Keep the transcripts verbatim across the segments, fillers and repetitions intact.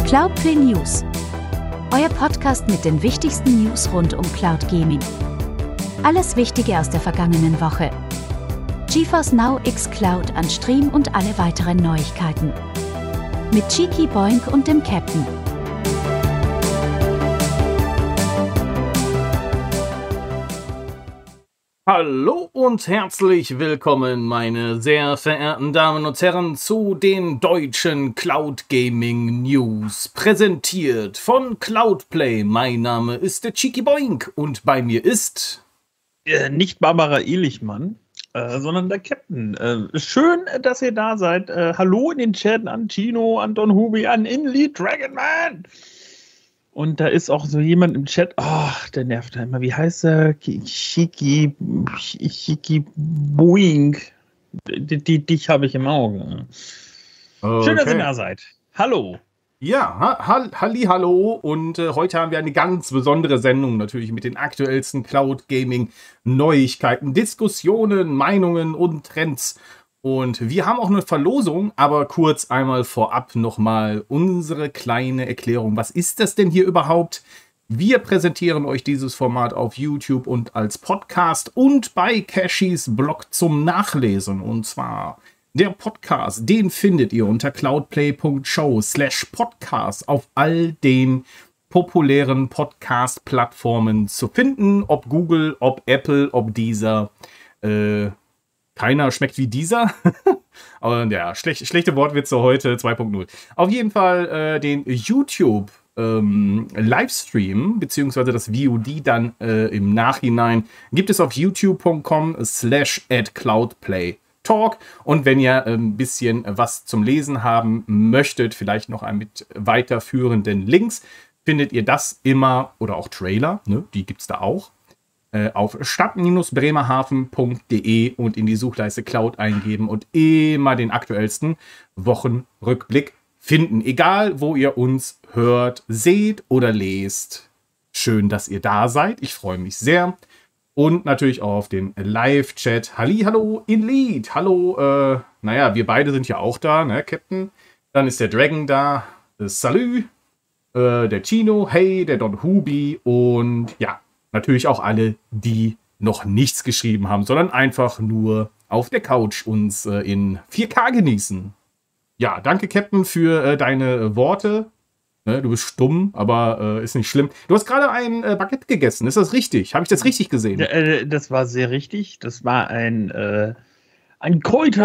Cloudplay News. Euer Podcast mit den wichtigsten News rund um Cloud Gaming. Alles Wichtige aus der vergangenen Woche. GeForce Now X Cloud an Stream und alle weiteren Neuigkeiten. Mit Cheeky Boink und dem Captain. Hallo und herzlich willkommen, meine sehr verehrten Damen und Herren, zu den deutschen Cloud Gaming News, präsentiert von Cloudplay. Mein Name ist der Cheeky Boink und bei mir ist... Äh, nicht Barbara Ehlichmann, äh, sondern der Captain. Äh, schön, dass ihr da seid. Äh, hallo in den Chat an Chino, an Don Hubi, an Inly, Dragonman. Und da ist auch so jemand im Chat, ach, oh, der nervt da immer. Wie heißt er? Cheeky, Cheeky Boink. Die, die, dich habe ich im Auge. Okay. Schön, dass ihr da seid. Hallo. Ja, ha ha halli, hallo. Und äh, heute haben wir eine ganz besondere Sendung natürlich mit den aktuellsten Cloud Gaming Neuigkeiten, Diskussionen, Meinungen und Trends. Und wir haben auch eine Verlosung, aber kurz einmal vorab nochmal unsere kleine Erklärung. Was ist das denn hier überhaupt? Wir präsentieren euch dieses Format auf YouTube und als Podcast und bei Cashys Blog zum Nachlesen. Und zwar der Podcast, den findet ihr unter cloudplay punkt show slash podcast auf all den populären Podcast-Plattformen zu finden. Ob Google, ob Apple, ob dieser... Äh, Keiner schmeckt wie dieser. Aber ja, schlech schlechte Wortwitze heute zwei punkt null. Auf jeden Fall äh, den YouTube ähm, Livestream, beziehungsweise das V O D dann äh, im Nachhinein, gibt es auf youtube punkt com slash at cloudplaytalk. Und wenn ihr ein ähm, bisschen was zum Lesen haben möchtet, vielleicht noch ein mit weiterführenden Links, findet ihr das immer, oder auch Trailer, ne, die gibt es da auch, auf stadt bremerhaven punkt de und in die Suchleiste Cloud eingeben und immer den aktuellsten Wochenrückblick finden. Egal, wo ihr uns hört, seht oder lest. Schön, dass ihr da seid. Ich freue mich sehr. Und natürlich auch auf den Live-Chat. Halli, hallo, Inlead. Hallo, äh, naja, wir beide sind ja auch da, ne, Captain. Dann ist der Dragon da. Äh, Salü. Äh, der Chino. Hey, der Don Hubi. Und ja, natürlich auch alle, die noch nichts geschrieben haben, sondern einfach nur auf der Couch uns äh, in vier K genießen. Ja, danke, Captain, für äh, deine Worte. Ne, du bist stumm, aber äh, ist nicht schlimm. Du hast gerade ein äh, Baguette gegessen, ist das richtig? Habe ich das richtig gesehen? Ja, äh, das war sehr richtig. Das war ein, äh, ein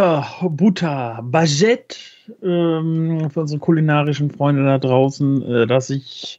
Kräuterbutter-Baguette ähm, für unsere kulinarischen Freunde da draußen, äh, das ich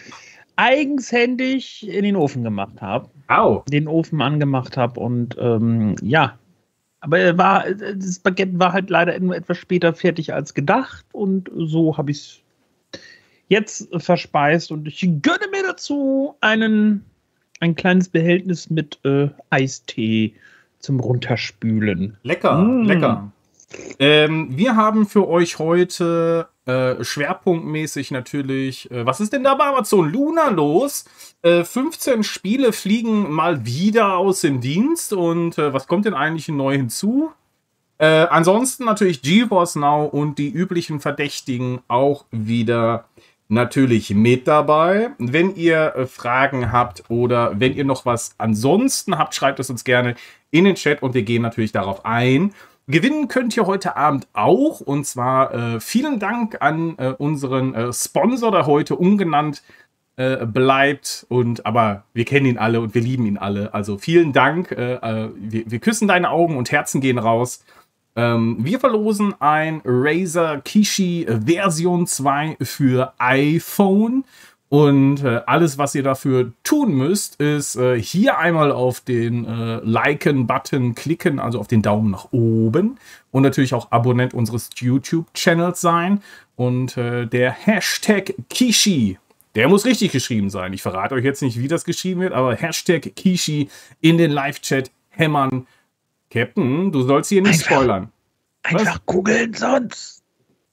eigenhändig in den Ofen gemacht habe. Au. Den Ofen angemacht habe und ähm, ja, aber er war, das Baguette war halt leider nur etwas später fertig als gedacht und so habe ich es jetzt verspeist und ich gönne mir dazu einen, ein kleines Behältnis mit äh, Eistee zum Runterspülen. Lecker, mm. lecker. Ähm, wir haben für euch heute äh, schwerpunktmäßig natürlich, äh, was ist denn da bei Amazon Luna los? Äh, fünfzehn Spiele fliegen mal wieder aus dem Dienst und äh, was kommt denn eigentlich neu hinzu? Äh, ansonsten natürlich GeForce Now und die üblichen Verdächtigen auch wieder natürlich mit dabei. Wenn ihr äh, Fragen habt oder wenn ihr noch was ansonsten habt, schreibt es uns gerne in den Chat und wir gehen natürlich darauf ein. Gewinnen könnt ihr heute Abend auch, und zwar äh, vielen Dank an äh, unseren äh, Sponsor, der heute ungenannt äh, bleibt, und aber wir kennen ihn alle und wir lieben ihn alle. Also vielen Dank, äh, äh, wir, wir küssen deine Augen und Herzen gehen raus. Ähm, wir verlosen ein Razer Kishi Version zwei für iPhone. Und äh, alles, was ihr dafür tun müsst, ist äh, hier einmal auf den äh, Liken-Button klicken, also auf den Daumen nach oben. Und natürlich auch Abonnent unseres YouTube-Channels sein. Und äh, der Hashtag Kishi, der muss richtig geschrieben sein. Ich verrate euch jetzt nicht, wie das geschrieben wird, aber Hashtag Kishi in den Live-Chat hämmern. Captain, du sollst hier nicht einfach spoilern. Einfach googeln sonst.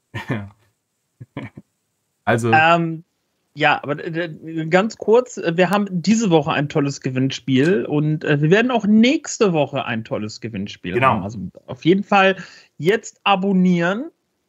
Also... Ähm. Ja, aber äh, ganz kurz, wir haben diese Woche ein tolles Gewinnspiel und äh, wir werden auch nächste Woche ein tolles Gewinnspiel genau. haben. Also auf jeden Fall jetzt abonnieren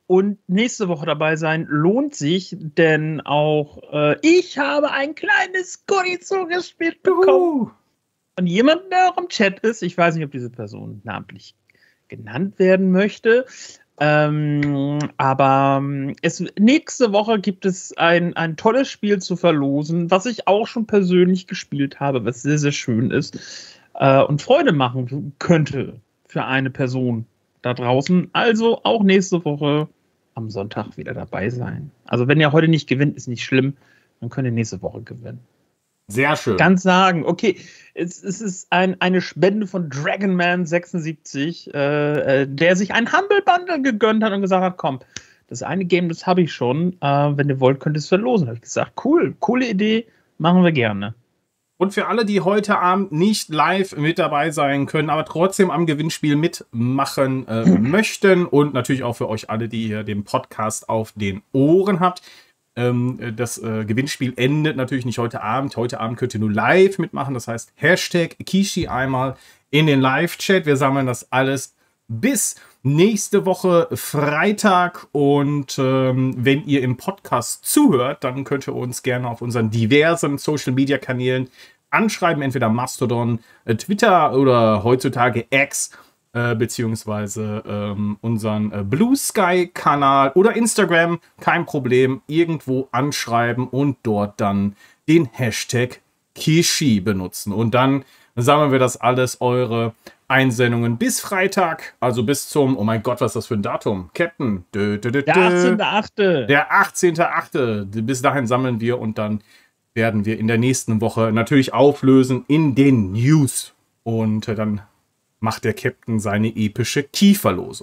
und nächste Woche dabei sein lohnt sich, denn auch äh, ich habe ein kleines Goodie zugespielt bekommen. Juhu. Und jemand, der auch im Chat ist, ich weiß nicht, ob diese Person namentlich genannt werden möchte, ähm, aber es, nächste Woche gibt es ein, ein tolles Spiel zu verlosen, was ich auch schon persönlich gespielt habe, was sehr, sehr schön ist äh, und Freude machen könnte für eine Person da draußen. Also auch nächste Woche am Sonntag wieder dabei sein. Also wenn ihr heute nicht gewinnt, ist nicht schlimm, dann könnt ihr nächste Woche gewinnen. Sehr schön. Ganz sagen, okay, es, es ist ein, eine Spende von Dragonman sechsundsiebzig, äh, der sich ein Humble Bundle gegönnt hat und gesagt hat, komm, das eine Game, das habe ich schon, äh, wenn ihr wollt, könnt ihr es verlosen. Da habe ich gesagt, cool, coole Idee, machen wir gerne. Und für alle, die heute Abend nicht live mit dabei sein können, aber trotzdem am Gewinnspiel mitmachen äh, möchten und natürlich auch für euch alle, die ihr den Podcast auf den Ohren habt, das äh, Gewinnspiel endet natürlich nicht heute Abend. Heute Abend könnt ihr nur live mitmachen. Das heißt, Hashtag Kishi einmal in den Live-Chat. Wir sammeln das alles bis nächste Woche Freitag. Und ähm, wenn ihr im Podcast zuhört, dann könnt ihr uns gerne auf unseren diversen Social-Media-Kanälen anschreiben. Entweder Mastodon, äh, Twitter oder heutzutage X. Äh, beziehungsweise ähm, unseren äh, Blue Sky-Kanal oder Instagram, kein Problem, irgendwo anschreiben und dort dann den Hashtag Kishi benutzen. Und dann sammeln wir das alles, eure Einsendungen bis Freitag, also bis zum, oh mein Gott, was ist das für ein Datum? Captain. Dö, dö, dö, Der achtzehnte achte Der achtzehnte achte Bis dahin sammeln wir und dann werden wir in der nächsten Woche natürlich auflösen in den News. Und äh, dann macht der Captain seine epische Key-Verlosung.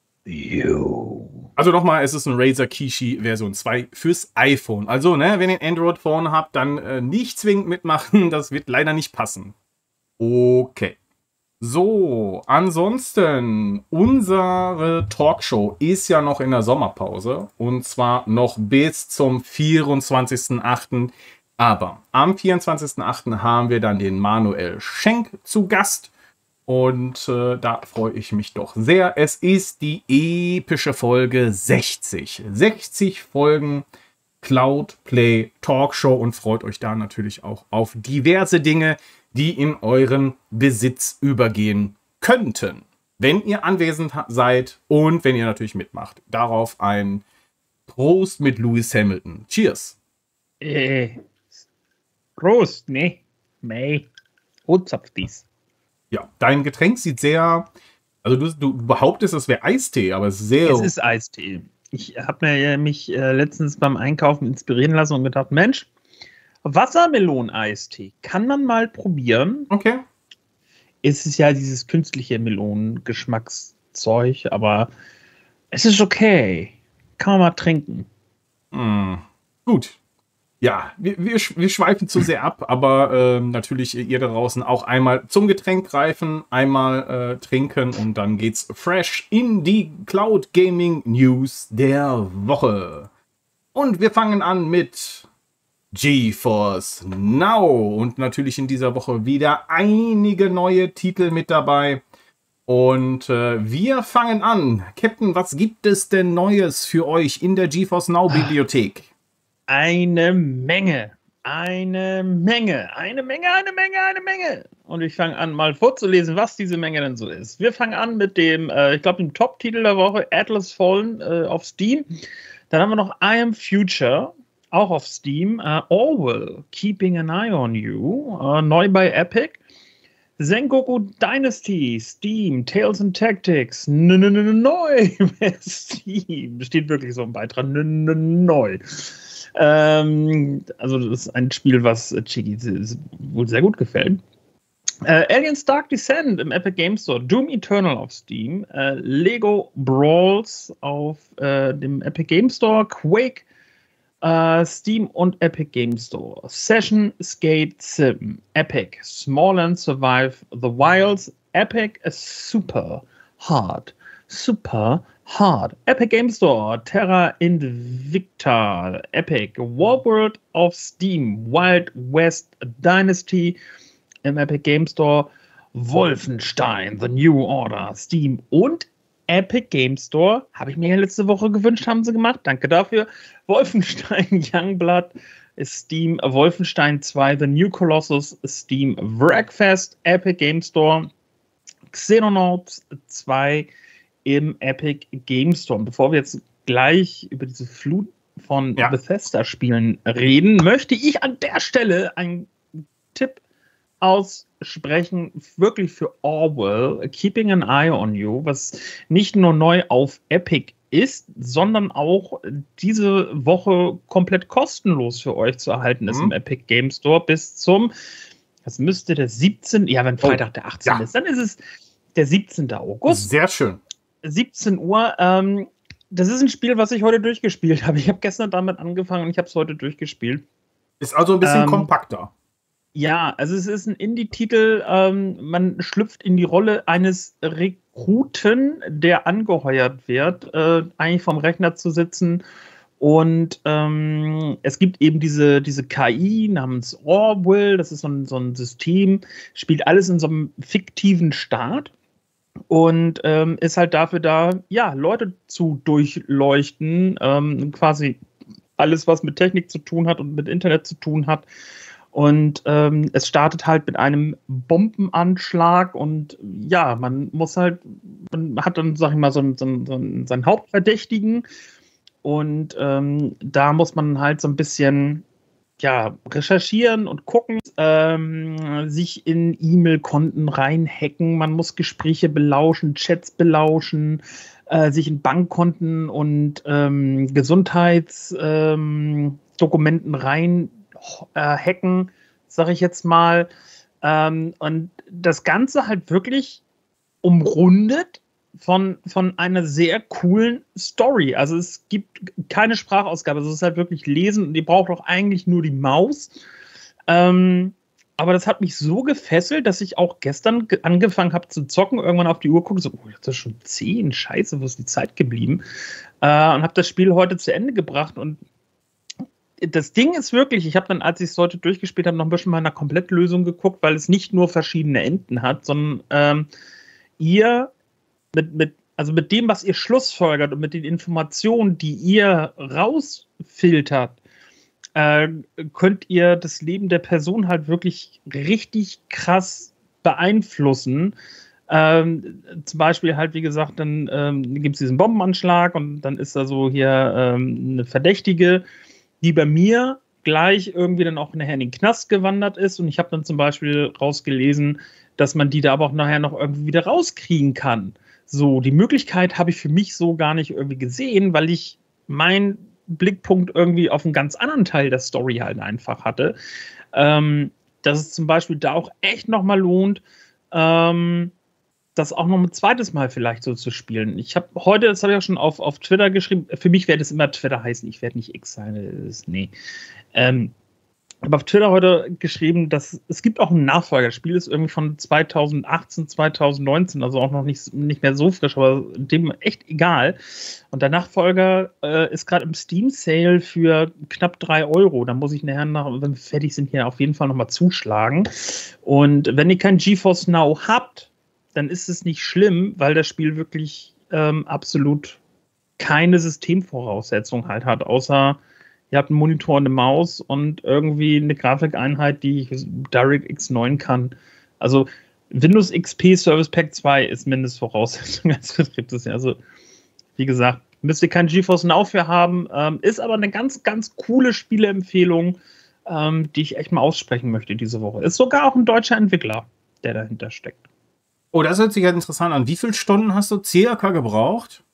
Also nochmal, es ist ein Razer Kishi Version zwei fürs iPhone. Also, ne, wenn ihr ein Android-Phone habt, dann äh, nicht zwingend mitmachen. Das wird leider nicht passen. Okay. So, ansonsten, unsere Talkshow ist ja noch in der Sommerpause. Und zwar noch bis zum vierundzwanzigsten achten Aber am vierundzwanzigsten achten haben wir dann den Manuel Schenk zu Gast. Und äh, da freue ich mich doch sehr. Es ist die epische Folge sechzig. sechzig Folgen Cloud Play Talkshow und freut euch da natürlich auch auf diverse Dinge, die in euren Besitz übergehen könnten. Wenn ihr anwesend seid und wenn ihr natürlich mitmacht. Darauf ein Prost mit Lewis Hamilton. Cheers. Äh, Prost, ne? Mei. Und auf dies. Ja, dein Getränk sieht sehr, also du, du behauptest, es wäre Eistee, aber es ist sehr... Es ist Eistee. Ich habe mir mich äh, letztens beim Einkaufen inspirieren lassen und gedacht, Mensch, Wassermelonen-Eistee kann man mal probieren. Okay. Es ist ja dieses künstliche Melonengeschmackszeug, aber es ist okay. Kann man mal trinken. Mm, gut. Ja, wir, wir, wir schweifen zu sehr ab, aber ähm, natürlich ihr da draußen auch einmal zum Getränk greifen, einmal äh, trinken und dann geht's fresh in die Cloud Gaming News der Woche. Und wir fangen an mit GeForce Now und natürlich in dieser Woche wieder einige neue Titel mit dabei. Und äh, wir fangen an. Captain, was gibt es denn Neues für euch in der GeForce Now Bibliothek? Eine Menge, eine Menge, eine Menge, eine Menge, eine Menge. Und ich fange an, mal vorzulesen, was diese Menge denn so ist. Wir fangen an mit dem, äh, ich glaube, dem Top-Titel der Woche, Atlas Fallen äh, auf Steam. Dann haben wir noch I Am Future, auch auf Steam. Uh, Orwell, Keeping an Eye on You, uh, neu bei Epic. Sengoku Dynasty, Steam, Tales and Tactics, neu bei Steam. Steht wirklich so ein Beitrag, neu. Ähm, also das ist ein Spiel, was Chigi wohl sehr gut gefällt. Äh, Aliens Dark Descent im Epic Game Store, Doom Eternal auf Steam, äh, Lego Brawls auf äh, dem Epic Game Store, Quake, äh, Steam und Epic Game Store, Session Skate Sim, Epic, Small and Survive the Wilds, Epic, Super Hard, Super Hard, Epic Game Store, Terra Invicta, Epic, Warworld auf Steam, Wild West Dynasty im Epic Game Store, Wolfenstein, The New Order, Steam und Epic Game Store. Habe ich mir ja letzte Woche gewünscht, haben sie gemacht. Danke dafür. Wolfenstein Youngblood, Steam, Wolfenstein zwei, The New Colossus, Steam, Wreckfest, Epic Game Store, Xenonauts zwei im Epic Game Store. Und bevor wir jetzt gleich über diese Flut von ja. Bethesda-Spielen reden, möchte ich an der Stelle einen Tipp aussprechen, wirklich für Orwell, Keeping an Eye on You, was nicht nur neu auf Epic ist, sondern auch diese Woche komplett kostenlos für euch zu erhalten ist mhm. im Epic Game Store bis zum, das müsste der siebzehnte Ja, wenn Freitag oh, der achtzehnte ja. ist, dann ist es der siebzehnte August. Sehr schön. siebzehn Uhr. Ähm, das ist ein Spiel, was ich heute durchgespielt habe. Ich habe gestern damit angefangen und ich habe es heute durchgespielt. Ist also ein bisschen ähm, kompakter. Ja, also es ist ein Indie-Titel. Ähm, man schlüpft in die Rolle eines Rekruten, der angeheuert wird, äh, eigentlich vom Rechner zu sitzen. Und ähm, es gibt eben diese, diese K I namens Orwell. Das ist so ein, so ein System, spielt alles in so einem fiktiven Staat. Und ähm, ist halt dafür da, ja, Leute zu durchleuchten, ähm, quasi alles, was mit Technik zu tun hat und mit Internet zu tun hat. Und ähm, es startet halt mit einem Bombenanschlag und ja, man muss halt, man hat dann, sag ich mal, so, so, so seinen Hauptverdächtigen und ähm, da muss man halt so ein bisschen ja, recherchieren und gucken, ähm, sich in E-Mail-Konten reinhacken, man muss Gespräche belauschen, Chats belauschen, äh, sich in Bankkonten und ähm, Gesundheitsdokumenten ähm, rein äh, hacken, sag ich jetzt mal. Ähm, und das Ganze halt wirklich umrundet von, von einer sehr coolen Story. Also es gibt keine Sprachausgabe, also es ist halt wirklich lesen und ihr braucht auch eigentlich nur die Maus. Ähm, aber das hat mich so gefesselt, dass ich auch gestern ge- angefangen habe zu zocken, irgendwann auf die Uhr gucke, so, oh, jetzt ist schon zehn, scheiße, wo ist die Zeit geblieben? Äh, und habe das Spiel heute zu Ende gebracht und das Ding ist wirklich, ich habe dann, als ich es heute durchgespielt habe, noch ein bisschen mal nach Komplettlösung geguckt, weil es nicht nur verschiedene Enden hat, sondern ähm, ihr mit, mit, also mit dem, was ihr schlussfolgert und mit den Informationen, die ihr rausfiltert, äh, könnt ihr das Leben der Person halt wirklich richtig krass beeinflussen. Ähm, zum Beispiel halt, wie gesagt, dann ähm, gibt es diesen Bombenanschlag und dann ist da so hier ähm, eine Verdächtige, die bei mir gleich irgendwie dann auch nachher in den Knast gewandert ist. Und ich habe dann zum Beispiel rausgelesen, dass man die da aber auch nachher noch irgendwie wieder rauskriegen kann. So, die Möglichkeit habe ich für mich so gar nicht irgendwie gesehen, weil ich meinen Blickpunkt irgendwie auf einen ganz anderen Teil der Story halt einfach hatte. Ähm, dass es zum Beispiel da auch echt nochmal lohnt, ähm, das auch noch ein zweites Mal vielleicht so zu spielen. Ich habe heute, das habe ich auch schon auf, auf Twitter geschrieben, für mich werde es immer Twitter heißen, ich werde nicht X sein, das ist, nee. Ähm, habe auf Twitter heute geschrieben, dass es gibt auch einen Nachfolger. Das Spiel ist irgendwie von zweitausendachtzehn, zweitausendneunzehn, also auch noch nicht, nicht mehr so frisch, aber dem echt egal. Und der Nachfolger äh, ist gerade im Steam-Sale für knapp drei Euro. Da muss ich nachher, nach, wenn wir fertig sind, hier auf jeden Fall nochmal zuschlagen. Und wenn ihr kein GeForce Now habt, dann ist es nicht schlimm, weil das Spiel wirklich ähm, absolut keine Systemvoraussetzung halt hat, außer ihr habt einen Monitor und eine Maus und irgendwie eine Grafikeinheit, die DirectX neun kann. Also Windows X P Service Pack zwei ist Mindestvoraussetzung als Betriebssystem. Also wie gesagt, müsst ihr kein GeForce Now für haben, ähm, ist aber eine ganz, ganz coole Spieleempfehlung, ähm, die ich echt mal aussprechen möchte diese Woche. Ist sogar auch ein deutscher Entwickler, der dahinter steckt. Oh, das hört sich halt interessant an. Wie viele Stunden hast du circa gebraucht?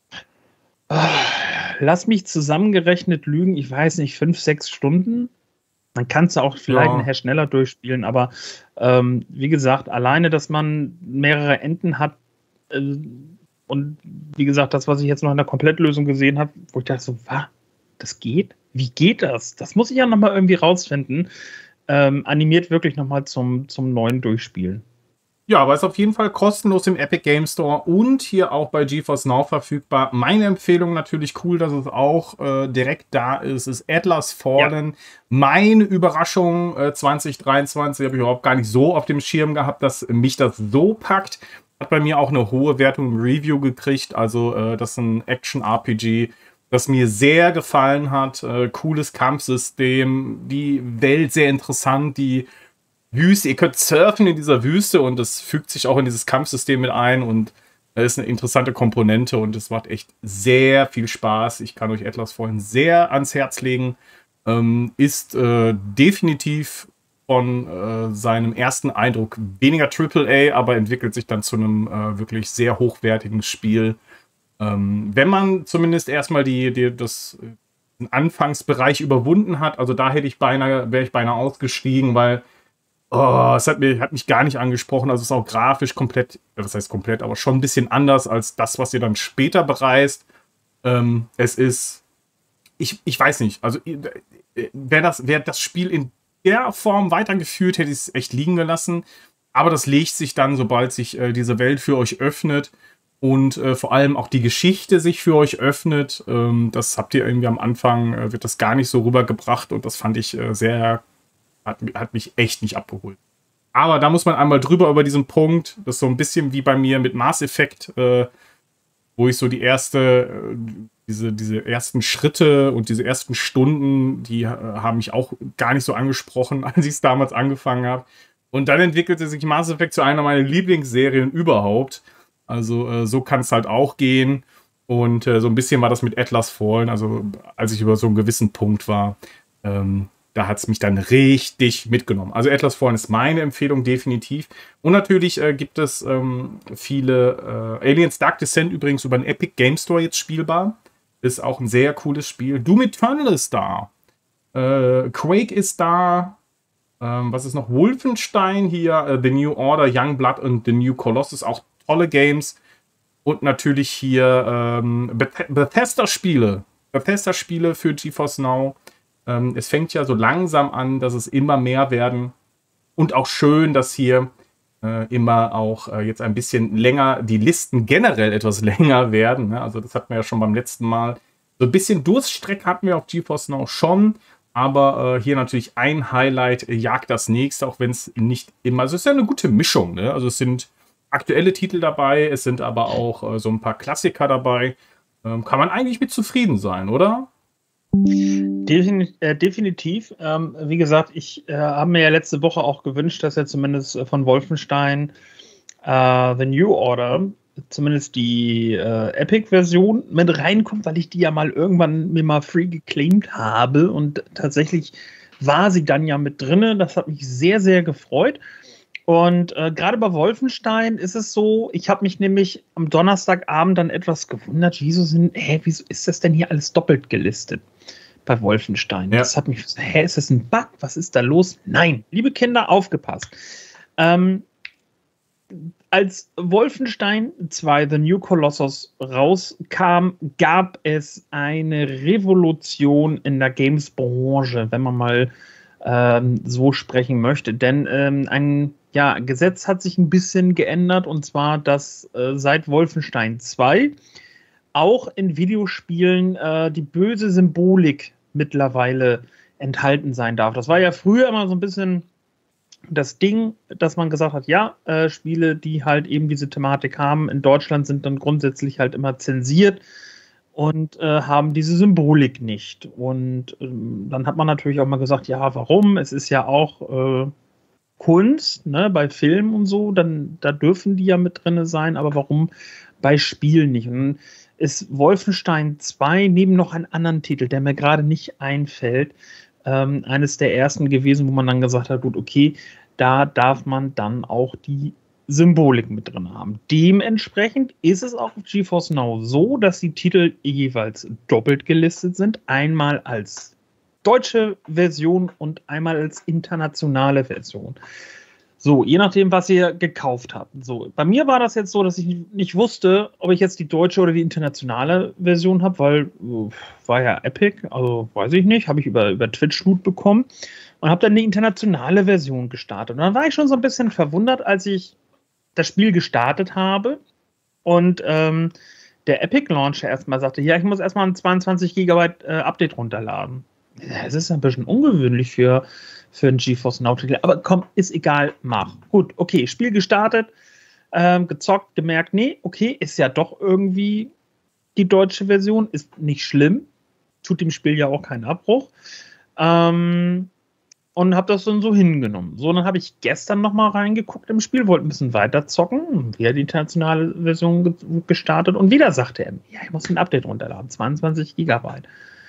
Lass mich zusammengerechnet lügen. Ich weiß nicht, fünf, sechs Stunden. Man kann es auch vielleicht ja. nachher schneller durchspielen. Aber ähm, wie gesagt, alleine, dass man mehrere Enden hat äh, und wie gesagt, das, was ich jetzt noch in der Komplettlösung gesehen habe, wo ich dachte so, was? Das geht? Wie geht das? Das muss ich ja nochmal irgendwie rausfinden. Ähm, animiert wirklich nochmal zum, zum neuen Durchspielen. Ja, aber ist auf jeden Fall kostenlos im Epic Game Store und hier auch bei GeForce Now verfügbar. Meine Empfehlung natürlich, cool, dass es auch äh, direkt da ist, ist Atlas Fallen. Ja. Meine Überraschung äh, zwanzig dreiundzwanzig habe ich überhaupt gar nicht so auf dem Schirm gehabt, dass mich das so packt. Hat bei mir auch eine hohe Wertung im Review gekriegt. Also äh, das ist ein Action-R P G, das mir sehr gefallen hat. Äh, cooles Kampfsystem, die Welt sehr interessant, die Wüste. Ihr könnt surfen in dieser Wüste und das fügt sich auch in dieses Kampfsystem mit ein und das ist eine interessante Komponente und es macht echt sehr viel Spaß. Ich kann euch Atlas Fallen sehr ans Herz legen. Ähm, ist äh, definitiv von äh, seinem ersten Eindruck weniger Triple A, aber entwickelt sich dann zu einem äh, wirklich sehr hochwertigen Spiel. Ähm, wenn man zumindest erstmal die, die, das, den Anfangsbereich überwunden hat, also da hätte ich beinahe, wäre ich beinahe ausgestiegen, weil oh, es hat, mir, hat mich gar nicht angesprochen. Also es ist auch grafisch komplett, das heißt komplett, aber schon ein bisschen anders als das, was ihr dann später bereist. Ähm, es ist, ich, ich weiß nicht, also wäre das, wär das Spiel in der Form weitergeführt, hätte ich es echt liegen gelassen. Aber das legt sich dann, sobald sich äh, diese Welt für euch öffnet und äh, vor allem auch die Geschichte sich für euch öffnet. Ähm, das habt ihr irgendwie am Anfang, äh, wird das gar nicht so rübergebracht und das fand ich äh, sehr, hat, hat mich echt nicht abgeholt. Aber da muss man einmal drüber über diesen Punkt. Das ist so ein bisschen wie bei mir mit Mass Effect, äh, wo ich so die erste, äh, diese, diese ersten Schritte und diese ersten Stunden, die äh, haben mich auch gar nicht so angesprochen, als ich es damals angefangen habe. Und dann entwickelte sich Mass Effect zu einer meiner Lieblingsserien überhaupt. Also äh, so kann es halt auch gehen. Und äh, so ein bisschen war das mit Atlas Fallen. Also als ich über so einen gewissen Punkt war, ähm, da hat es mich dann richtig mitgenommen. Also Atlas Fallen ist meine Empfehlung definitiv. Und natürlich äh, gibt es ähm, viele äh, Aliens Dark Descent übrigens über den Epic Game Store jetzt spielbar. Ist auch ein sehr cooles Spiel. Doom Eternal ist da. Äh, Quake ist da. Ähm, was ist noch? Wolfenstein hier. Äh, The New Order, Youngblood und The New Colossus. Auch tolle Games. Und natürlich hier ähm, Beth- Bethesda-Spiele. Bethesda-Spiele für GeForce Now. Ähm, es fängt ja so langsam an, dass es immer mehr werden. Und auch schön, dass hier äh, immer auch äh, jetzt ein bisschen länger, die Listen generell etwas länger werden. Ne? Also das hatten wir ja schon beim letzten Mal. So ein bisschen Durststrecke hatten wir auf GeForce Now schon. Aber äh, hier natürlich ein Highlight äh, jagt das nächste, auch wenn es nicht immer... Also es ist ja eine gute Mischung. Ne? Also es sind aktuelle Titel dabei, es sind aber auch äh, so ein paar Klassiker dabei. Ähm, kann man eigentlich mit zufrieden sein, oder? Defin äh, definitiv. Ähm, wie gesagt, ich äh, habe mir ja letzte Woche auch gewünscht, dass er zumindest äh, von Wolfenstein äh, The New Order, zumindest die äh, Epic-Version mit reinkommt, weil ich die ja mal irgendwann mir mal free geclaimed habe und tatsächlich war sie dann ja mit drinne. Das hat mich sehr, sehr gefreut. Und äh, gerade bei Wolfenstein ist es so, ich habe mich nämlich am Donnerstagabend dann etwas gewundert, wieso sind, hä, wieso ist das denn hier alles doppelt gelistet bei Wolfenstein? Ja. Das hat mich, hä, ist das ein Bug? Was ist da los? Nein, liebe Kinder, aufgepasst. Ähm, als Wolfenstein zwei The New Colossus rauskam, gab es eine Revolution in der Games-Branche, wenn man mal ähm, so sprechen möchte. Denn ähm, ein ja, Gesetz hat sich ein bisschen geändert, und zwar, dass äh, seit Wolfenstein zwei auch in Videospielen äh, die böse Symbolik mittlerweile enthalten sein darf. Das war ja früher immer so ein bisschen das Ding, dass man gesagt hat, ja, äh, Spiele, die halt eben diese Thematik haben, in Deutschland sind dann grundsätzlich halt immer zensiert und äh, haben diese Symbolik nicht. Und ähm, dann hat man natürlich auch mal gesagt, ja, warum? Es ist ja auch äh, Kunst, ne, bei Filmen und so, dann da dürfen die ja mit drin sein, aber warum bei Spielen nicht? Und dann ist Wolfenstein zwei neben noch einen anderen Titel, der mir gerade nicht einfällt, ähm, eines der ersten gewesen, wo man dann gesagt hat, gut, okay, da darf man dann auch die Symbolik mit drin haben. Dementsprechend ist es auch auf GeForce Now so, dass die Titel jeweils doppelt gelistet sind, einmal als deutsche Version und einmal als internationale Version. So, je nachdem, was ihr gekauft habt. So, bei mir war das jetzt so, dass ich nicht wusste, ob ich jetzt die deutsche oder die internationale Version habe, weil uh, war ja Epic, also weiß ich nicht, habe ich über, über Twitch-Loot bekommen und habe dann die internationale Version gestartet. Und dann war ich schon so ein bisschen verwundert, als ich das Spiel gestartet habe und ähm, der Epic Launcher erstmal sagte, ja, ich muss erstmal ein zweiundzwanzig Gigabyte äh, Update runterladen. Es ist ein bisschen ungewöhnlich für, für einen GeForce Now-Titel, aber komm, ist egal, mach. Gut, okay, Spiel gestartet, ähm, gezockt, gemerkt, nee, okay, ist ja doch irgendwie die deutsche Version, ist nicht schlimm, tut dem Spiel ja auch keinen Abbruch. Ähm, und habe das dann so hingenommen. So, dann habe ich gestern noch mal reingeguckt im Spiel, wollte ein bisschen weiter zocken, wieder die internationale Version ge gestartet und wieder sagte er, ja, ich muss ein Update runterladen, zweiundzwanzig Gigabyte.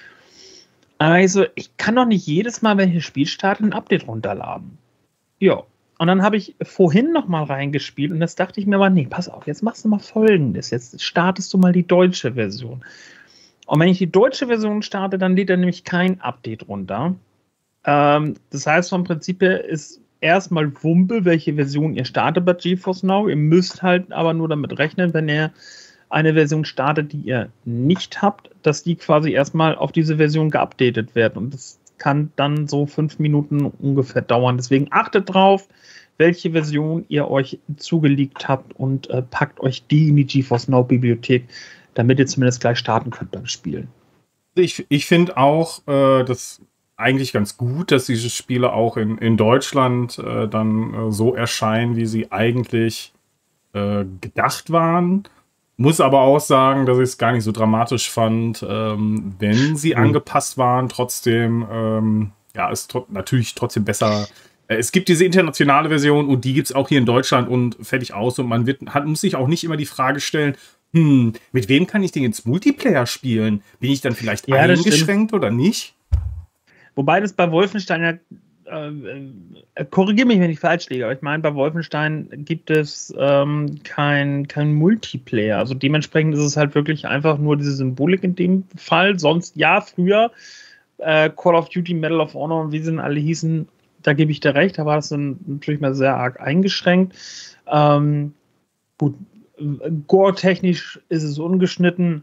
Aber ich so, ich kann doch nicht jedes Mal, wenn ich ein Spiel starte, ein Update runterladen. Ja, und dann habe ich vorhin noch mal reingespielt und das dachte ich mir aber, nee, pass auf, jetzt machst du mal Folgendes, jetzt startest du mal die deutsche Version. Und wenn ich die deutsche Version starte, dann lädt er nämlich kein Update runter. Ähm, das heißt, vom Prinzip her ist erstmal Wumpe, welche Version ihr startet bei GeForce Now. Ihr müsst halt aber nur damit rechnen, wenn ihr eine Version startet, die ihr nicht habt, dass die quasi erstmal auf diese Version geupdatet werden. Und das kann dann so fünf Minuten ungefähr dauern. Deswegen achtet drauf, welche Version ihr euch zugelegt habt und äh, packt euch die in die GeForce Now Bibliothek, damit ihr zumindest gleich starten könnt beim Spielen. Ich, ich finde auch, äh, das eigentlich ganz gut, dass diese Spiele auch in, in Deutschland äh, dann äh, so erscheinen, wie sie eigentlich äh, gedacht waren. Muss aber auch sagen, dass ich es gar nicht so dramatisch fand, ähm, wenn sie mhm. angepasst waren. Trotzdem, ähm, ja, ist tro natürlich trotzdem besser. Äh, es gibt diese internationale Version und die gibt es auch hier in Deutschland und fertig aus. Und man wird, hat, muss sich auch nicht immer die Frage stellen, hm, mit wem kann ich denn jetzt Multiplayer spielen? Bin ich dann vielleicht ja, eingeschränkt oder nicht? Wobei das bei Wolfenstein ja, äh, äh, korrigiere mich, wenn ich falsch liege, aber ich meine, bei Wolfenstein gibt es ähm, kein, kein Multiplayer. Also dementsprechend ist es halt wirklich einfach nur diese Symbolik in dem Fall. Sonst, ja, früher äh, Call of Duty, Medal of Honor und wie sie alle hießen, da gebe ich dir recht, da war das dann natürlich mal sehr arg eingeschränkt. Ähm, gut, Gore-technisch ist es ungeschnitten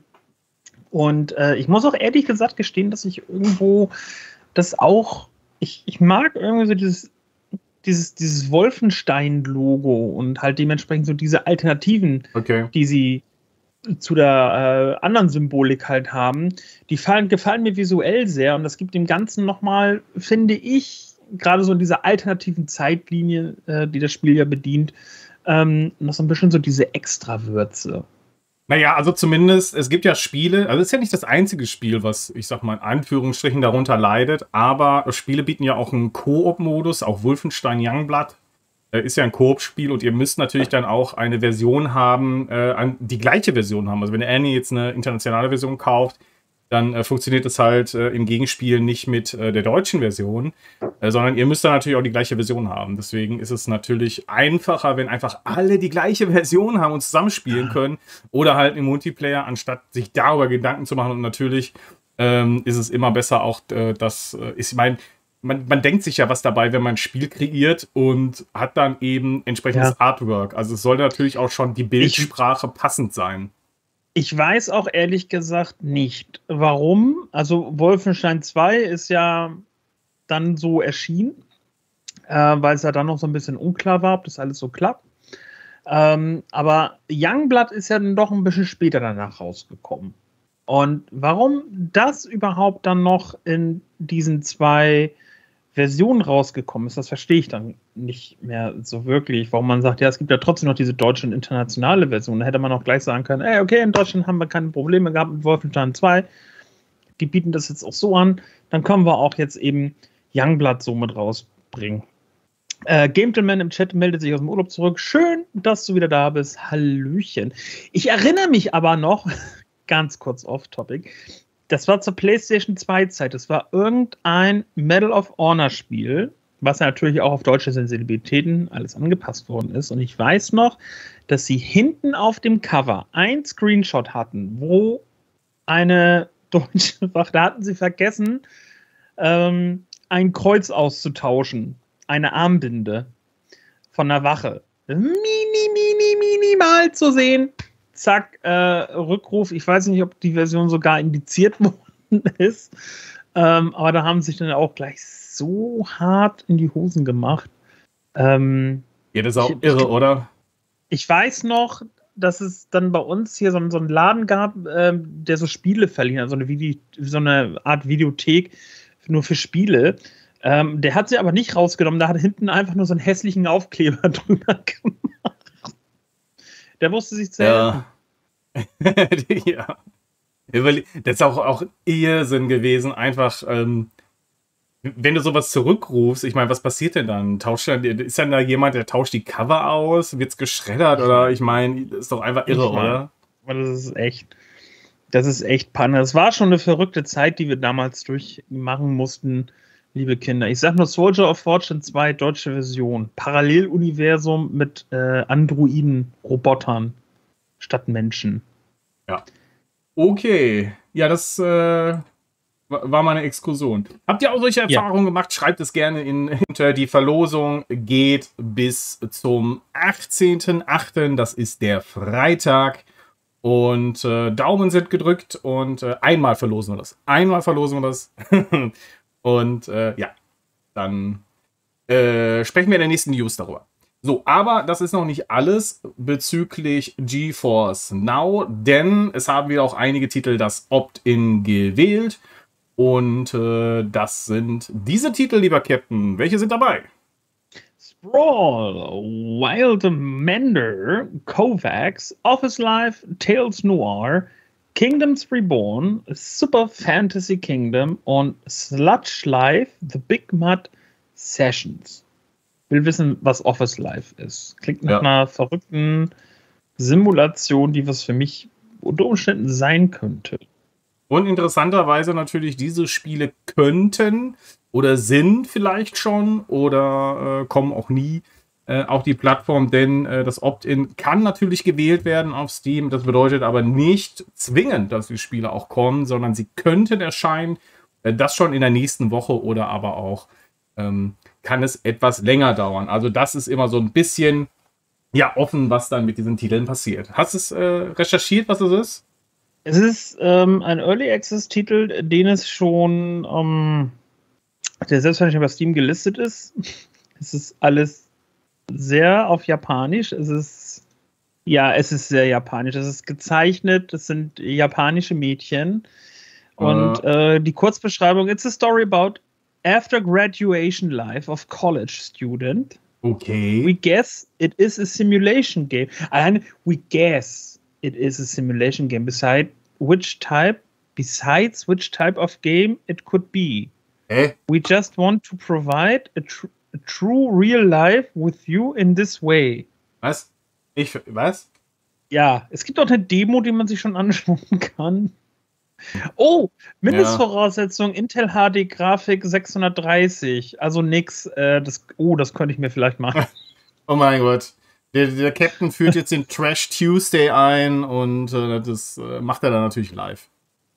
und äh, ich muss auch ehrlich gesagt gestehen, dass ich irgendwo das auch, ich, ich mag irgendwie so dieses, dieses, dieses Wolfenstein-Logo und halt dementsprechend so diese Alternativen, okay. die sie zu der äh, anderen Symbolik halt haben, die fallen, gefallen mir visuell sehr und das gibt dem Ganzen nochmal, finde ich, gerade so in dieser alternativen Zeitlinie, äh, die das Spiel ja bedient, ähm, noch so ein bisschen so diese Extrawürze. Naja, also zumindest, es gibt ja Spiele, also es ist ja nicht das einzige Spiel, was, ich sag mal, in Anführungsstrichen darunter leidet, aber Spiele bieten ja auch einen Koop-Modus, auch Wolfenstein Youngblood äh, ist ja ein Koop-Spiel und ihr müsst natürlich dann auch eine Version haben, äh, die gleiche Version haben. Also wenn Annie jetzt eine internationale Version kauft, dann äh, funktioniert das halt äh, im Gegenspiel nicht mit äh, der deutschen Version, äh, sondern ihr müsst dann natürlich auch die gleiche Version haben. Deswegen ist es natürlich einfacher, wenn einfach alle die gleiche Version haben und zusammenspielen können oder halt im Multiplayer, anstatt sich darüber Gedanken zu machen. Und natürlich ähm, ist es immer besser auch, äh, dass, äh, ich meine, man, man denkt sich ja was dabei, wenn man ein Spiel kreiert und hat dann eben entsprechendes ja. Artwork. Also es soll natürlich auch schon die Bildsprache ich passend sein. Ich weiß auch ehrlich gesagt nicht, warum. Also Wolfenstein zwei ist ja dann so erschienen, äh, weil es ja dann noch so ein bisschen unklar war, ob das alles so klappt. Ähm, aber Youngblood ist ja dann doch ein bisschen später danach rausgekommen. Und warum das überhaupt dann noch in diesen zwei Version rausgekommen ist, das verstehe ich dann nicht mehr so wirklich, warum man sagt, ja, es gibt ja trotzdem noch diese deutsche und internationale Version. Da hätte man auch gleich sagen können, ey, okay, in Deutschland haben wir keine Probleme gehabt mit Wolfenstein zwei, die bieten das jetzt auch so an, dann können wir auch jetzt eben Youngblood so mit rausbringen. Äh, Gametleman im Chat meldet sich aus dem Urlaub zurück. Schön, dass du wieder da bist. Hallöchen. Ich erinnere mich aber noch, ganz kurz off-topic, das war zur PlayStation zwei Zeit. Das war irgendein Medal of Honor Spiel, was natürlich auch auf deutsche Sensibilitäten alles angepasst worden ist. Und ich weiß noch, dass sie hinten auf dem Cover ein Screenshot hatten, wo eine deutsche Wache, da hatten sie vergessen, ähm, ein Kreuz auszutauschen. Eine Armbinde von der Wache. Mini, mini, minimal zu sehen. Zack, äh, Rückruf. Ich weiß nicht, ob die Version sogar indiziert worden ist. Ähm, aber da haben sie sich dann auch gleich so hart in die Hosen gemacht. Ähm, ja, das ist auch ich, irre, oder? Ich weiß noch, dass es dann bei uns hier so, so einen Laden gab, ähm, der so Spiele verliehen hat. So eine, Vide- so eine Art Videothek nur für Spiele. Ähm, der hat sie aber nicht rausgenommen. Da hat hinten einfach nur so einen hässlichen Aufkleber drüber gemacht. Der wusste sich zu helfen. Ja. ja. Das ist auch, auch Irrsinn gewesen, einfach, ähm, wenn du sowas zurückrufst, ich meine, was passiert denn dann? Tauscht dann? Ist dann da jemand, der tauscht die Cover aus? Wird's geschreddert? Oder ich meine, das ist doch einfach irre, oder? Das ist echt, das ist echt Panne. Es war schon eine verrückte Zeit, die wir damals durchmachen mussten, liebe Kinder. Ich sag nur Soldier of Fortune zwei, deutsche Version. Paralleluniversum mit äh, Androiden, Robotern statt Menschen. Ja. Okay. Ja, das äh, war meine Exkursion. Habt ihr auch solche Erfahrungen ja. gemacht? Schreibt es gerne in, hinter. Die Verlosung geht bis zum achtzehnten achten Das ist der Freitag. Und äh, Daumen sind gedrückt und äh, einmal verlosen wir das. Einmal verlosen wir das. und äh, ja, dann äh, sprechen wir in der nächsten News darüber. So, aber das ist noch nicht alles bezüglich GeForce Now, denn es haben wieder auch einige Titel das Opt-in gewählt. Und äh, das sind diese Titel, lieber Captain. Welche sind dabei? Sprawl, Wild Mender, Kovacs, Office Life, Tales Noir, Kingdoms Reborn, Super Fantasy Kingdom und Sludge Life, The Big Mud Sessions. Ich will wissen, was Office Life ist. Klingt nach ja. einer verrückten Simulation, die was für mich unter Umständen sein könnte. Und interessanterweise natürlich, diese Spiele könnten oder sind vielleicht schon oder äh, kommen auch nie äh, auf die Plattform, denn äh, das Opt-in kann natürlich gewählt werden auf Steam. Das bedeutet aber nicht zwingend, dass die Spiele auch kommen, sondern sie könnten erscheinen. Äh, das schon in der nächsten Woche oder aber auch ähm, kann es etwas länger dauern. Also das ist immer so ein bisschen ja offen, was dann mit diesen Titeln passiert. Hast du es äh, recherchiert, was es ist? Es ist ähm, ein Early Access Titel, den es schon, ähm, der selbstverständlich bei Steam gelistet ist. Es ist alles sehr auf Japanisch. Es ist, ja, es ist sehr japanisch. Es ist gezeichnet. Es sind japanische Mädchen. Und uh. äh, die Kurzbeschreibung: It's a story about after graduation life of college student. Okay. We guess it is a simulation game. Alleine, we guess. It is a simulation game. Beside which type, besides which type of game it could be. Eh? We just want to provide a, tr a true real life with you in this way. Was? Ich, was? Ja, es gibt auch eine Demo, die man sich schon anschauen kann. Oh, Mindestvoraussetzung, ja. Intel H D Grafik sechshundertdreißig. Also nix. Äh, das, oh, das könnte ich mir vielleicht machen. Oh mein Gott. Der, der Captain führt jetzt den Trash Tuesday ein und äh, das äh, macht er dann natürlich live.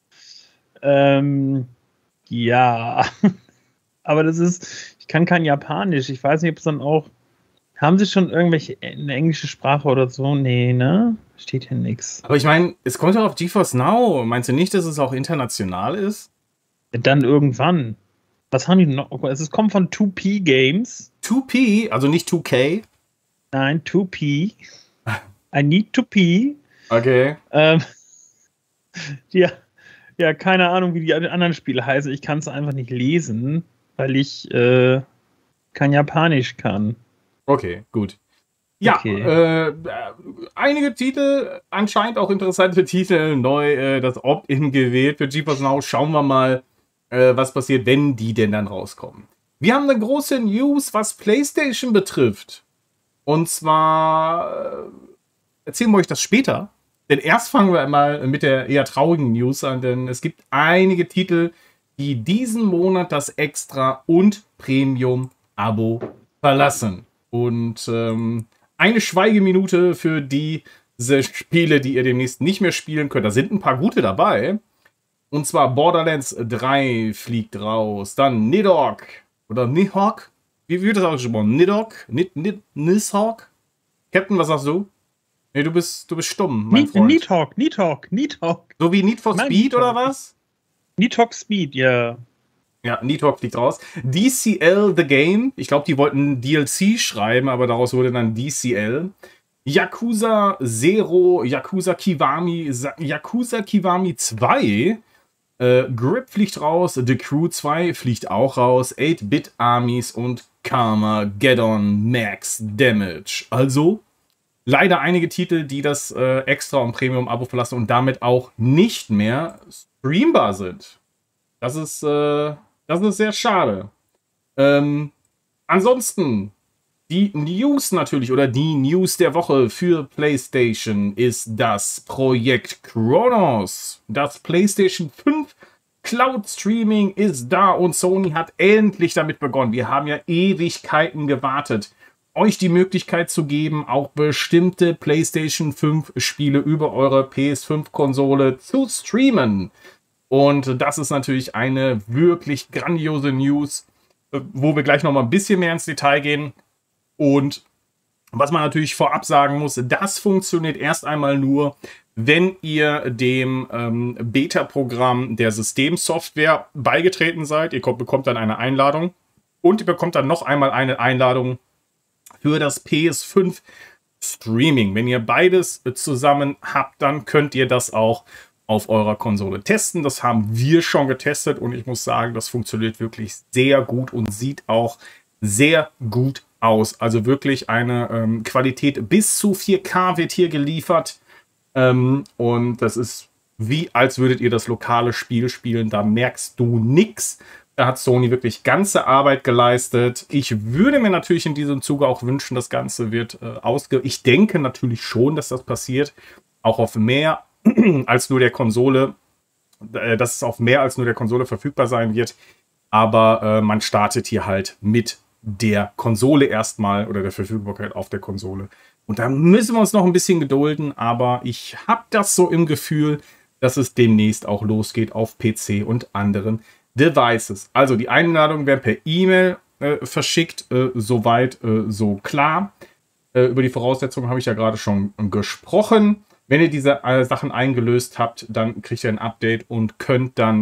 Ähm, ja. Aber das ist, ich kann kein Japanisch. Ich weiß nicht, ob es dann auch, haben sie schon irgendwelche, eine englische Sprache oder so? Nee, ne? Steht hier nichts. Aber ich meine, es kommt ja auf GeForce Now. Meinst du nicht, dass es auch international ist? Dann irgendwann. Was haben die noch? Es kommt von two P Games. two P? Also nicht two K? Nein, two P. I need to pee. Okay. Ähm, ja, ja, keine Ahnung, wie die anderen Spiele heißen. Ich kann es einfach nicht lesen, weil ich äh, kein Japanisch kann. Okay, gut. Ja, okay. äh, einige Titel, anscheinend auch interessante Titel, neu äh, das Opt-in gewählt für GeForce Now. Schauen wir mal, äh, was passiert, wenn die denn dann rauskommen. Wir haben eine große News, was PlayStation betrifft. Und zwar äh, erzählen wir euch das später. Denn erst fangen wir mal mit der eher traurigen News an, denn es gibt einige Titel, die diesen Monat das Extra- und Premium-Abo verlassen. Und ähm, eine Schweigeminute für diese Spiele, die ihr demnächst nicht mehr spielen könnt. Da sind ein paar gute dabei. Und zwar Borderlands drei fliegt raus. Dann Nidhogg oder Nidhogg. Wie wird das ausgesprochen? Nidhogg? Nid, Nid, Nidhogg? Captain, was sagst du? Nee, du bist, du bist stumm, mein Need, Freund. Nidhogg, Nidhogg, Nidhogg. So wie Need for Nein, Speed oder was? Nidhogg Speed, ja. Ja, Nidhogg fliegt raus. D C L The Game. Ich glaube, die wollten D L C schreiben, aber daraus wurde dann D C L. Yakuza Zero, Yakuza Kiwami, Yakuza Kiwami zwei. Äh, Grip fliegt raus, The Crew zwei fliegt auch raus, eight bit Armies und Carmageddon Max Damage. Also, leider einige Titel, die das äh, Extra- und Premium-Abo verlassen und damit auch nicht mehr streambar sind. Das ist, äh, das ist sehr schade. Ähm, ansonsten, die News natürlich oder die News der Woche für PlayStation ist das Projekt Chronos. Das PlayStation fünf Cloud Streaming ist da und Sony hat endlich damit begonnen. Wir haben ja Ewigkeiten gewartet, euch die Möglichkeit zu geben, auch bestimmte PlayStation fünf Spiele über eure P S fünf Konsole zu streamen. Und das ist natürlich eine wirklich grandiose News, wo wir gleich noch mal ein bisschen mehr ins Detail gehen. Und was man natürlich vorab sagen muss, das funktioniert erst einmal nur, wenn ihr dem ähm, Beta-Programm der Systemsoftware beigetreten seid. Ihr kommt, bekommt dann eine Einladung und ihr bekommt dann noch einmal eine Einladung für das P S fünf Streaming. Wenn ihr beides zusammen habt, dann könnt ihr das auch auf eurer Konsole testen. Das haben wir schon getestet und ich muss sagen, das funktioniert wirklich sehr gut und sieht auch sehr gut aus. Also wirklich eine ähm, Qualität bis zu vier K wird hier geliefert. Ähm, und das ist wie, als würdet ihr das lokale Spiel spielen. Da merkst du nichts. Da hat Sony wirklich ganze Arbeit geleistet. Ich würde mir natürlich in diesem Zuge auch wünschen, das Ganze wird äh, ausge... Ich denke natürlich schon, dass das passiert. Auch auf mehr als nur der Konsole. Äh, dass es auf mehr als nur der Konsole verfügbar sein wird. Aber äh, man startet hier halt mit der Konsole erstmal oder der Verfügbarkeit auf der Konsole. Und da müssen wir uns noch ein bisschen gedulden, aber ich habe das so im Gefühl, dass es demnächst auch losgeht auf P C und anderen Devices. Also die Einladungen werden per E-Mail äh, verschickt, äh, soweit äh, so klar. Äh, über die Voraussetzungen habe ich ja gerade schon gesprochen. Wenn ihr diese äh, Sachen eingelöst habt, dann kriegt ihr ein Update und könnt dann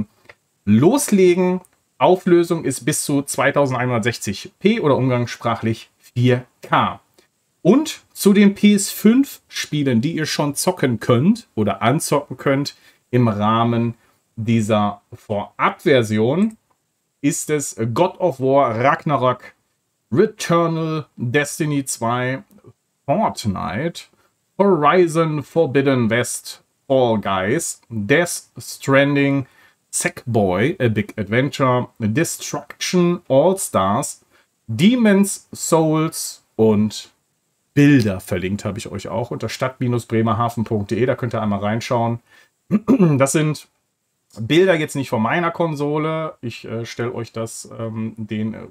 loslegen. Auflösung ist bis zu zweitausendeinhundertsechzig p oder umgangssprachlich vier K. Und zu den P S fünf Spielen, die ihr schon zocken könnt oder anzocken könnt im Rahmen dieser Vorab-Version, ist es God of War Ragnarok, Returnal, Destiny zwei, Fortnite, Horizon Forbidden West, Fall Guys, Death Stranding, Sackboy, A Big Adventure, Destruction All Stars, Demon's Souls und Bilder verlinkt habe ich euch auch unter stadt bremerhaven punkt de. Da könnt ihr einmal reinschauen. Das sind Bilder jetzt nicht von meiner Konsole. Ich äh, stelle euch das ähm, den äh,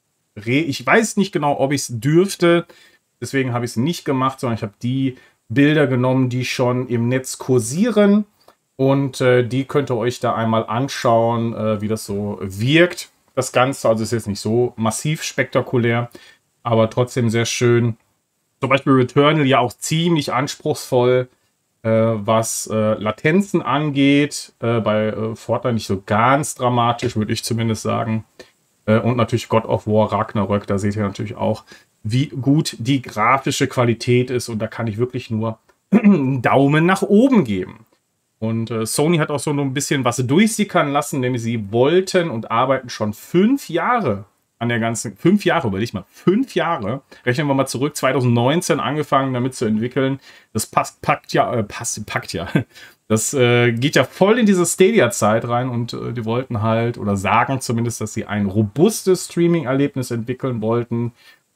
Re ich weiß nicht genau, ob ich es dürfte. Deswegen habe ich es nicht gemacht, sondern ich habe die Bilder genommen, die schon im Netz kursieren. Und äh, die könnt ihr euch da einmal anschauen, äh, wie das so wirkt. Das Ganze, also ist jetzt nicht so massiv spektakulär, aber trotzdem sehr schön. Zum Beispiel Returnal ja auch ziemlich anspruchsvoll, äh, was äh, Latenzen angeht. Äh, bei äh, Fortnite nicht so ganz dramatisch, würde ich zumindest sagen. Äh, und natürlich God of War Ragnarök, da seht ihr natürlich auch, wie gut die grafische Qualität ist. Und da kann ich wirklich nur einen Daumen nach oben geben. Und äh, Sony hat auch so ein bisschen was durchsickern lassen, nämlich sie wollten und arbeiten schon fünf Jahre an der ganzen, fünf Jahre, überleg mal, fünf Jahre, rechnen wir mal zurück, zweitausendneunzehn angefangen damit zu entwickeln. Das passt, packt ja, äh, passt, packt ja. Das äh, geht ja voll in diese Stadia-Zeit rein und äh, die wollten halt, oder sagen zumindest, dass sie ein robustes Streaming-Erlebnis entwickeln wollten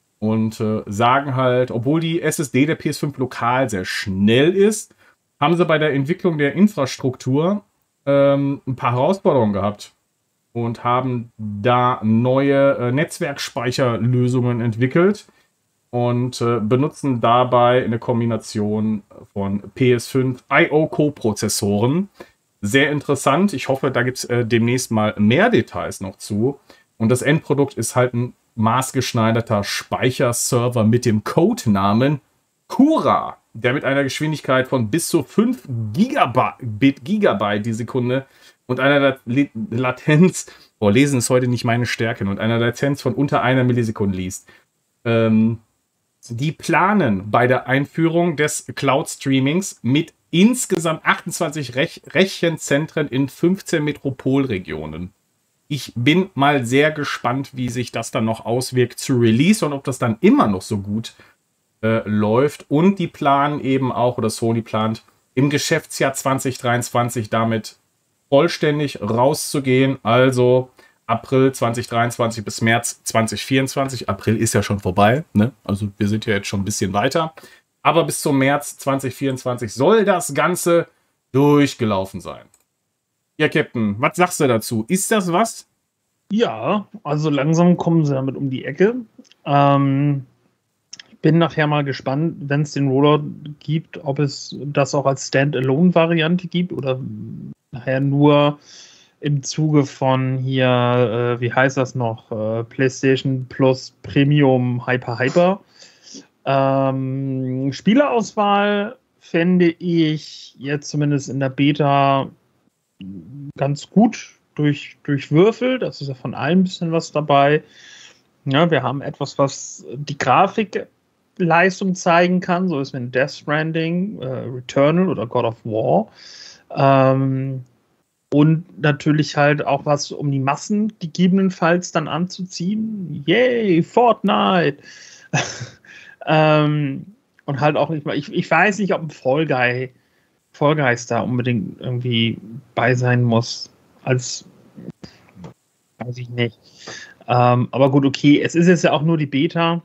und äh, sagen halt, obwohl die S S D der P S fünf lokal sehr schnell ist, haben sie bei der Entwicklung der Infrastruktur ähm, ein paar Herausforderungen gehabt und haben da neue äh, Netzwerkspeicherlösungen entwickelt und äh, benutzen dabei eine Kombination von P S fünf I O-Co-Prozessoren. Sehr interessant. Ich hoffe, da gibt es äh, demnächst mal mehr Details noch zu. Und das Endprodukt ist halt ein maßgeschneiderter Speicherserver mit dem Codenamen Cura, der mit einer Geschwindigkeit von bis zu fünf Gigabyte, Gigabyte die Sekunde und einer Latenz, boah, lesen ist heute nicht meine Stärke, und einer Latenz von unter einer Millisekunde liest. Ähm, die planen bei der Einführung des Cloud-Streamings mit insgesamt achtundzwanzig Rech Rechenzentren in fünfzehn Metropolregionen. Ich bin mal sehr gespannt, wie sich das dann noch auswirkt zu Release und ob das dann immer noch so gut äh, läuft. Und die planen eben auch, oder Sony plant, im Geschäftsjahr zwanzig dreiundzwanzig damit vollständig rauszugehen. Also April zwanzig dreiundzwanzig bis März zwanzig vierundzwanzig. April ist ja schon vorbei, ne? Also wir sind ja jetzt schon ein bisschen weiter. Aber bis zum März zwanzig vierundzwanzig soll das Ganze durchgelaufen sein. Ja, Captain, was sagst du dazu? Ist das was? Ja, also langsam kommen sie damit um die Ecke. Ähm, ich bin nachher mal gespannt, wenn es den Rollout gibt, ob es das auch als Standalone-Variante gibt oder nachher nur im Zuge von hier, äh, wie heißt das noch, äh, PlayStation Plus Premium Hyper Hyper. Ähm, Spielerauswahl fände ich jetzt zumindest in der Beta ganz gut durch, durchwürfelt. Das ist ja von allem ein bisschen was dabei. Ja, wir haben etwas, was die Grafikleistung zeigen kann, so ist wie in Death Stranding, äh, Returnal oder God of War. Ähm, Und natürlich halt auch was, um die Massen gegebenenfalls dann anzuziehen. Yay, Fortnite! ähm, und halt auch nicht mal, ich, ich weiß nicht, ob ein Fall Guy, Fall Guys da unbedingt irgendwie bei sein muss. Als, weiß ich nicht. Ähm, aber gut, okay, es ist jetzt ja auch nur die Beta.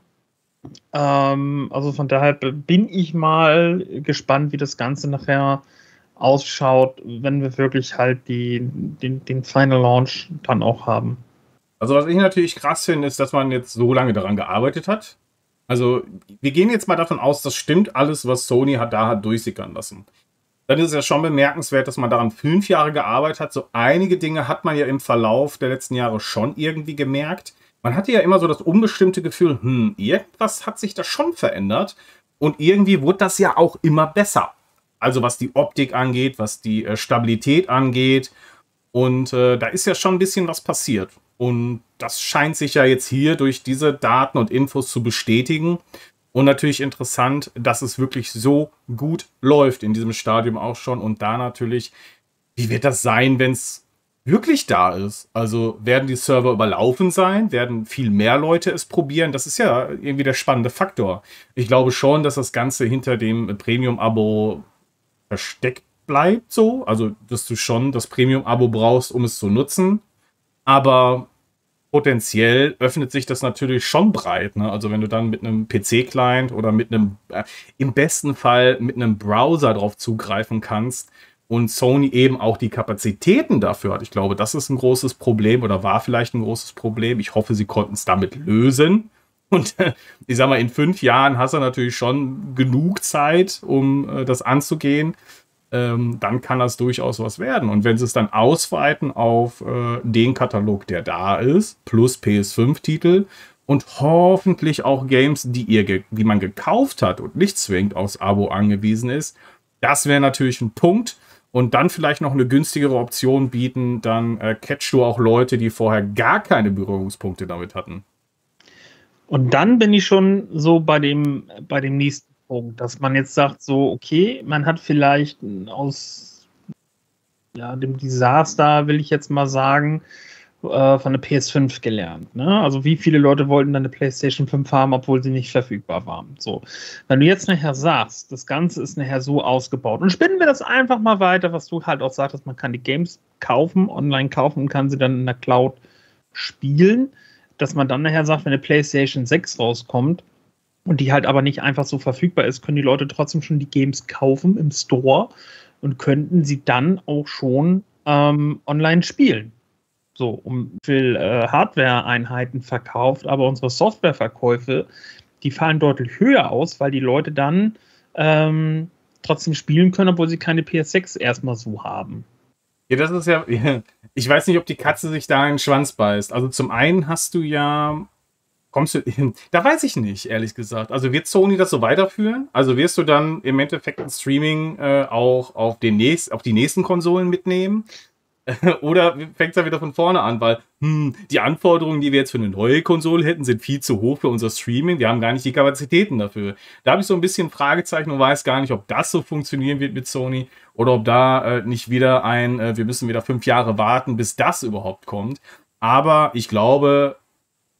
Ähm, also von daher bin ich mal gespannt, wie das Ganze nachher ausschaut, wenn wir wirklich halt die, den, den Final Launch dann auch haben. Also was ich natürlich krass finde, ist, dass man jetzt so lange daran gearbeitet hat. Also wir gehen jetzt mal davon aus, das stimmt alles, was Sony hat da hat durchsickern lassen. Dann ist es ja schon bemerkenswert, dass man daran fünf Jahre gearbeitet hat. So einige Dinge hat man ja im Verlauf der letzten Jahre schon irgendwie gemerkt. Man hatte ja immer so das unbestimmte Gefühl, hm, irgendwas hat sich da schon verändert. Und irgendwie wurde das ja auch immer besser. Also was die Optik angeht, was die äh, Stabilität angeht. Und äh, da ist ja schon ein bisschen was passiert. Und das scheint sich ja jetzt hier durch diese Daten und Infos zu bestätigen. Und natürlich interessant, dass es wirklich so gut läuft in diesem Stadium auch schon. Und da natürlich, wie wird das sein, wenn es wirklich da ist? Also werden die Server überlaufen sein? Werden viel mehr Leute es probieren? Das ist ja irgendwie der spannende Faktor. Ich glaube schon, dass das Ganze hinter dem Premium-Abo versteckt bleibt so. Also, dass du schon das Premium-Abo brauchst, um es zu nutzen. Aber potenziell öffnet sich das natürlich schon breit. Ne? Also wenn du dann mit einem P C-Client oder mit einem, äh, im besten Fall mit einem Browser drauf zugreifen kannst und Sony eben auch die Kapazitäten dafür hat. Ich glaube, das ist ein großes Problem oder war vielleicht ein großes Problem. Ich hoffe, sie konnten es damit lösen. Und äh, ich sag mal, in fünf Jahren hast du natürlich schon genug Zeit, um äh, das anzugehen. Ähm, dann kann das durchaus was werden. Und wenn sie es dann ausweiten auf äh, den Katalog, der da ist, plus P S fünf Titel und hoffentlich auch Games, die, ihr die man gekauft hat und nicht zwingend aufs Abo angewiesen ist, das wäre natürlich ein Punkt. Und dann vielleicht noch eine günstigere Option bieten, dann äh, catchst du auch Leute, die vorher gar keine Berührungspunkte damit hatten. Und dann bin ich schon so bei dem, bei dem nächsten Punkt, dass man jetzt sagt, so, okay, man hat vielleicht aus ja, dem Desaster, will ich jetzt mal sagen, äh, von der P S fünf gelernt. Ne? Also wie viele Leute wollten dann eine PlayStation fünf haben, obwohl sie nicht verfügbar waren. So. Wenn du jetzt nachher sagst, das Ganze ist nachher so ausgebaut und spinnen wir das einfach mal weiter, was du halt auch sagtest, man kann die Games kaufen, online kaufen und kann sie dann in der Cloud spielen, dass man dann nachher sagt, wenn eine PlayStation sechs rauskommt, und die halt aber nicht einfach so verfügbar ist, können die Leute trotzdem schon die Games kaufen im Store und könnten sie dann auch schon ähm, online spielen. So, um viel äh, Hardware-Einheiten verkauft, aber unsere Softwareverkäufe, die fallen deutlich höher aus, weil die Leute dann ähm, trotzdem spielen können, obwohl sie keine P S sechs erstmal so haben. Ja, das ist ja, ich weiß nicht, ob die Katze sich da in den Schwanz beißt. Also zum einen hast du ja Kommst du, da weiß ich nicht, ehrlich gesagt. Also wird Sony das so weiterführen? Also wirst du dann im Endeffekt ein Streaming äh, auch auf, den nächst, auf die nächsten Konsolen mitnehmen? Oder fängt es da wieder von vorne an? Weil hm, die Anforderungen, die wir jetzt für eine neue Konsole hätten, sind viel zu hoch für unser Streaming. Wir haben gar nicht die Kapazitäten dafür. Da habe ich so ein bisschen Fragezeichen und weiß gar nicht, ob das so funktionieren wird mit Sony oder ob da äh, nicht wieder ein, äh, wir müssen wieder fünf Jahre warten, bis das überhaupt kommt. Aber ich glaube,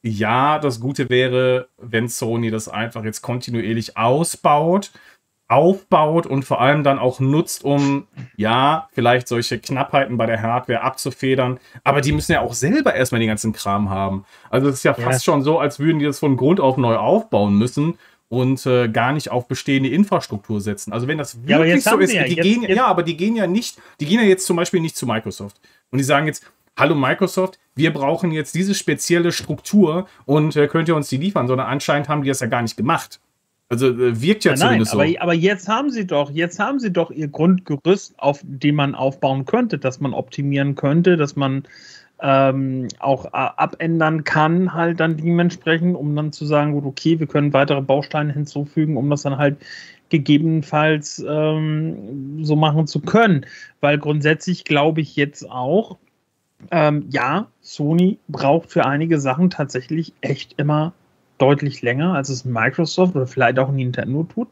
ja, das Gute wäre, wenn Sony das einfach jetzt kontinuierlich ausbaut, aufbaut und vor allem dann auch nutzt, um, ja, vielleicht solche Knappheiten bei der Hardware abzufedern. Aber die müssen ja auch selber erstmal den ganzen Kram haben. Also es ist ja, ja fast schon so, als würden die das von Grund auf neu aufbauen müssen und äh, gar nicht auf bestehende Infrastruktur setzen. Also wenn das wirklich ja, so ist, ja, die jetzt, gehen, jetzt. ja, aber die gehen ja nicht, die gehen ja jetzt zum Beispiel nicht zu Microsoft. Und die sagen jetzt, hallo Microsoft, wir brauchen jetzt diese spezielle Struktur und äh, könnt ihr uns die liefern, sondern anscheinend haben die das ja gar nicht gemacht. Also äh, wirkt ja, ja zumindest nein, aber, so. Aber jetzt haben sie doch, jetzt haben sie doch ihr Grundgerüst, auf dem man aufbauen könnte, dass man optimieren könnte, dass man ähm, auch äh, abändern kann, halt dann dementsprechend, um dann zu sagen, gut, okay, wir können weitere Bausteine hinzufügen, um das dann halt gegebenenfalls ähm, so machen zu können. Weil grundsätzlich glaube ich jetzt auch, ähm, ja, Sony braucht für einige Sachen tatsächlich echt immer deutlich länger, als es Microsoft oder vielleicht auch Nintendo tut.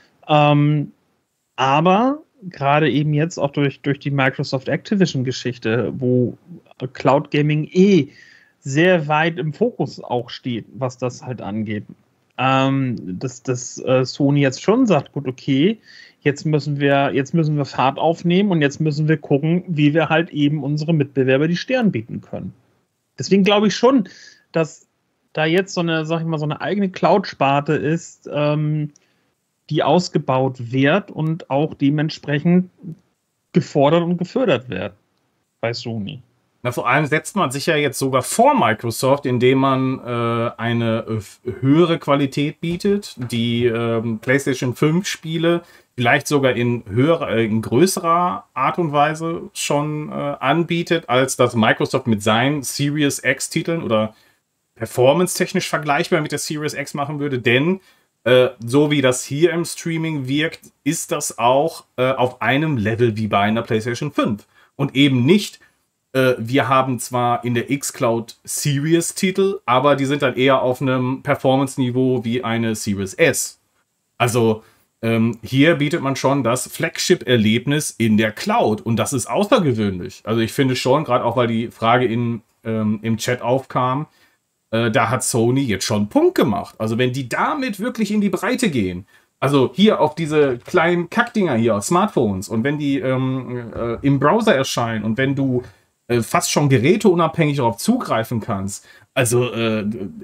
Ähm, aber gerade eben jetzt auch durch, durch die Microsoft Activision-Geschichte, wo Cloud Gaming eh sehr weit im Fokus auch steht, was das halt angeht. Ähm, dass dass äh, Sony jetzt schon sagt, gut, okay, jetzt müssen wir, jetzt müssen wir Fahrt aufnehmen und jetzt müssen wir gucken, wie wir halt eben unsere Mitbewerber die Stirn bieten können. Deswegen glaube ich schon, dass da jetzt so eine, sag ich mal, so eine eigene Cloud-Sparte ist, ähm, die ausgebaut wird und auch dementsprechend gefordert und gefördert wird bei Sony. Na, vor allem setzt man sich ja jetzt sogar vor Microsoft, indem man äh, eine äh, höhere Qualität bietet, die äh, PlayStation fünf Spiele vielleicht sogar in höherer, äh, in größerer Art und Weise schon äh, anbietet, als das Microsoft mit seinen Series X-Titeln oder performance-technisch vergleichbar mit der Series X machen würde, denn äh, so wie das hier im Streaming wirkt, ist das auch äh, auf einem Level wie bei einer PlayStation fünf. Und eben nicht, äh, wir haben zwar in der xCloud Series-Titel, aber die sind dann eher auf einem Performance-Niveau wie eine Series S. Also ähm, hier bietet man schon das Flagship-Erlebnis in der Cloud und das ist außergewöhnlich. Also ich finde schon, gerade auch weil die Frage in, ähm, im Chat aufkam, Äh, da hat Sony jetzt schon einen Punkt gemacht. Also wenn die damit wirklich in die Breite gehen, also hier auf diese kleinen Kackdinger hier auf Smartphones und wenn die ähm, äh, im Browser erscheinen und wenn du äh, fast schon geräteunabhängig darauf zugreifen kannst, also äh,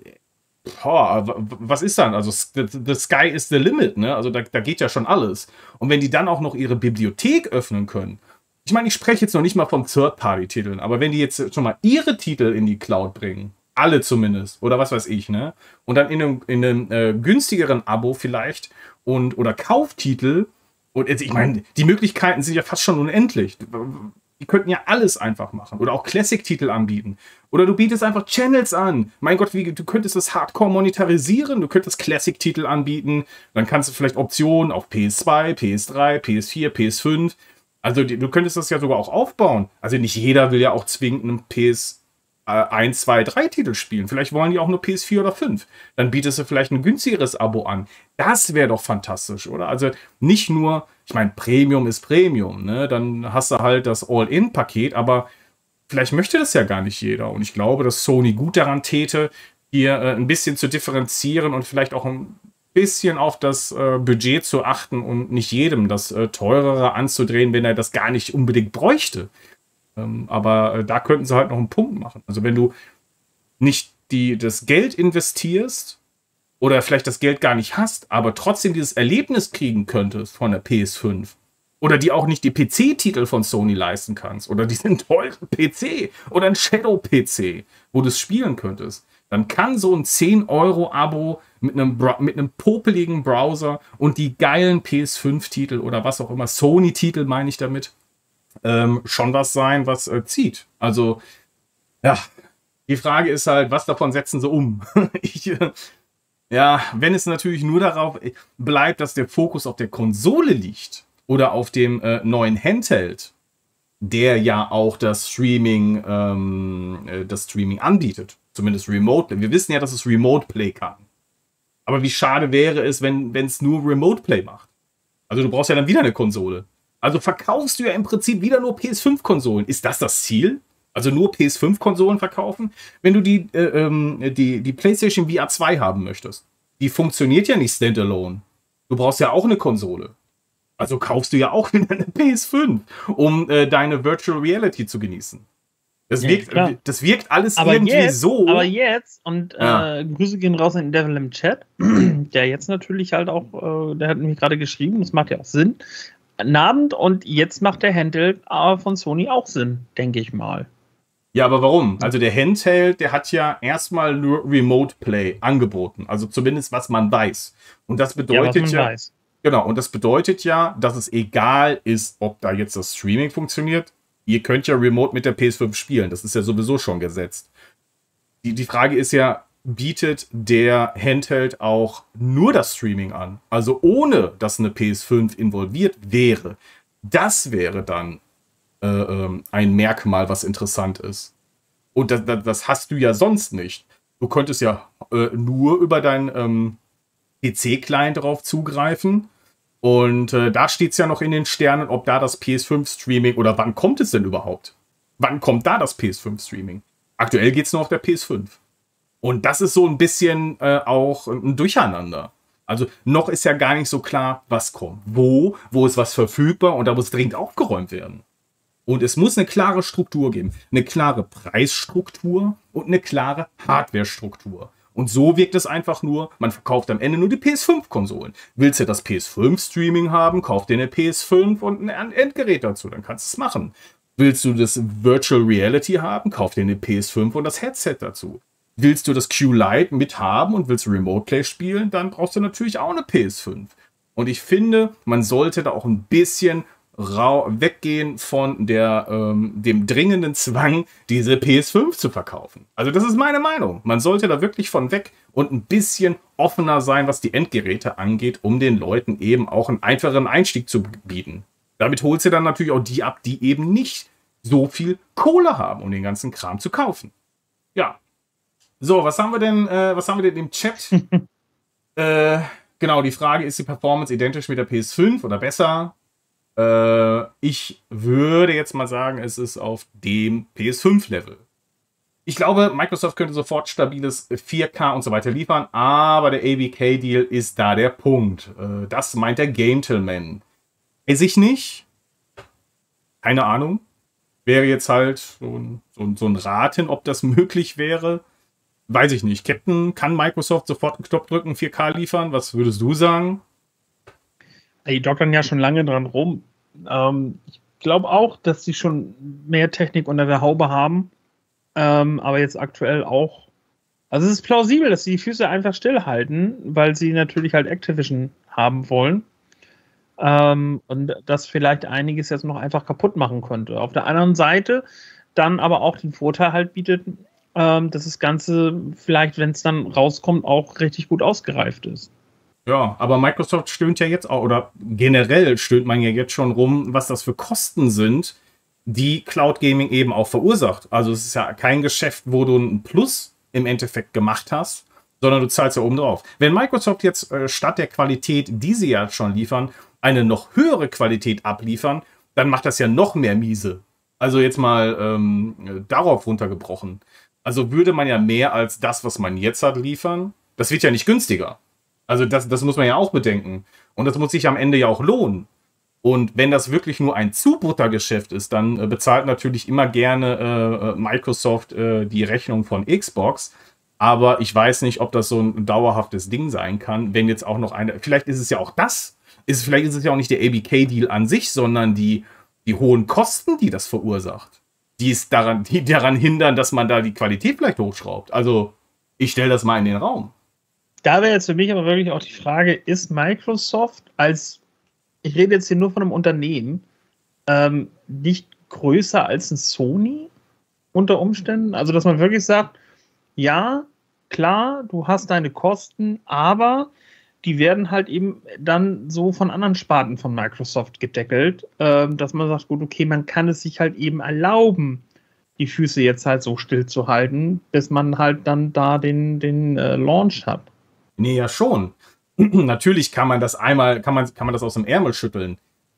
boah, was ist dann? Also the, the sky is the limit, ne? Also da, da geht ja schon alles. Und wenn die dann auch noch ihre Bibliothek öffnen können, ich meine, ich spreche jetzt noch nicht mal von Third-Party-Titeln, aber wenn die jetzt schon mal ihre Titel in die Cloud bringen, alle zumindest, oder was weiß ich, ne? Und dann in einem, in einem äh, günstigeren Abo vielleicht und oder Kauftitel. Und jetzt, ich meine, die Möglichkeiten sind ja fast schon unendlich. Die könnten ja alles einfach machen. Oder auch Classic-Titel anbieten. Oder du bietest einfach Channels an. Mein Gott, wie, du könntest das Hardcore monetarisieren. Du könntest Classic-Titel anbieten. Dann kannst du vielleicht Optionen auf P S zwei, P S drei, P S vier, P S fünf. Also die, du könntest das ja sogar auch aufbauen. Also nicht jeder will ja auch zwingend einen P S ein, zwei, drei Titel spielen. Vielleicht wollen die auch nur P S vier oder fünf. Dann bietest du vielleicht ein günstigeres Abo an. Das wäre doch fantastisch, oder? Also nicht nur, ich meine, Premium ist Premium, ne? Dann hast du halt das All-In-Paket, aber vielleicht möchte das ja gar nicht jeder. Und ich glaube, dass Sony gut daran täte, hier äh, ein bisschen zu differenzieren und vielleicht auch ein bisschen auf das äh, Budget zu achten und nicht jedem das äh, teurere anzudrehen, wenn er das gar nicht unbedingt bräuchte. Ähm, aber äh, da könnten sie halt noch einen Punkt machen. Also wenn du nicht die, das Geld investierst oder vielleicht das Geld gar nicht hast, aber trotzdem dieses Erlebnis kriegen könntest von der P S fünf oder die auch nicht die P C-Titel von Sony leisten kannst oder diesen teuren P C oder ein Shadow-P C, wo du es spielen könntest, dann kann so ein zehn Euro Abo mit einem, mit einem popeligen Browser und die geilen P S fünf Titel oder was auch immer, Sony-Titel meine ich damit, Ähm, schon was sein, was äh, zieht. Also, ja, die Frage ist halt, was davon setzen sie um? ich, äh, ja, wenn es natürlich nur darauf bleibt, dass der Fokus auf der Konsole liegt oder auf dem äh, neuen Handheld, der ja auch das Streaming, ähm, äh, das Streaming anbietet, zumindest Remote. Wir wissen ja, dass es Remote Play kann. Aber wie schade wäre es, wenn es nur Remote Play macht? Also du brauchst ja dann wieder eine Konsole. Also verkaufst du ja im Prinzip wieder nur P S fünf Konsolen. Ist das das Ziel? Also nur P S fünf Konsolen verkaufen, wenn du die, äh, ähm, die, die PlayStation V R zwei haben möchtest. Die funktioniert ja nicht standalone. Du brauchst ja auch eine Konsole. Also kaufst du ja auch wieder eine P S fünf, um äh, deine Virtual Reality zu genießen. Das, Ja, wirkt, klar. das wirkt alles Aber irgendwie jetzt, so. aber jetzt, und Ja. äh, Grüße gehen raus an den Devil im Chat, der jetzt natürlich halt auch, äh, der hat nämlich gerade geschrieben, das macht ja auch Sinn. Abend und jetzt macht der Handheld äh, von Sony auch Sinn, denke ich mal. Ja, aber warum? Also der Handheld, der hat ja erstmal nur Remote Play angeboten. Also zumindest was man weiß. Und das bedeutet ja, was man ja, weiß. genau, und das bedeutet ja, dass es egal ist, ob da jetzt das Streaming funktioniert. Ihr könnt ja Remote mit der P S fünf spielen. Das ist ja sowieso schon gesetzt. Die, die Frage ist ja, bietet der Handheld auch nur das Streaming an? Also ohne, dass eine P S fünf involviert wäre. Das wäre dann äh, ähm, ein Merkmal, was interessant ist. Und das, das, das hast du ja sonst nicht. Du könntest ja äh, nur über deinen ähm, P C-Client drauf zugreifen. Und äh, da steht es ja noch in den Sternen, ob da das P S fünf Streaming oder wann kommt es denn überhaupt? Wann kommt da das P S fünf Streaming? Aktuell geht es nur auf der P S fünf. Und das ist so ein bisschen äh, auch ein Durcheinander. Also noch ist ja gar nicht so klar, was kommt. Wo, wo ist was verfügbar und da muss dringend aufgeräumt werden. Und es muss eine klare Struktur geben. Eine klare Preisstruktur und eine klare Hardwarestruktur. Und so wirkt es einfach nur, man verkauft am Ende nur die P S fünf Konsolen. Willst du das P S fünf Streaming haben, kauf dir eine P S fünf und ein Endgerät dazu, dann kannst du es machen. Willst du das Virtual Reality haben, kauf dir eine P S fünf und das Headset dazu. Willst du das Q-Lite mit haben und willst Remote Play spielen, dann brauchst du natürlich auch eine P S fünf. Und ich finde, man sollte da auch ein bisschen weggehen von der, ähm, dem dringenden Zwang, diese P S fünf zu verkaufen. Also das ist meine Meinung. Man sollte da wirklich von weg und ein bisschen offener sein, was die Endgeräte angeht, um den Leuten eben auch einen einfachen Einstieg zu bieten. Damit holst du dann natürlich auch die ab, die eben nicht so viel Kohle haben, um den ganzen Kram zu kaufen. Ja. So, was haben wir denn, äh, was haben wir denn im Chat? äh, genau, die Frage, ist die Performance identisch mit der P S fünf oder besser? Äh, ich würde jetzt mal sagen, es ist auf dem P S fünf Level. Ich glaube, Microsoft könnte sofort stabiles vier K und so weiter liefern, aber der A B K-Deal ist da der Punkt. Äh, das meint der Gentleman. Weiß ich nicht. Keine Ahnung. Wäre jetzt halt so ein, so ein, so ein Raten, ob das möglich wäre. Weiß ich nicht. Captain, kann Microsoft sofort einen Knopf drücken, vier K liefern? Was würdest du sagen? Die dockern ja schon lange dran rum. Ähm, ich glaube auch, dass sie schon mehr Technik unter der Haube haben. Ähm, aber jetzt aktuell auch. Also es ist plausibel, dass sie die Füße einfach stillhalten, weil sie natürlich halt Activision haben wollen. Ähm, und das vielleicht einiges jetzt noch einfach kaputt machen könnte. Auf der anderen Seite dann aber auch den Vorteil halt bietet, ähm, dass das Ganze vielleicht, wenn es dann rauskommt, auch richtig gut ausgereift ist. Ja, aber Microsoft stöhnt ja jetzt auch, oder generell stöhnt man ja jetzt schon rum, was das für Kosten sind, die Cloud Gaming eben auch verursacht. Also es ist ja kein Geschäft, wo du ein Plus im Endeffekt gemacht hast, sondern du zahlst ja oben drauf. Wenn Microsoft jetzt äh, statt der Qualität, die sie ja schon liefern, eine noch höhere Qualität abliefern, dann macht das ja noch mehr miese. Also jetzt mal ähm, darauf runtergebrochen. Also würde man ja mehr als das, was man jetzt hat, liefern. Das wird ja nicht günstiger. Also das, das muss man ja auch bedenken. Und das muss sich am Ende ja auch lohnen. Und wenn das wirklich nur ein Zubuttergeschäft ist, dann äh, bezahlt natürlich immer gerne äh, Microsoft äh, die Rechnung von Xbox. Aber ich weiß nicht, ob das so ein dauerhaftes Ding sein kann, wenn jetzt auch noch eine... Vielleicht ist es ja auch das. Ist, vielleicht ist es ja auch nicht der A B K-Deal an sich, sondern die, die hohen Kosten, die das verursacht. Die, es daran, die daran hindern, dass man da die Qualität vielleicht hochschraubt. Also ich stelle das mal in den Raum. Da wäre jetzt für mich aber wirklich auch die Frage, ist Microsoft als, ich rede jetzt hier nur von einem Unternehmen, ähm, nicht größer als ein Sony unter Umständen? Also, dass man wirklich sagt, ja, klar, du hast deine Kosten, aber die werden halt eben dann so von anderen Sparten von Microsoft gedeckelt, ähm, dass man sagt, gut, okay, man kann es sich halt eben erlauben, die Füße jetzt halt so still zu halten, bis man halt dann da den, den äh, Launch hat. Nee, ja schon. Natürlich kann man das einmal, kann man, kann man das aus dem Ärmel schütteln.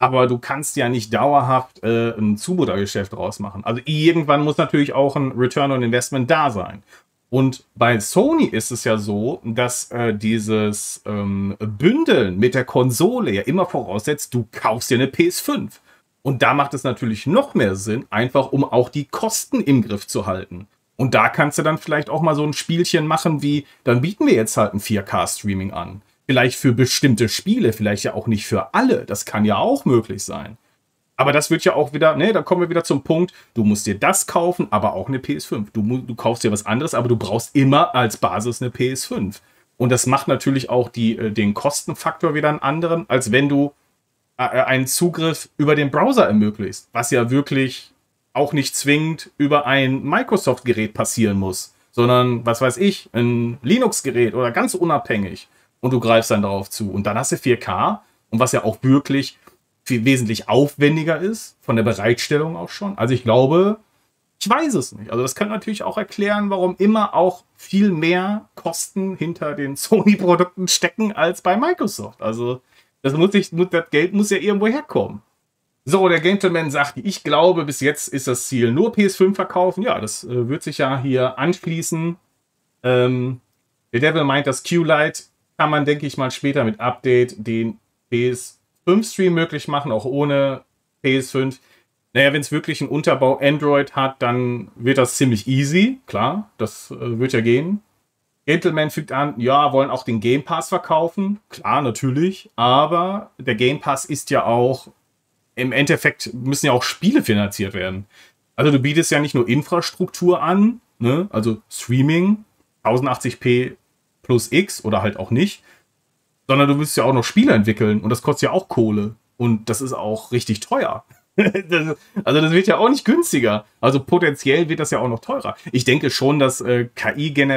Aber du kannst ja nicht dauerhaft äh, ein Zubehörgeschäft draus machen. Also irgendwann muss natürlich auch ein Return on Investment da sein. Und bei Sony ist es ja so, dass äh, dieses ähm, Bündeln mit der Konsole ja immer voraussetzt, du kaufst dir eine P S fünf. Und da macht es natürlich noch mehr Sinn, einfach um auch die Kosten im Griff zu halten. Und da kannst du dann vielleicht auch mal so ein Spielchen machen wie, dann bieten wir jetzt halt ein vier K-Streaming an. Vielleicht für bestimmte Spiele, vielleicht ja auch nicht für alle. Das kann ja auch möglich sein. Aber das wird ja auch wieder, ne, da kommen wir wieder zum Punkt, du musst dir das kaufen, aber auch eine P S fünf. Du, du kaufst dir was anderes, aber du brauchst immer als Basis eine P S fünf. Und das macht natürlich auch die, den Kostenfaktor wieder einen anderen, als wenn du äh, einen Zugriff über den Browser ermöglicht. Was ja wirklich auch nicht zwingend über ein Microsoft-Gerät passieren muss, sondern, was weiß ich, ein Linux-Gerät oder ganz unabhängig. Und du greifst dann darauf zu. Und dann hast du vier K. Und was ja auch wirklich viel wesentlich aufwendiger ist, von der Bereitstellung auch schon. Also ich glaube, ich weiß es nicht. Also das kann natürlich auch erklären, warum immer auch viel mehr Kosten hinter den Sony-Produkten stecken als bei Microsoft. Also das, muss ich, das Geld muss ja irgendwo herkommen. So, der Gentleman sagt, ich glaube, bis jetzt ist das Ziel nur P S fünf verkaufen. Ja, das äh, wird sich ja hier anschließen. Ähm, der Devil meint, das Q-Lite kann man, denke ich mal, später mit Update den P S fünf Stream möglich machen, auch ohne P S fünf. Naja, wenn es wirklich einen Unterbau Android hat, dann wird das ziemlich easy. Klar, das äh, wird ja gehen. Gentleman fügt an, ja, wollen auch den Game Pass verkaufen. Klar, natürlich. Aber der Game Pass ist ja auch, im Endeffekt müssen ja auch Spiele finanziert werden. Also du bietest ja nicht nur Infrastruktur an, ne? Also Streaming, tausendachtzig p plus X oder halt auch nicht, sondern du willst ja auch noch Spiele entwickeln und das kostet ja auch Kohle und das ist auch richtig teuer. das, also das wird ja auch nicht günstiger. Also potenziell wird das ja auch noch teurer. Ich denke schon, dass äh, K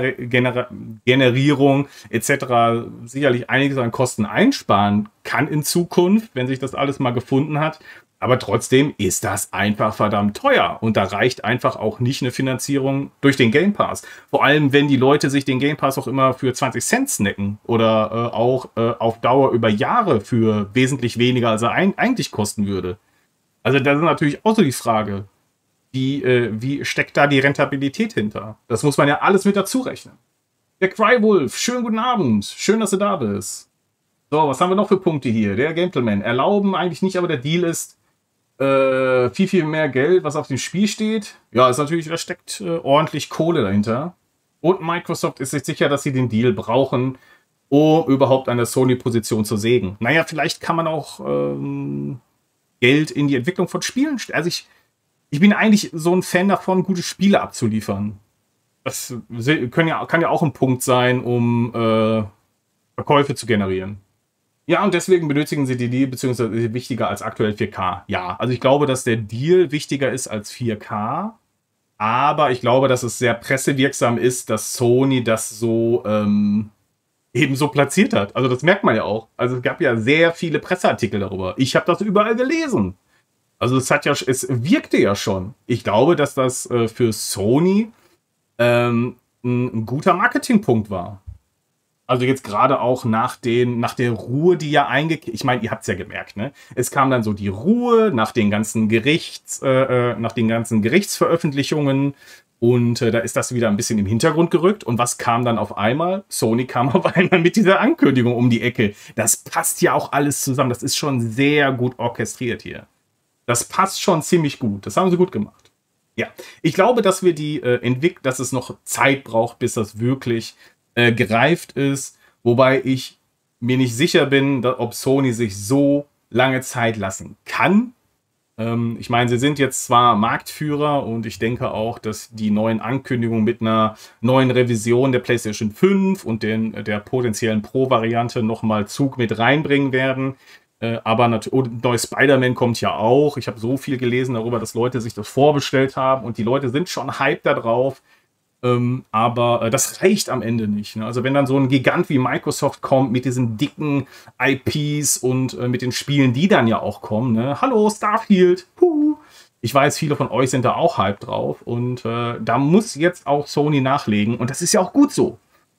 I-Generierung et cetera sicherlich einiges an Kosten einsparen kann in Zukunft, wenn sich das alles mal gefunden hat. Aber trotzdem ist das einfach verdammt teuer. Und da reicht einfach auch nicht eine Finanzierung durch den Game Pass. Vor allem, wenn die Leute sich den Game Pass auch immer für zwanzig Cent snacken. Oder äh, auch äh, auf Dauer über Jahre für wesentlich weniger, als er ein eigentlich kosten würde. Also da ist natürlich auch so die Frage, wie, äh, wie steckt da die Rentabilität hinter? Das muss man ja alles mit dazu rechnen. Der Crywolf, schönen guten Abend. Schön, dass du da bist. So, was haben wir noch für Punkte hier? Der Gentleman. Erlauben eigentlich nicht, aber der Deal ist, Äh, viel, viel mehr Geld, was auf dem Spiel steht. Ja, ist natürlich, da steckt äh, ordentlich Kohle dahinter. Und Microsoft ist sich sicher, dass sie den Deal brauchen, um überhaupt an der Sony-Position zu sägen. Naja, vielleicht kann man auch ähm, Geld in die Entwicklung von Spielen stellen. Also ich, ich bin eigentlich so ein Fan davon, gute Spiele abzuliefern. Das können ja, kann ja auch ein Punkt sein, um äh, Verkäufe zu generieren. Ja, und deswegen benötigen sie die Deal, beziehungsweise wichtiger als aktuell vier K. Ja, also ich glaube, dass der Deal wichtiger ist als vier K. Aber ich glaube, dass es sehr pressewirksam ist, dass Sony das so ähm, eben so platziert hat. Also das merkt man ja auch. Also es gab ja sehr viele Presseartikel darüber. Ich habe das überall gelesen. Also es hat ja, es wirkte ja schon. Ich glaube, dass das äh, für Sony ähm, ein, ein guter Marketingpunkt war. Also jetzt gerade auch nach, den, nach der Ruhe, die ja eingekehrt, ich meine, ihr habt es ja gemerkt, ne? Es kam dann so die Ruhe nach den ganzen Gerichts, äh, nach den ganzen Gerichtsveröffentlichungen und äh, da ist das wieder ein bisschen im Hintergrund gerückt. Und was kam dann auf einmal? Sony kam auf einmal mit dieser Ankündigung um die Ecke. Das passt ja auch alles zusammen. Das ist schon sehr gut orchestriert hier. Das passt schon ziemlich gut. Das haben sie gut gemacht. Ja, ich glaube, dass wir die äh, entwickeln, dass es noch Zeit braucht, bis das wirklich Äh, gereift ist, wobei ich mir nicht sicher bin, dass, ob Sony sich so lange Zeit lassen kann. Ähm, ich meine, sie sind jetzt zwar Marktführer und ich denke auch, dass die neuen Ankündigungen mit einer neuen Revision der PlayStation fünf und den, der potenziellen Pro-Variante nochmal Zug mit reinbringen werden. Äh, aber natürlich, neues Spider-Man kommt ja auch. Ich habe so viel gelesen darüber, dass Leute sich das vorbestellt haben und die Leute sind schon hyped da drauf. Ähm, aber äh, das reicht am Ende nicht. Ne? Also wenn dann so ein Gigant wie Microsoft kommt mit diesen dicken I Ps und äh, mit den Spielen, die dann ja auch kommen. Ne? Hallo, Starfield. Puh. Ich weiß, viele von euch sind da auch hyped drauf. Und äh, da muss jetzt auch Sony nachlegen. Und das ist ja auch gut so.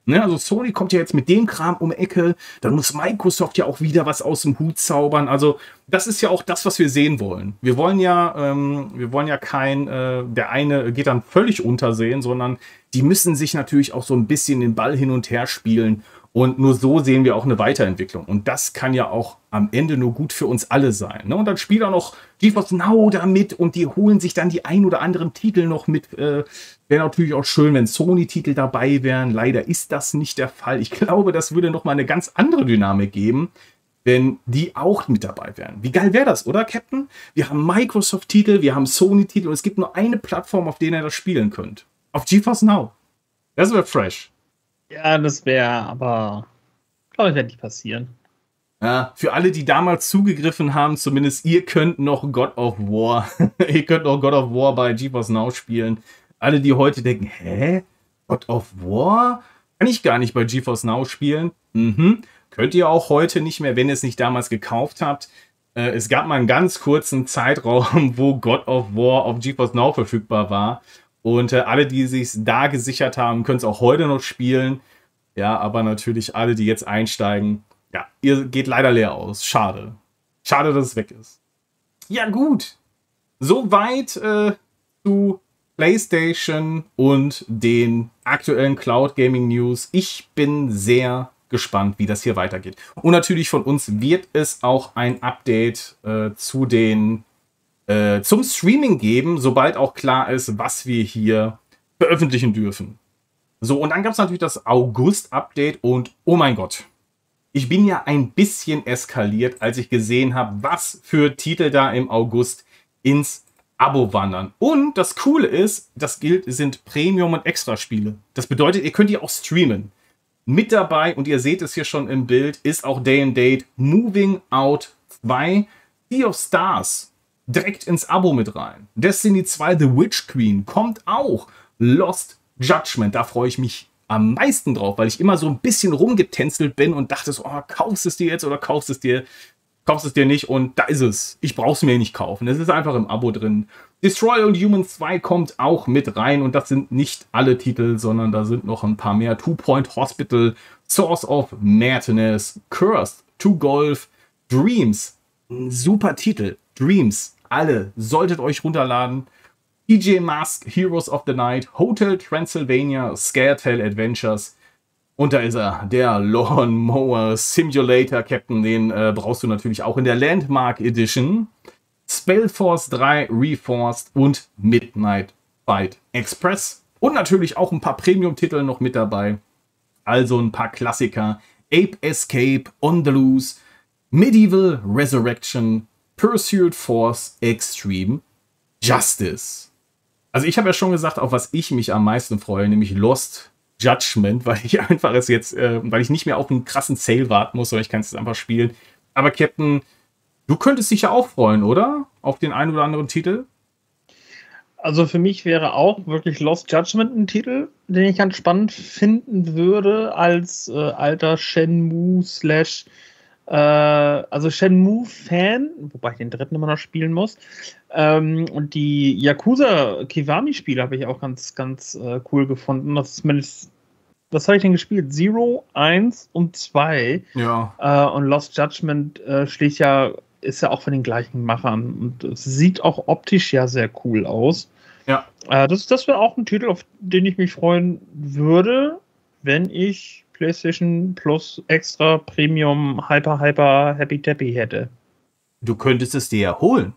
Ne? Also Sony kommt ja jetzt mit dem Kram um die Ecke, dann muss Microsoft ja auch wieder was aus dem Hut zaubern. Also das ist ja auch das, was wir sehen wollen. Wir wollen ja, ähm, wir wollen ja kein, äh, der eine geht dann völlig untersehen, sondern die müssen sich natürlich auch so ein bisschen den Ball hin und her spielen. Und nur so sehen wir auch eine Weiterentwicklung. Und das kann ja auch am Ende nur gut für uns alle sein. Ne? Und dann spielt auch noch GeForce Now damit und die holen sich dann die ein oder anderen Titel noch mit. Äh, Wäre natürlich auch schön, wenn Sony-Titel dabei wären. Leider ist das nicht der Fall. Ich glaube, das würde noch mal eine ganz andere Dynamik geben, wenn die auch mit dabei wären. Wie geil wäre das, oder, Captain? Wir haben Microsoft-Titel, wir haben Sony-Titel und es gibt nur eine Plattform, auf der ihr das spielen könnt. Auf GeForce Now. Das wäre fresh. Ja, das wäre, aber glaube ich, wird nicht passieren. Ja, für alle, die damals zugegriffen haben, zumindest ihr könnt noch God of War. Ihr könnt noch God of War bei GeForce Now spielen. Alle, die heute denken, hä? God of War? Kann ich gar nicht bei GeForce Now spielen? Mhm. Könnt ihr auch heute nicht mehr, wenn ihr es nicht damals gekauft habt. Äh, es gab mal einen ganz kurzen Zeitraum, wo God of War auf GeForce Now verfügbar war. Und äh, alle, die sich da gesichert haben, können es auch heute noch spielen. Ja, aber natürlich alle, die jetzt einsteigen, ja, ihr geht leider leer aus. Schade. Schade, dass es weg ist. Ja, gut. Soweit äh, zu PlayStation und den aktuellen Cloud Gaming News. Ich bin sehr gespannt, wie das hier weitergeht. Und natürlich von uns wird es auch ein Update äh, zu den zum Streaming geben, sobald auch klar ist, was wir hier veröffentlichen dürfen. So, und dann gab es natürlich das August-Update und oh mein Gott, ich bin ja ein bisschen eskaliert, als ich gesehen habe, was für Titel da im August ins Abo wandern. Und das Coole ist, das gilt, sind Premium- und Extraspiele. Das bedeutet, ihr könnt die auch streamen. Mit dabei, und ihr seht es hier schon im Bild, ist auch Day and Date Moving Out zwei, Sea of Stars, direkt ins Abo mit rein. Destiny zwei The Witch Queen kommt auch. Lost Judgment, da freue ich mich am meisten drauf, weil ich immer so ein bisschen rumgetänzelt bin und dachte so, oh, kaufst es dir jetzt oder kaufst es dir, kaufst es dir nicht und da ist es. Ich brauche es mir nicht kaufen. Es ist einfach im Abo drin. Destroy All Humans zwei kommt auch mit rein und das sind nicht alle Titel, sondern da sind noch ein paar mehr. Two Point Hospital, Source of Madness, Cursed, To Golf, Dreams. Ein super Titel. Dreams. Alle solltet euch runterladen. P J Mask, Heroes of the Night, Hotel Transylvania, Scaretale Adventures. Und da ist er, der Lawn Mower Simulator Captain. Den äh, brauchst du natürlich auch in der Landmark Edition. Spellforce drei Reforced und Midnight Fight Express. Und natürlich auch ein paar Premium-Titel noch mit dabei. Also ein paar Klassiker. Ape Escape, On the Loose, Medieval Resurrection, Pursuit Force Extreme Justice. Also ich habe ja schon gesagt, auf was ich mich am meisten freue, nämlich Lost Judgment, weil ich einfach es jetzt, äh, weil ich nicht mehr auf einen krassen Sale warten muss, sondern ich kann es einfach spielen. Aber Captain, du könntest dich ja auch freuen, oder? Auf den einen oder anderen Titel? Also für mich wäre auch wirklich Lost Judgment ein Titel, den ich ganz spannend finden würde als äh, alter Shenmue slash äh, also Shenmue-Fan, wobei ich den dritten immer noch spielen muss. Ähm, und die Yakuza Kiwami-Spiele habe ich auch ganz, ganz äh, cool gefunden. Das ist zumindest, was habe ich denn gespielt? Zero, eins und zwei. Ja. Äh, und Lost Judgment äh, schlägt ja, ist ja auch von den gleichen Machern. Und es sieht auch optisch ja sehr cool aus. Ja. Äh, das das wäre auch ein Titel, auf den ich mich freuen würde, wenn ich PlayStation Plus Extra Premium Hyper Hyper Happy Tappy hätte. Du könntest es dir ja holen.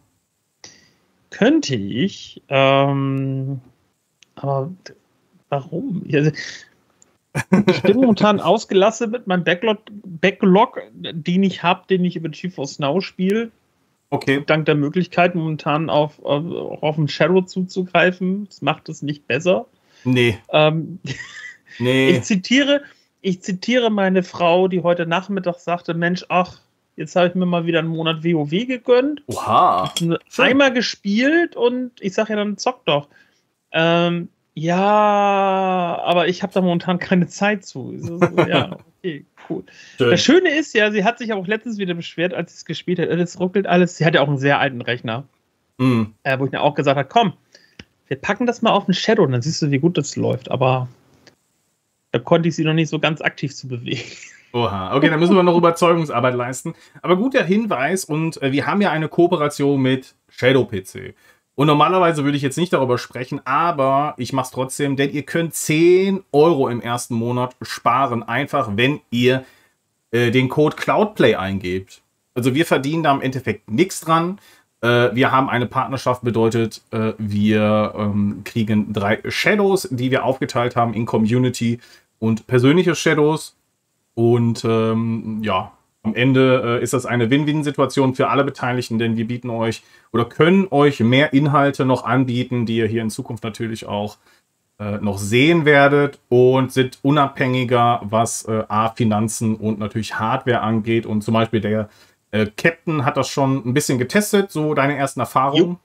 Könnte ich, ähm, aber warum? Also, ich bin momentan ausgelastet mit meinem Backlog, Backlog den ich habe, den ich über GeForce Now spiele. Okay. Dank der Möglichkeit, momentan auf, auf, auf den Shadow zuzugreifen. Das macht es nicht besser. Nee. Ähm, nee. Ich zitiere, ich zitiere meine Frau, die heute Nachmittag sagte, Mensch, ach, jetzt habe ich mir mal wieder einen Monat WoW gegönnt. Oha. Einmal gespielt und ich sage ja dann, zock doch. Ähm, ja, aber ich habe da momentan keine Zeit zu. So, so, ja, okay, cool. Schön. Das Schöne ist ja, sie hat sich auch letztens wieder beschwert, als sie es gespielt hat. Es ruckelt alles. Sie hat ja auch einen sehr alten Rechner. Mm. Äh, wo ich mir auch gesagt habe, komm, wir packen das mal auf den Shadow und dann siehst du, wie gut das läuft. Aber Da konnte ich sie noch nicht so ganz aktiv zu bewegen. Oha, okay, dann müssen wir noch Überzeugungsarbeit leisten. Aber guter Hinweis, und äh, wir haben ja eine Kooperation mit Shadow P C. Und normalerweise würde ich jetzt nicht darüber sprechen, aber ich mache es trotzdem, denn ihr könnt zehn Euro im ersten Monat sparen, einfach wenn ihr äh, den Code CloudPlay eingebt. Also wir verdienen da im Endeffekt nichts dran. Äh, wir haben eine Partnerschaft, bedeutet, äh, wir ähm, kriegen drei Shadows, die wir aufgeteilt haben in Community und persönliche Shadows. Und ähm, ja, am Ende äh, ist das eine Win-Win-Situation für alle Beteiligten, denn wir bieten euch oder können euch mehr Inhalte noch anbieten, die ihr hier in Zukunft natürlich auch äh, noch sehen werdet und sind unabhängiger, was äh, A, Finanzen und natürlich Hardware angeht. Und zum Beispiel der äh, Captain hat das schon ein bisschen getestet, so deine ersten Erfahrungen.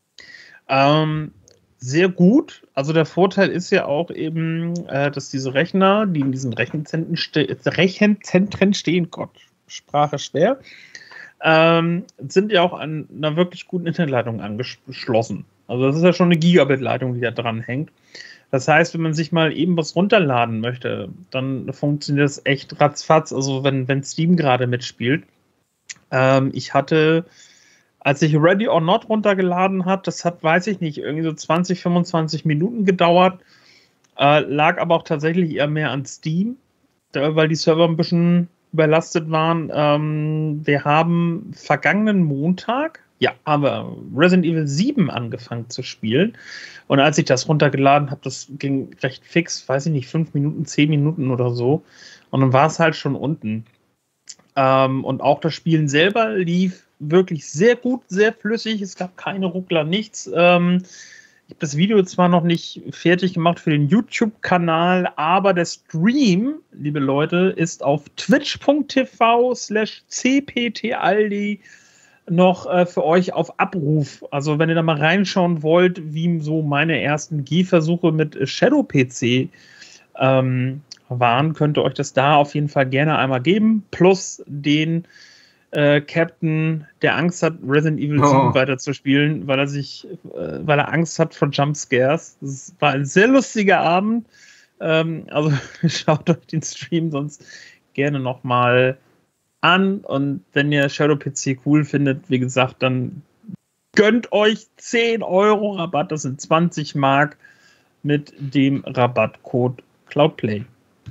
Ähm, sehr gut. Also der Vorteil ist ja auch eben, äh, dass diese Rechner, die in diesen Rechenzentren, ste Rechenzentren stehen, Gott, Sprache schwer, ähm, sind ja auch an einer wirklich guten Internetleitung angeschlossen. Also das ist ja schon eine Gigabit-Leitung, die da dran hängt. Das heißt, wenn man sich mal eben was runterladen möchte, dann funktioniert das echt ratzfatz. Also wenn, wenn Steam gerade mitspielt. Ähm, ich hatte, als ich Ready or Not runtergeladen habe, das hat, weiß ich nicht, irgendwie so zwanzig, fünfundzwanzig Minuten gedauert. Äh, lag aber auch tatsächlich eher mehr an Steam, da, weil die Server ein bisschen überlastet waren. Ähm, wir haben vergangenen Montag, ja, aber Resident Evil sieben angefangen zu spielen. Und als ich das runtergeladen habe, das ging recht fix, weiß ich nicht, fünf Minuten, zehn Minuten oder so. Und dann war es halt schon unten. Ähm, und auch das Spielen selber lief wirklich sehr gut, sehr flüssig. Es gab keine Ruckler, nichts. Ähm, ich habe das Video zwar noch nicht fertig gemacht für den YouTube-Kanal, aber der Stream, liebe Leute, ist auf twitch.tv slash cptaldi noch äh, für euch auf Abruf. Also wenn ihr da mal reinschauen wollt, wie so meine ersten Gehversuche mit Shadow P C ähm, waren, könnt ihr euch das da auf jeden Fall gerne einmal geben. Plus den äh, Captain, der Angst hat, Resident Evil sieben oh. weiterzuspielen, weil er sich, äh, weil er Angst hat vor Jumpscares. Das war ein sehr lustiger Abend. Ähm, also schaut euch den Stream sonst gerne nochmal an. Und wenn ihr Shadow P C cool findet, wie gesagt, dann gönnt euch zehn Euro Rabatt. Das sind zwanzig Mark mit dem Rabattcode CloudPlay.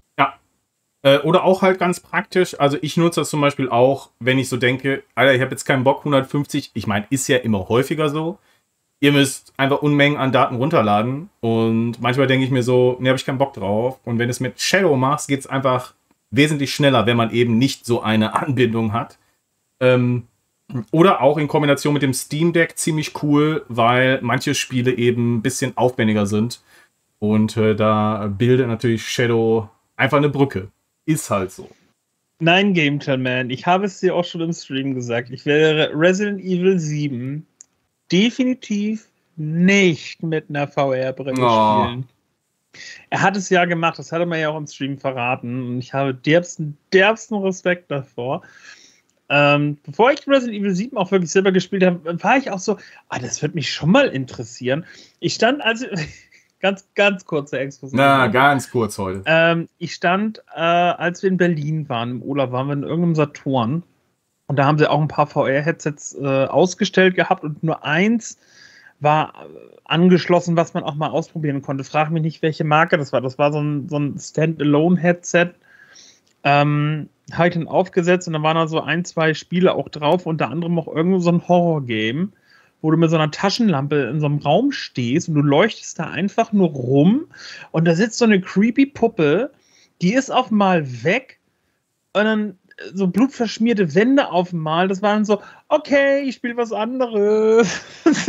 Oder auch halt ganz praktisch, also ich nutze das zum Beispiel auch, wenn ich so denke, Alter, ich habe jetzt keinen Bock, hundertfünfzig, ich meine, ist ja immer häufiger so, ihr müsst einfach Unmengen an Daten runterladen und manchmal denke ich mir so, ne, habe ich keinen Bock drauf. Und wenn du es mit Shadow machst, geht es einfach wesentlich schneller, wenn man eben nicht so eine Anbindung hat. Ähm, oder auch in Kombination mit dem Steam Deck ziemlich cool, weil manche Spiele eben ein bisschen aufwendiger sind und äh, da bildet natürlich Shadow einfach eine Brücke. Ist halt so. Nein, Gametalman, ich habe es dir auch schon im Stream gesagt. Ich werde Resident Evil sieben definitiv nicht mit einer V R-Brille oh. spielen. Er hat es ja gemacht, das hat er mir ja auch im Stream verraten. Und ich habe derbsten, derbsten Respekt davor. Ähm, bevor ich Resident Evil sieben auch wirklich selber gespielt habe, war ich auch so, ah, das wird mich schon mal interessieren. Ich stand also... Ganz, ganz kurze Exkursion. Na, ganz kurz heute. Ähm, ich stand, äh, als wir in Berlin waren, im Urlaub, waren wir in irgendeinem Saturn. Und da haben sie auch ein paar V R-Headsets äh, ausgestellt gehabt. Und nur eins war angeschlossen, was man auch mal ausprobieren konnte. Frag mich nicht, welche Marke das war. Das war so ein, so ein Standalone-Headset. Ähm, habe ich dann aufgesetzt und dann waren da so ein, zwei Spiele auch drauf. Unter anderem auch irgendwo so ein Horror-Game, wo du mit so einer Taschenlampe in so einem Raum stehst und du leuchtest da einfach nur rum und da sitzt so eine creepy Puppe, die ist auf einmal weg und dann so blutverschmierte Wände auf einmal, das war dann so, okay, ich spiele was anderes.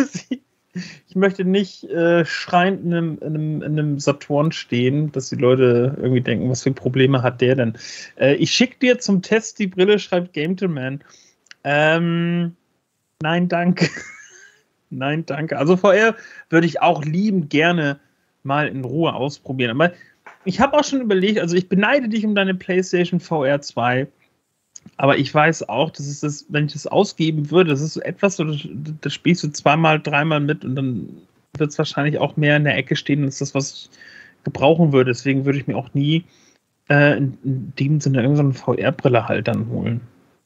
Ich möchte nicht äh, schreiend in einem, in, einem, in einem Saturn stehen, dass die Leute irgendwie denken, was für Probleme hat der denn? Äh, ich schicke dir zum Test die Brille, schreibt Gametalman. Ähm, nein, danke. Nein, danke. Also V R würde ich auch liebend gerne mal in Ruhe ausprobieren. Aber ich habe auch schon überlegt, also ich beneide dich um deine PlayStation V R zwei, aber ich weiß auch, dass es das, wenn ich das ausgeben würde, das ist so etwas, so, das, das spielst du zweimal, dreimal mit und dann wird es wahrscheinlich auch mehr in der Ecke stehen, als das, was ich gebrauchen würde. Deswegen würde ich mir auch nie äh, in, in dem Sinne irgendeine V R-Brille halt dann holen.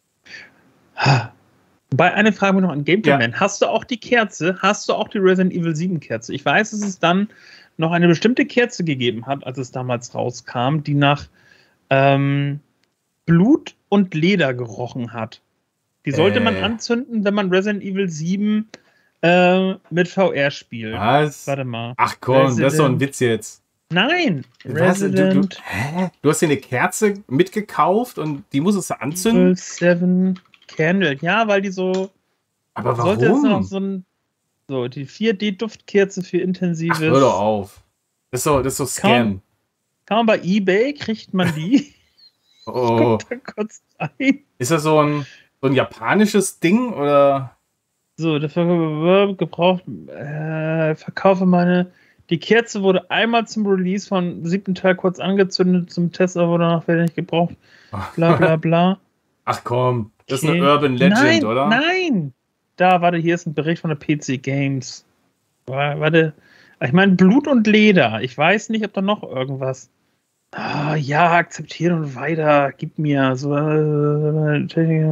Bei einer Frage noch an Gameplay-Man. Ja. Hast du auch die Kerze? Hast du auch die Resident Evil sieben Kerze? Ich weiß, dass es dann noch eine bestimmte Kerze gegeben hat, als es damals rauskam, die nach ähm, Blut und Leder gerochen hat. Die sollte äh. man anzünden, wenn man Resident Evil sieben äh, mit V R spielt. Was? Warte mal. Ach komm, Resident... das ist so ein Witz jetzt. Nein. Was? Resident... Du, du, hä? Du hast dir eine Kerze mitgekauft und die musstest du anzünden? Evil sieben Candle. Ja, weil die so... Aber warum? Sollte es noch so ein... So, die vier D Duftkerze für intensives... Ach, hör doch auf. Das ist so, das ist so Scam. Kann, kann man bei eBay, kriegt man die? Oh. Da kurz ein. Ist das so ein, so ein japanisches Ding, oder? So, dafür gebraucht, äh, verkaufe meine... Die Kerze wurde einmal zum Release von siebten Teil kurz angezündet, zum Test, aber danach werde ich gebraucht. Bla, bla, bla. Ach komm, das okay. ist eine Urban Legend, nein, oder? Nein, da, warte, hier ist ein Bericht von der P C Games. Warte, ich meine Blut und Leder. Ich weiß nicht, ob da noch irgendwas... Ah, ja, akzeptieren und weiter. Gib mir so äh,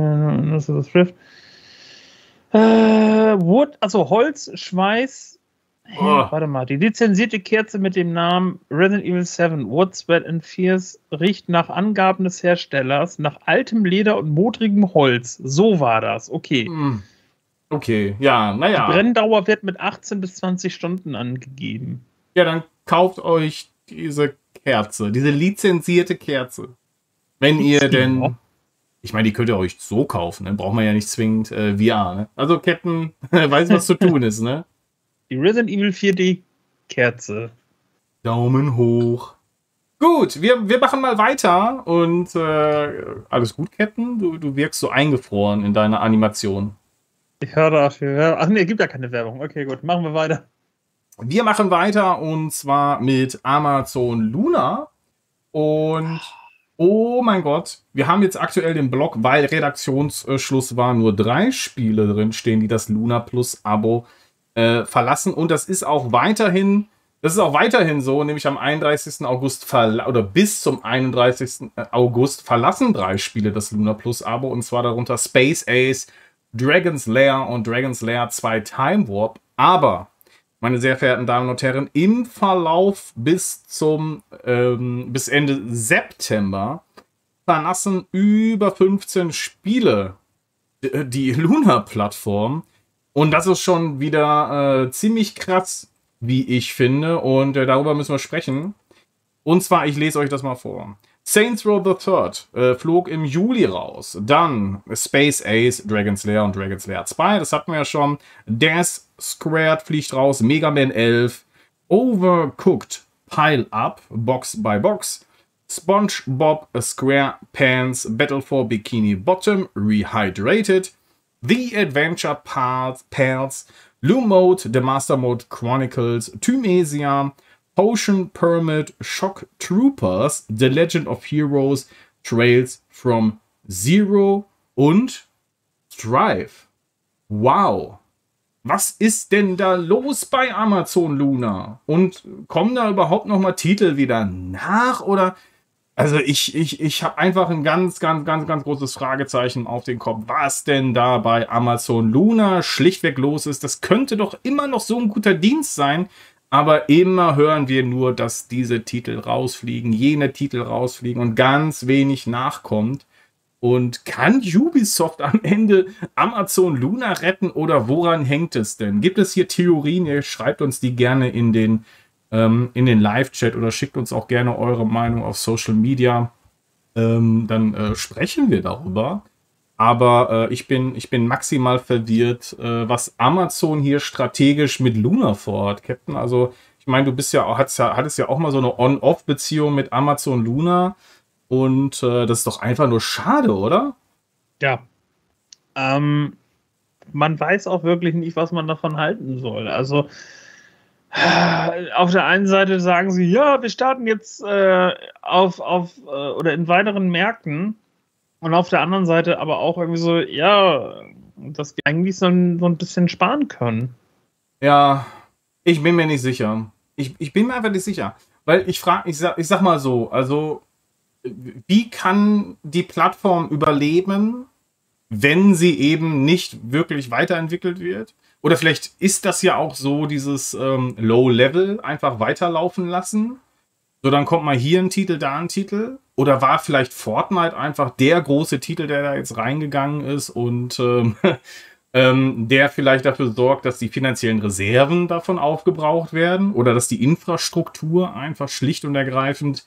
Thrift. Äh, Wood, also Holz, Schweiß. Hey, oh. Warte mal, die lizenzierte Kerze mit dem Namen Resident Evil sieben, Wood, Sweat and Fears, riecht nach Angaben des Herstellers nach altem Leder und modrigem Holz. So war das, okay. Okay, ja, naja. Die Brenndauer wird mit achtzehn bis zwanzig Stunden angegeben. Ja, dann kauft euch diese Kerze, diese lizenzierte Kerze. Wenn ihr denn... Noch? Ich meine, die könnt ihr euch so kaufen, dann braucht man ja nicht zwingend äh, V R, ne? Also Captain weiß, was zu tun ist, ne? Die Resident Evil vier D Kerze. Daumen hoch. Gut, wir, wir machen mal weiter und äh, alles gut, Captain? Du, du wirkst so eingefroren in deiner Animation. Ich höre dafür. Ach nee, gibt ja keine Werbung. Okay, gut, machen wir weiter. Wir machen weiter und zwar mit Amazon Luna und oh mein Gott, wir haben jetzt aktuell den Blog, weil Redaktionsschluss war, nur drei Spiele drin stehen, die das Luna Plus Abo äh, verlassen und das ist auch weiterhin, das ist auch weiterhin so, nämlich am einunddreißigsten August verla- oder bis zum einunddreißigsten August verlassen drei Spiele das Luna Plus Abo und zwar darunter Space Ace, Dragon's Lair und Dragon's Lair zwei Time Warp, aber meine sehr verehrten Damen und Herren, im Verlauf bis zum ähm, bis Ende September verlassen über fünfzehn Spiele die Luna-Plattform. Und das ist schon wieder äh, ziemlich krass, wie ich finde. Und äh, darüber müssen wir sprechen. Und zwar, ich lese euch das mal vor. Saints Row the Third äh, flog im Juli raus. Dann Space Ace, Dragon's Lair und Dragon's Lair zwei. Das hatten wir ja schon. Death Squared fliegt raus. Mega Man elf. Overcooked Pile Up, Box by Box. SpongeBob SquarePants Battle for Bikini Bottom Rehydrated. The Adventure Pals. Loom Mode, The Master Mode Chronicles. Thymesia. Potion Pyramid, Shock Troopers, The Legend of Heroes, Trails from Zero und Strive. Wow. Was ist denn da los bei Amazon Luna? Und kommen da überhaupt noch mal Titel wieder nach? Oder? Also ich, ich, ich habe einfach ein ganz, ganz, ganz, ganz großes Fragezeichen auf den Kopf. Was denn da bei Amazon Luna schlichtweg los ist? Das könnte doch immer noch so ein guter Dienst sein. Aber immer hören wir nur, dass diese Titel rausfliegen, jene Titel rausfliegen und ganz wenig nachkommt. Und kann Ubisoft am Ende Amazon Luna retten oder woran hängt es denn? Gibt es hier Theorien? Ihr schreibt uns die gerne in den, ähm, in den Live-Chat oder schickt uns auch gerne eure Meinung auf Social Media. Ähm, dann äh, sprechen wir darüber. Aber äh, ich bin, ich bin maximal verwirrt, äh, was Amazon hier strategisch mit Luna vorhat, Captain. Also, ich meine, du bist ja, hattest ja, hattest ja auch mal so eine On-Off-Beziehung mit Amazon Luna. Und äh, das ist doch einfach nur schade, oder? Ja. Ähm, man weiß auch wirklich nicht, was man davon halten soll. Also, auf der einen Seite sagen sie, ja, wir starten jetzt äh, auf, auf äh, oder in weiteren Märkten. Und auf der anderen Seite aber auch irgendwie so, ja, dass die eigentlich so ein, so ein bisschen sparen können. Ja, ich bin mir nicht sicher. Ich, ich bin mir einfach nicht sicher. weil ich frage, ich sag, ich sag mal so, also wie kann die Plattform überleben, wenn sie eben nicht wirklich weiterentwickelt wird? Oder vielleicht ist das ja auch so, dieses ähm, Low-Level einfach weiterlaufen lassen. So, dann kommt mal hier ein Titel, da ein Titel. Oder war vielleicht Fortnite einfach der große Titel, der da jetzt reingegangen ist und ähm, ähm, der vielleicht dafür sorgt, dass die finanziellen Reserven davon aufgebraucht werden oder dass die Infrastruktur einfach schlicht und ergreifend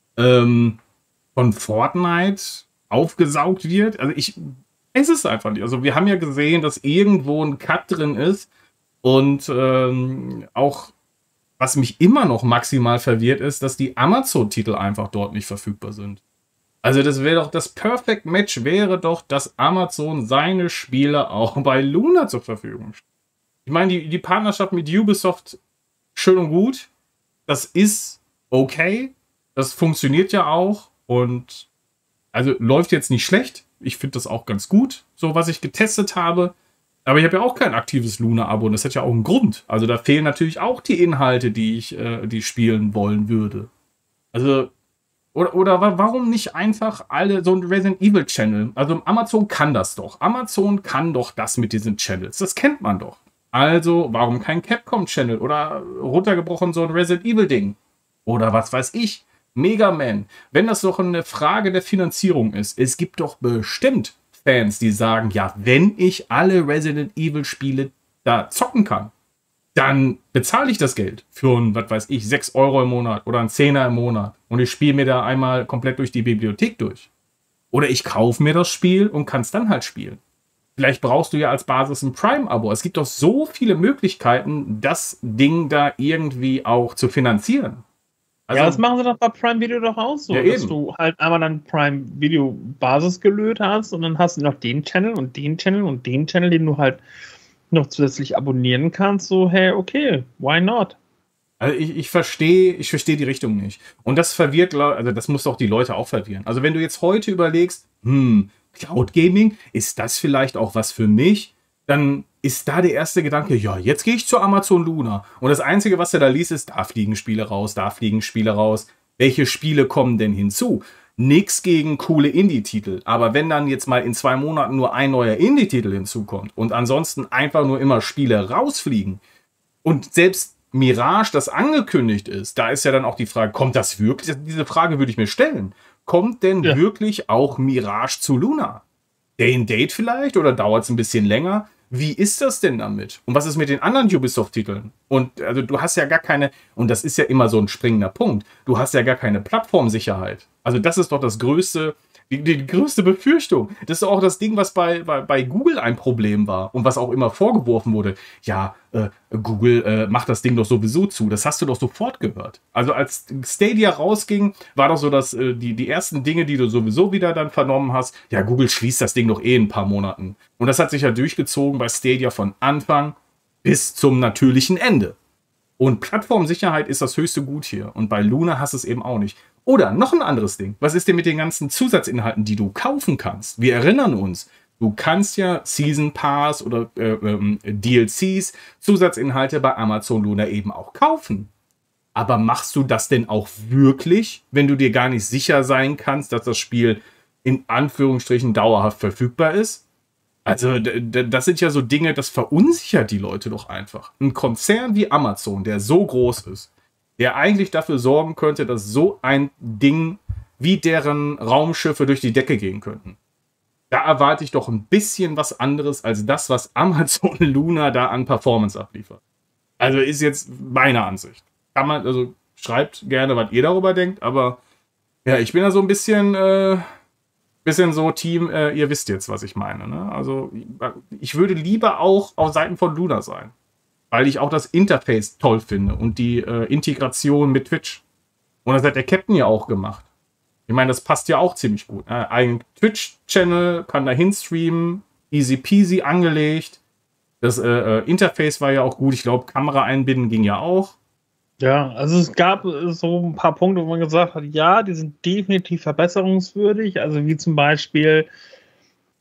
ähm, von Fortnite aufgesaugt wird. Also ich weiß es einfach nicht. Also wir haben ja gesehen, dass irgendwo ein Cut drin ist und ähm, auch was mich immer noch maximal verwirrt ist, dass die Amazon-Titel einfach dort nicht verfügbar sind. Also das wäre doch das Perfect Match, wäre doch, dass Amazon seine Spiele auch bei Luna zur Verfügung stellt. Ich meine, die, die Partnerschaft mit Ubisoft, schön und gut. Das ist okay. Das funktioniert ja auch. Und also läuft jetzt nicht schlecht. Ich finde das auch ganz gut, so was ich getestet habe. Aber ich habe ja auch kein aktives Luna-Abo und das hat ja auch einen Grund. Also da fehlen natürlich auch die Inhalte, die ich, äh, die ich spielen wollen würde. Also, oder, oder warum nicht einfach alle so ein Resident Evil Channel? Also Amazon kann das doch. Amazon kann doch das mit diesen Channels. Das kennt man doch. Also warum kein Capcom Channel oder runtergebrochen so ein Resident Evil Ding? Oder was weiß ich? Mega Man. Wenn das doch eine Frage der Finanzierung ist, es gibt doch bestimmt Fans, die sagen, ja, wenn ich alle Resident Evil Spiele da zocken kann, dann bezahle ich das Geld für ein, was weiß ich, sechs Euro im Monat oder ein Zehner im Monat und ich spiele mir da einmal komplett durch die Bibliothek durch. Oder ich kaufe mir das Spiel und kann es dann halt spielen. Vielleicht brauchst du ja als Basis ein Prime-Abo. Es gibt doch so viele Möglichkeiten, das Ding da irgendwie auch zu finanzieren. Also, ja, das machen sie doch bei Prime Video doch auch so, ja, dass eben. Du halt einmal dann Prime Video Basis gelöt hast und dann hast du noch den Channel und den Channel und den Channel, den du halt noch zusätzlich abonnieren kannst. So, hey, okay, why not? Also ich, ich verstehe ich verstehe die Richtung nicht. Und das verwirrt, also das muss doch die Leute auch verwirren. Also wenn du jetzt heute überlegst, hm, Cloud Gaming, ist das vielleicht auch was für mich? Dann ist da der erste Gedanke, ja, jetzt gehe ich zu Amazon Luna. Und das Einzige, was er da liest, ist, da fliegen Spiele raus, da fliegen Spiele raus. Welche Spiele kommen denn hinzu? Nix gegen coole Indie-Titel. Aber wenn dann jetzt mal in zwei Monaten nur ein neuer Indie-Titel hinzukommt und ansonsten einfach nur immer Spiele rausfliegen und selbst Mirage, das angekündigt ist, da ist ja dann auch die Frage, kommt das wirklich? Diese Frage würde ich mir stellen. Kommt denn ja. wirklich auch Mirage zu Luna? Day and Date vielleicht? Oder dauert es ein bisschen länger? Wie ist das denn damit? Und was ist mit den anderen Ubisoft-Titeln? Und also du hast ja gar keine, und das ist ja immer so ein springender Punkt, du hast ja gar keine Plattformsicherheit. Also das ist doch das größte, die, die größte Befürchtung. Das ist auch das Ding, was bei, bei, bei Google ein Problem war und was auch immer vorgeworfen wurde. Ja, äh, Google äh, macht das Ding doch sowieso zu. Das hast du doch sofort gehört. Also als Stadia rausging, war doch so, dass äh, die, die ersten Dinge, die du sowieso wieder dann vernommen hast, ja, Google schließt das Ding doch eh in ein paar Monaten. Und das hat sich ja durchgezogen bei Stadia von Anfang bis zum natürlichen Ende. Und Plattformsicherheit ist das höchste Gut hier. Und bei Luna hast du es eben auch nicht. Oder noch ein anderes Ding. Was ist denn mit den ganzen Zusatzinhalten, die du kaufen kannst? Wir erinnern uns, du kannst ja Season Pass oder äh, ähm, D L Cs, Zusatzinhalte bei Amazon Luna eben auch kaufen. Aber machst du das denn auch wirklich, wenn du dir gar nicht sicher sein kannst, dass das Spiel in Anführungsstrichen dauerhaft verfügbar ist? Also das sind ja so Dinge, das verunsichert die Leute doch einfach. Ein Konzern wie Amazon, der so groß ist, der eigentlich dafür sorgen könnte, dass so ein Ding wie deren Raumschiffe durch die Decke gehen könnten. Da erwarte ich doch ein bisschen was anderes als das, was Amazon Luna da an Performance abliefert. Also ist jetzt meine Ansicht. Kann man, also schreibt gerne, was ihr darüber denkt, aber ja, ich bin da so ein bisschen, äh, bisschen so Team, äh, ihr wisst jetzt, was ich meine. Ne? Also ich würde lieber auch auf Seiten von Luna sein. Weil ich auch das Interface toll finde und die äh, Integration mit Twitch. Und das hat der Captain ja auch gemacht. Ich meine, das passt ja auch ziemlich gut. Äh, ein Twitch-Channel kann dahin streamen, easy peasy angelegt. Das äh, Interface war ja auch gut. Ich glaube, Kamera einbinden ging ja auch. Ja, also es gab so ein paar Punkte, wo man gesagt hat, ja, die sind definitiv verbesserungswürdig. Also wie zum Beispiel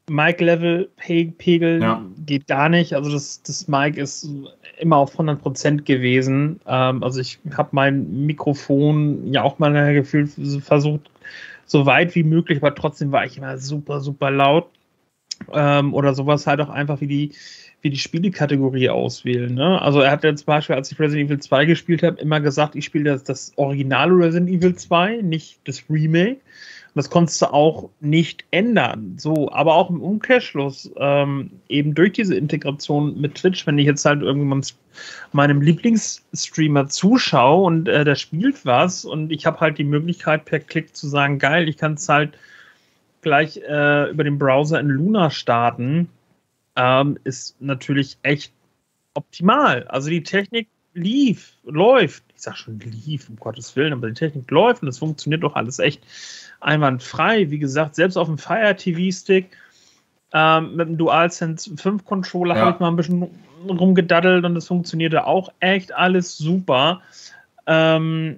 Mic-Level-Pegel Ja. geht gar nicht. Also das, das Mic ist immer auf hundert Prozent gewesen. Ähm, also ich habe mein Mikrofon ja auch mal gefühlt versucht, so weit wie möglich, aber trotzdem war ich immer super, super laut. Ähm, oder sowas halt auch einfach wie die, wie die Spielekategorie auswählen. Ne? Also er hat ja zum Beispiel, als ich Resident Evil zwei gespielt habe, immer gesagt, ich spiele das, das originale Resident Evil zwei, nicht das Remake. Und das konntest du auch nicht ändern. So, aber auch im Umkehrschluss, ähm, eben durch diese Integration mit Twitch, wenn ich jetzt halt irgendwann meinem Lieblingsstreamer zuschaue und äh, der spielt was und ich habe halt die Möglichkeit per Klick zu sagen, geil, ich kann es halt gleich äh, über den Browser in Luna starten, ähm, ist natürlich echt optimal. Also die Technik lief, läuft. Ich sag schon lief, um Gottes Willen, aber die Technik läuft und es funktioniert doch alles echt einwandfrei. Wie gesagt, selbst auf dem Fire T V-Stick ähm, mit dem DualSense fünf Controller Ja. habe ich mal ein bisschen rumgedaddelt und es funktionierte auch echt alles super. Ähm,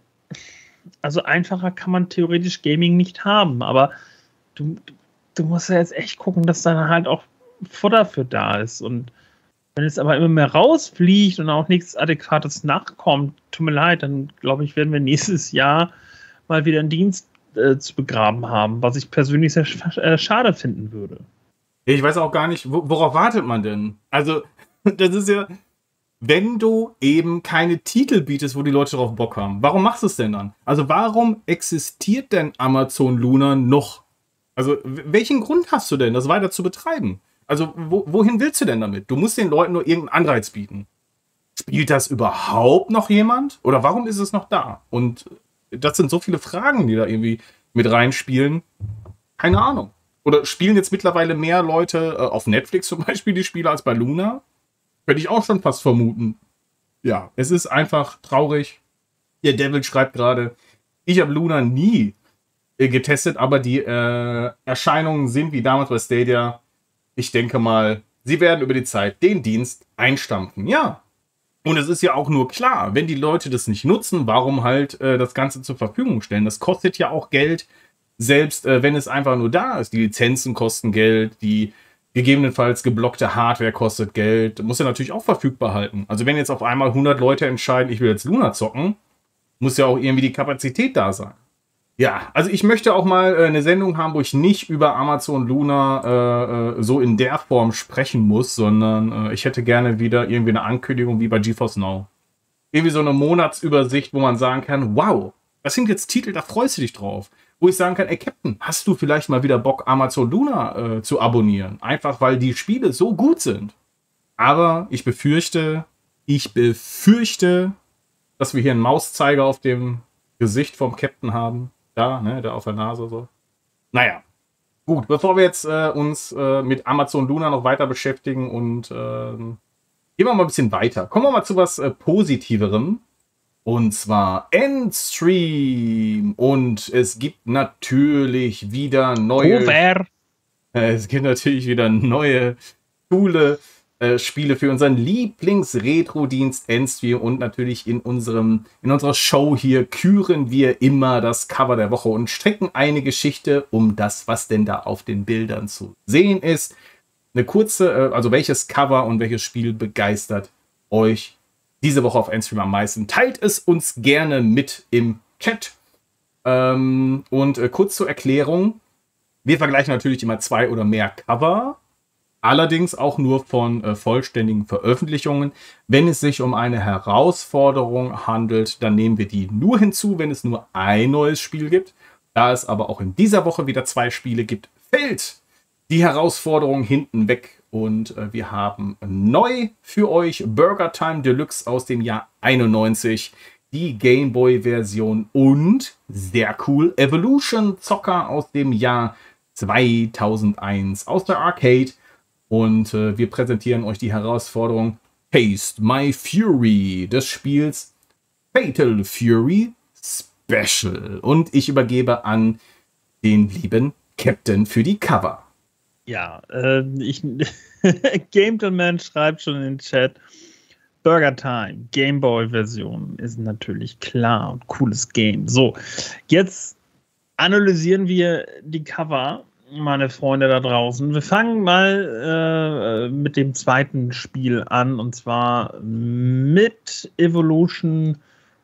also einfacher kann man theoretisch Gaming nicht haben, aber du, du musst ja jetzt echt gucken, dass dann halt auch Futter für da ist. Und wenn es aber immer mehr rausfliegt und auch nichts Adäquates nachkommt, tut mir leid, dann glaube ich, werden wir nächstes Jahr mal wieder einen Dienst äh, zu begraben haben, was ich persönlich sehr sch äh, schade finden würde. Ich weiß auch gar nicht, wo, worauf wartet man denn? Also, das ist ja, wenn du eben keine Titel bietest, wo die Leute drauf Bock haben, warum machst du es denn dann? Also, warum existiert denn Amazon Luna noch? Also, welchen Grund hast du denn, das weiter zu betreiben? Also, wo, wohin willst du denn damit? Du musst den Leuten nur irgendeinen Anreiz bieten. Spielt das überhaupt noch jemand? Oder warum ist es noch da? Und das sind so viele Fragen, die da irgendwie mit reinspielen. Keine Ahnung. Oder spielen jetzt mittlerweile mehr Leute äh, auf Netflix zum Beispiel die Spiele als bei Luna? Könnte ich auch schon fast vermuten. Ja, es ist einfach traurig. Der Devil schreibt gerade, ich habe Luna nie äh, getestet, aber die äh, Erscheinungen sind wie damals bei Stadia. Ich denke mal, sie werden über die Zeit den Dienst einstampfen. Ja. Und es ist ja auch nur klar, wenn die Leute das nicht nutzen, warum halt äh, das Ganze zur Verfügung stellen? Das kostet ja auch Geld, selbst äh, wenn es einfach nur da ist. Die Lizenzen kosten Geld, die gegebenenfalls geblockte Hardware kostet Geld. Muss ja natürlich auch verfügbar halten. Also wenn jetzt auf einmal hundert Leute entscheiden, ich will jetzt Luna zocken, muss ja auch irgendwie die Kapazität da sein. Ja, also ich möchte auch mal äh, eine Sendung haben, wo ich nicht über Amazon Luna äh, so in der Form sprechen muss, sondern äh, ich hätte gerne wieder irgendwie eine Ankündigung wie bei GeForce Now. Irgendwie so eine Monatsübersicht, wo man sagen kann, wow, das sind jetzt Titel, da freust du dich drauf. Wo ich sagen kann, ey Captain, hast du vielleicht mal wieder Bock, Amazon Luna äh, zu abonnieren? Einfach, weil die Spiele so gut sind. Aber ich befürchte, ich befürchte, dass wir hier einen Mauszeiger auf dem Gesicht vom Captain haben. Da, ne, da auf der Nase so. Naja, gut, bevor wir jetzt äh, uns äh, mit Amazon Luna noch weiter beschäftigen und äh, gehen wir mal ein bisschen weiter. Kommen wir mal zu was äh, Positiverem. Und zwar Endstream. Und es gibt natürlich wieder neue... Over. Äh, es gibt natürlich wieder neue, coole äh, Spiele für unseren Lieblings-Retro-Dienst Endstream. Und natürlich in, unserem, in unserer Show hier küren wir immer das Cover der Woche und strecken eine Geschichte um das, was denn da auf den Bildern zu sehen ist. Eine kurze, äh, also welches Cover und welches Spiel begeistert euch diese Woche auf Endstream am meisten? Teilt es uns gerne mit im Chat. Ähm, und äh, kurz zur Erklärung. Wir vergleichen natürlich immer zwei oder mehr Cover. Allerdings auch nur von äh, vollständigen Veröffentlichungen. Wenn es sich um eine Herausforderung handelt, dann nehmen wir die nur hinzu, wenn es nur ein neues Spiel gibt. Da es aber auch in dieser Woche wieder zwei Spiele gibt, fällt die Herausforderung hinten weg. Und äh, wir haben neu für euch Burger Time Deluxe aus dem Jahr einundneunzig, die Game Boy Version und sehr cool Evolution Soccer aus dem Jahr zweitausendeins aus der Arcade. Und äh, wir präsentieren euch die Herausforderung Taste My Fury des Spiels Fatal Fury Special. Und ich übergebe an den lieben Captain für die Cover. Ja, äh, ich Gametelman schreibt schon in den Chat, Burger Time, Game Boy Version ist natürlich klar und cooles Game. So, jetzt analysieren wir die Cover. meine Freunde da draußen. Wir fangen mal äh, mit dem zweiten Spiel an, und zwar mit Evolution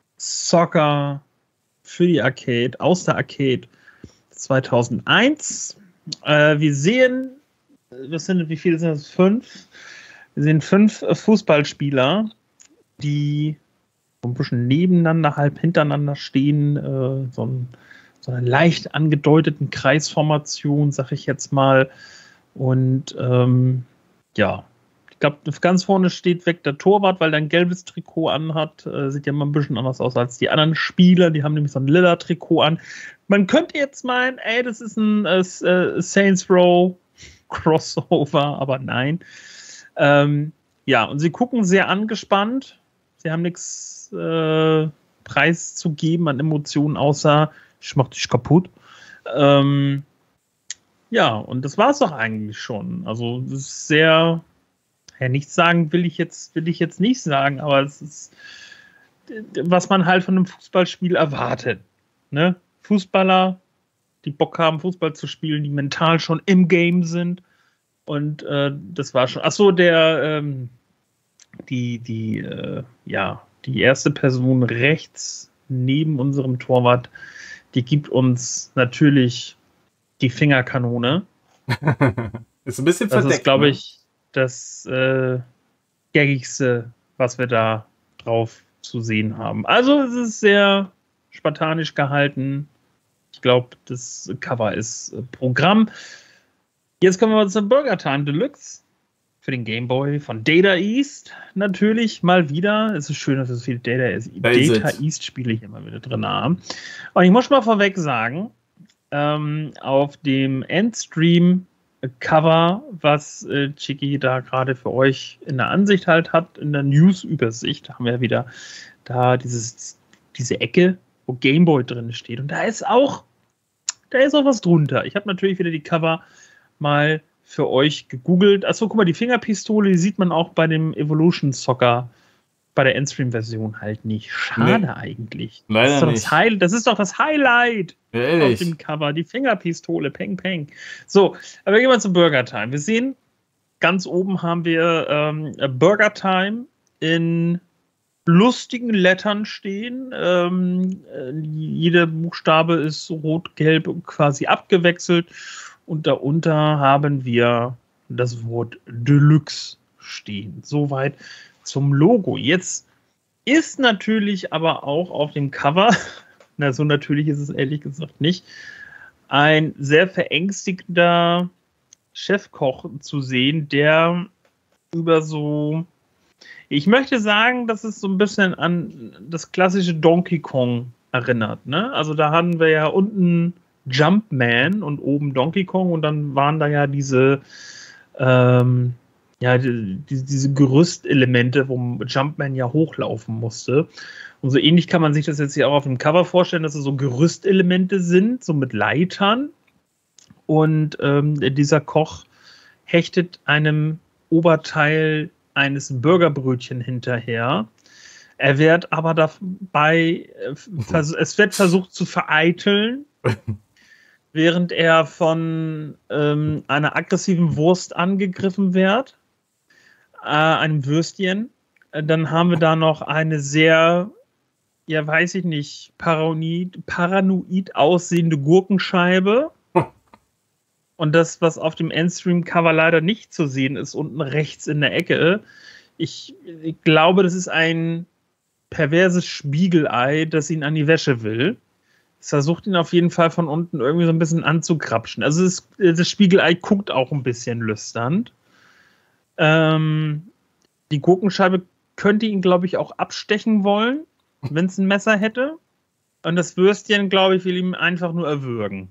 Soccer für die Arcade, aus der Arcade zweitausendeins. Äh, wir sehen, was sind, wie viele sind das? Fünf? Wir sehen fünf Fußballspieler, die ein bisschen nebeneinander, halb hintereinander stehen, äh, so, ein, so eine leicht angedeuteten Kreisformation, sag ich jetzt mal. Und ähm, ja, ich glaube, ganz vorne steht weg der Torwart, weil er ein gelbes Trikot anhat. Äh, sieht ja mal ein bisschen anders aus als die anderen Spieler. Die haben nämlich so ein lila Trikot an. Man könnte jetzt meinen, ey, das ist ein äh, Saints Row Crossover, aber nein. Ähm, ja, und sie gucken sehr angespannt. Sie haben nichts äh, preiszugeben an Emotionen, außer ich mach dich kaputt. Ähm, ja, und das war es doch eigentlich schon. Also das ist sehr, ja, nichts sagen will ich jetzt, will ich jetzt nicht sagen, aber es ist, was man halt von einem Fußballspiel erwartet. Ne? Fußballer, die Bock haben, Fußball zu spielen, die mental schon im Game sind. Und äh, das war schon. Achso, der ähm, die, die, äh, ja, die erste Person rechts neben unserem Torwart, die gibt uns natürlich die Fingerkanone. Ist ein bisschen das verdeckt. Das ist, glaube ne? ich, das äh, Gaggigste, was wir da drauf zu sehen haben. Also es ist sehr spartanisch gehalten. Ich glaube, das Cover ist äh, Programm. Jetzt kommen wir zum Burger Time Deluxe für den Game Boy von Data East. Natürlich mal wieder. Es ist schön, dass es viele Data, Data East Spiele hier mal wieder drin haben. Und ich muss mal vorweg sagen, ähm, auf dem Endstream Cover, was äh, Chicky da gerade für euch in der Ansicht halt hat, in der News-Übersicht, haben wir wieder da dieses, diese Ecke, wo Game Boy drin steht. Und da ist auch, da ist auch was drunter. Ich habe natürlich wieder die Cover mal für euch gegoogelt. Achso, guck mal, die Fingerpistole, die sieht man auch bei dem Evolution Soccer, bei der Endstream-Version halt nicht. Schade nee, eigentlich. Leider das, ist nicht. Das, High- das ist doch das Highlight ja, auf dem Cover, die Fingerpistole, peng, peng. So, aber gehen wir zum Burger Time. Wir sehen, ganz oben haben wir ähm, Burger Time in lustigen Lettern stehen. Ähm, äh, jeder Buchstabe ist rot-gelb quasi abgewechselt. Und darunter haben wir das Wort Deluxe stehen. Soweit zum Logo. Jetzt ist natürlich aber auch auf dem Cover, na so natürlich ist es ehrlich gesagt nicht, ein sehr verängstigender Chefkoch zu sehen, der über so, ich möchte sagen, dass es so ein bisschen an das klassische Donkey Kong erinnert. Ne? Also da hatten wir ja unten Jumpman und oben Donkey Kong und dann waren da ja diese ähm, ja, die, die, diese Gerüstelemente, wo Jumpman ja hochlaufen musste. Und so ähnlich kann man sich das jetzt hier auch auf dem Cover vorstellen, dass es so Gerüstelemente sind, so mit Leitern. Und ähm, dieser Koch hechtet einem Oberteil eines Burgerbrötchen hinterher. Er wird aber dabei, äh, vers- es wird versucht zu vereiteln, während er von ähm, einer aggressiven Wurst angegriffen wird, äh, einem Würstchen. Äh, dann haben wir da noch eine sehr, ja weiß ich nicht, paranoid, paranoid aussehende Gurkenscheibe. Und das, was auf dem Endstream-Cover leider nicht zu sehen ist, unten rechts in der Ecke. Ich, ich glaube, das ist ein perverses Spiegelei, das ihn an die Wäsche will. Es versucht ihn auf jeden Fall von unten irgendwie so ein bisschen anzukrapschen. Also das, das Spiegelei guckt auch ein bisschen lüsternd. Ähm, die Gurkenscheibe könnte ihn, glaube ich, auch abstechen wollen, wenn es ein Messer hätte. Und das Würstchen, glaube ich, will ihm einfach nur erwürgen.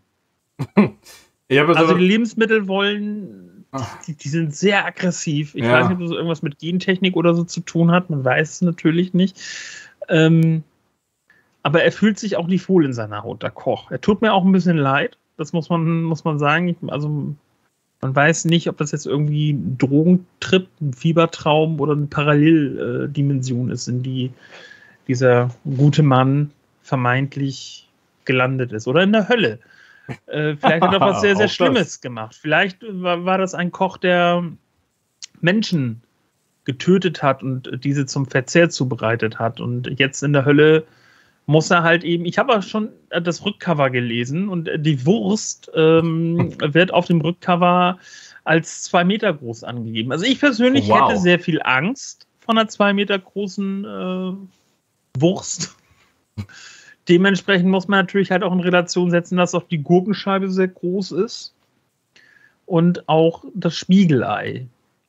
Ja, aber also so die Lebensmittel wollen, die, die sind sehr aggressiv. Ich ja. weiß nicht, ob das irgendwas mit Gentechnik oder so zu tun hat. Man weiß es natürlich nicht. Ähm, aber er fühlt sich auch nicht wohl in seiner Haut, der Koch. Er tut mir auch ein bisschen leid. Das muss man, muss man sagen. Ich, also man weiß nicht, ob das jetzt irgendwie ein Drogentrip, ein Fiebertraum oder eine Paralleldimension ist, in die dieser gute Mann vermeintlich gelandet ist. Oder in der Hölle. Äh, vielleicht hat er was sehr, sehr Auch Schlimmes das. gemacht. Vielleicht war, war das ein Koch, der Menschen getötet hat und diese zum Verzehr zubereitet hat. Und jetzt in der Hölle muss er halt eben, ich habe auch schon das Rückcover gelesen und die Wurst ähm, wird auf dem Rückcover als zwei Meter groß angegeben. Also ich persönlich Wow. hätte sehr viel Angst von einer zwei Meter großen äh, Wurst. Dementsprechend muss man natürlich halt auch in Relation setzen, dass auch die Gurkenscheibe sehr groß ist und auch das Spiegelei.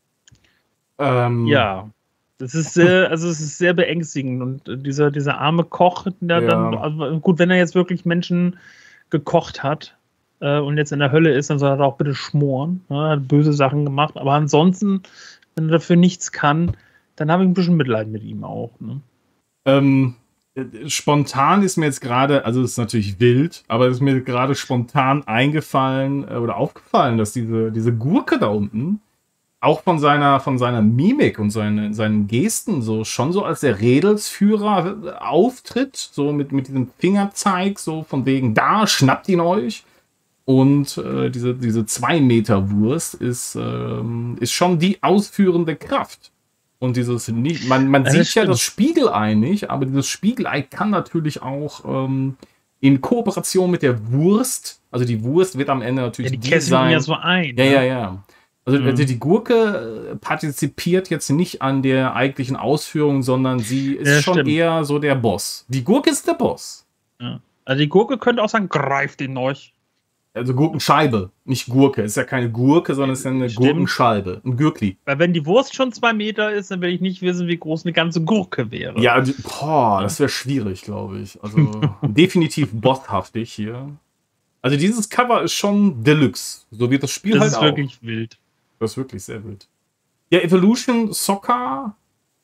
Ähm, Ja, das ist sehr, also es ist sehr beängstigend und dieser, dieser arme Koch, der Ja. dann, also gut, wenn er jetzt wirklich Menschen gekocht hat äh, und jetzt in der Hölle ist, dann soll er da auch bitte schmoren. Ne? Er hat böse Sachen gemacht, aber ansonsten, wenn er dafür nichts kann, dann habe ich ein bisschen Mitleid mit ihm auch. Ne? Ähm, spontan ist mir jetzt gerade, also es ist natürlich wild, aber es ist mir gerade spontan eingefallen äh, oder aufgefallen, dass diese, diese Gurke da unten auch von seiner, von seiner Mimik und seine, seinen Gesten so schon so als der Rädelsführer auftritt, so mit, mit diesem Fingerzeig, so von wegen, da schnappt ihn euch. Und äh, diese, diese zwei Meter Wurst ist, ähm, ist schon die ausführende Kraft. Und dieses, nicht, man, man Ja, das sieht ja stimmt. das Spiegelei nicht, aber dieses Spiegelei kann natürlich auch ähm, in Kooperation mit der Wurst, also die Wurst wird am Ende Ja, natürlich die die kesseln sein. ja so ein. Ja, ne? ja, ja. Also, Mhm. also die Gurke äh, partizipiert jetzt nicht an der eigentlichen Ausführung, sondern sie ist Ja, schon stimmt. eher so der Boss. Die Gurke ist der Boss. Ja. Also die Gurke könnte auch sagen, greift ihn euch. Also Gurkenscheibe, nicht Gurke. Ist ja keine Gurke, sondern es ist ja eine Stimmt. Gurkenscheibe. Ein Gürkli. Weil wenn die Wurst schon zwei Meter ist, dann will ich nicht wissen, wie groß eine ganze Gurke wäre. Ja, die- boah, das wäre schwierig, glaube ich. Also definitiv bosshaftig hier. Also dieses Cover ist schon Deluxe. So wird das Spiel das halt ist auch. wirklich wild. Das ist wirklich sehr wild. Ja, Evolution Soccer,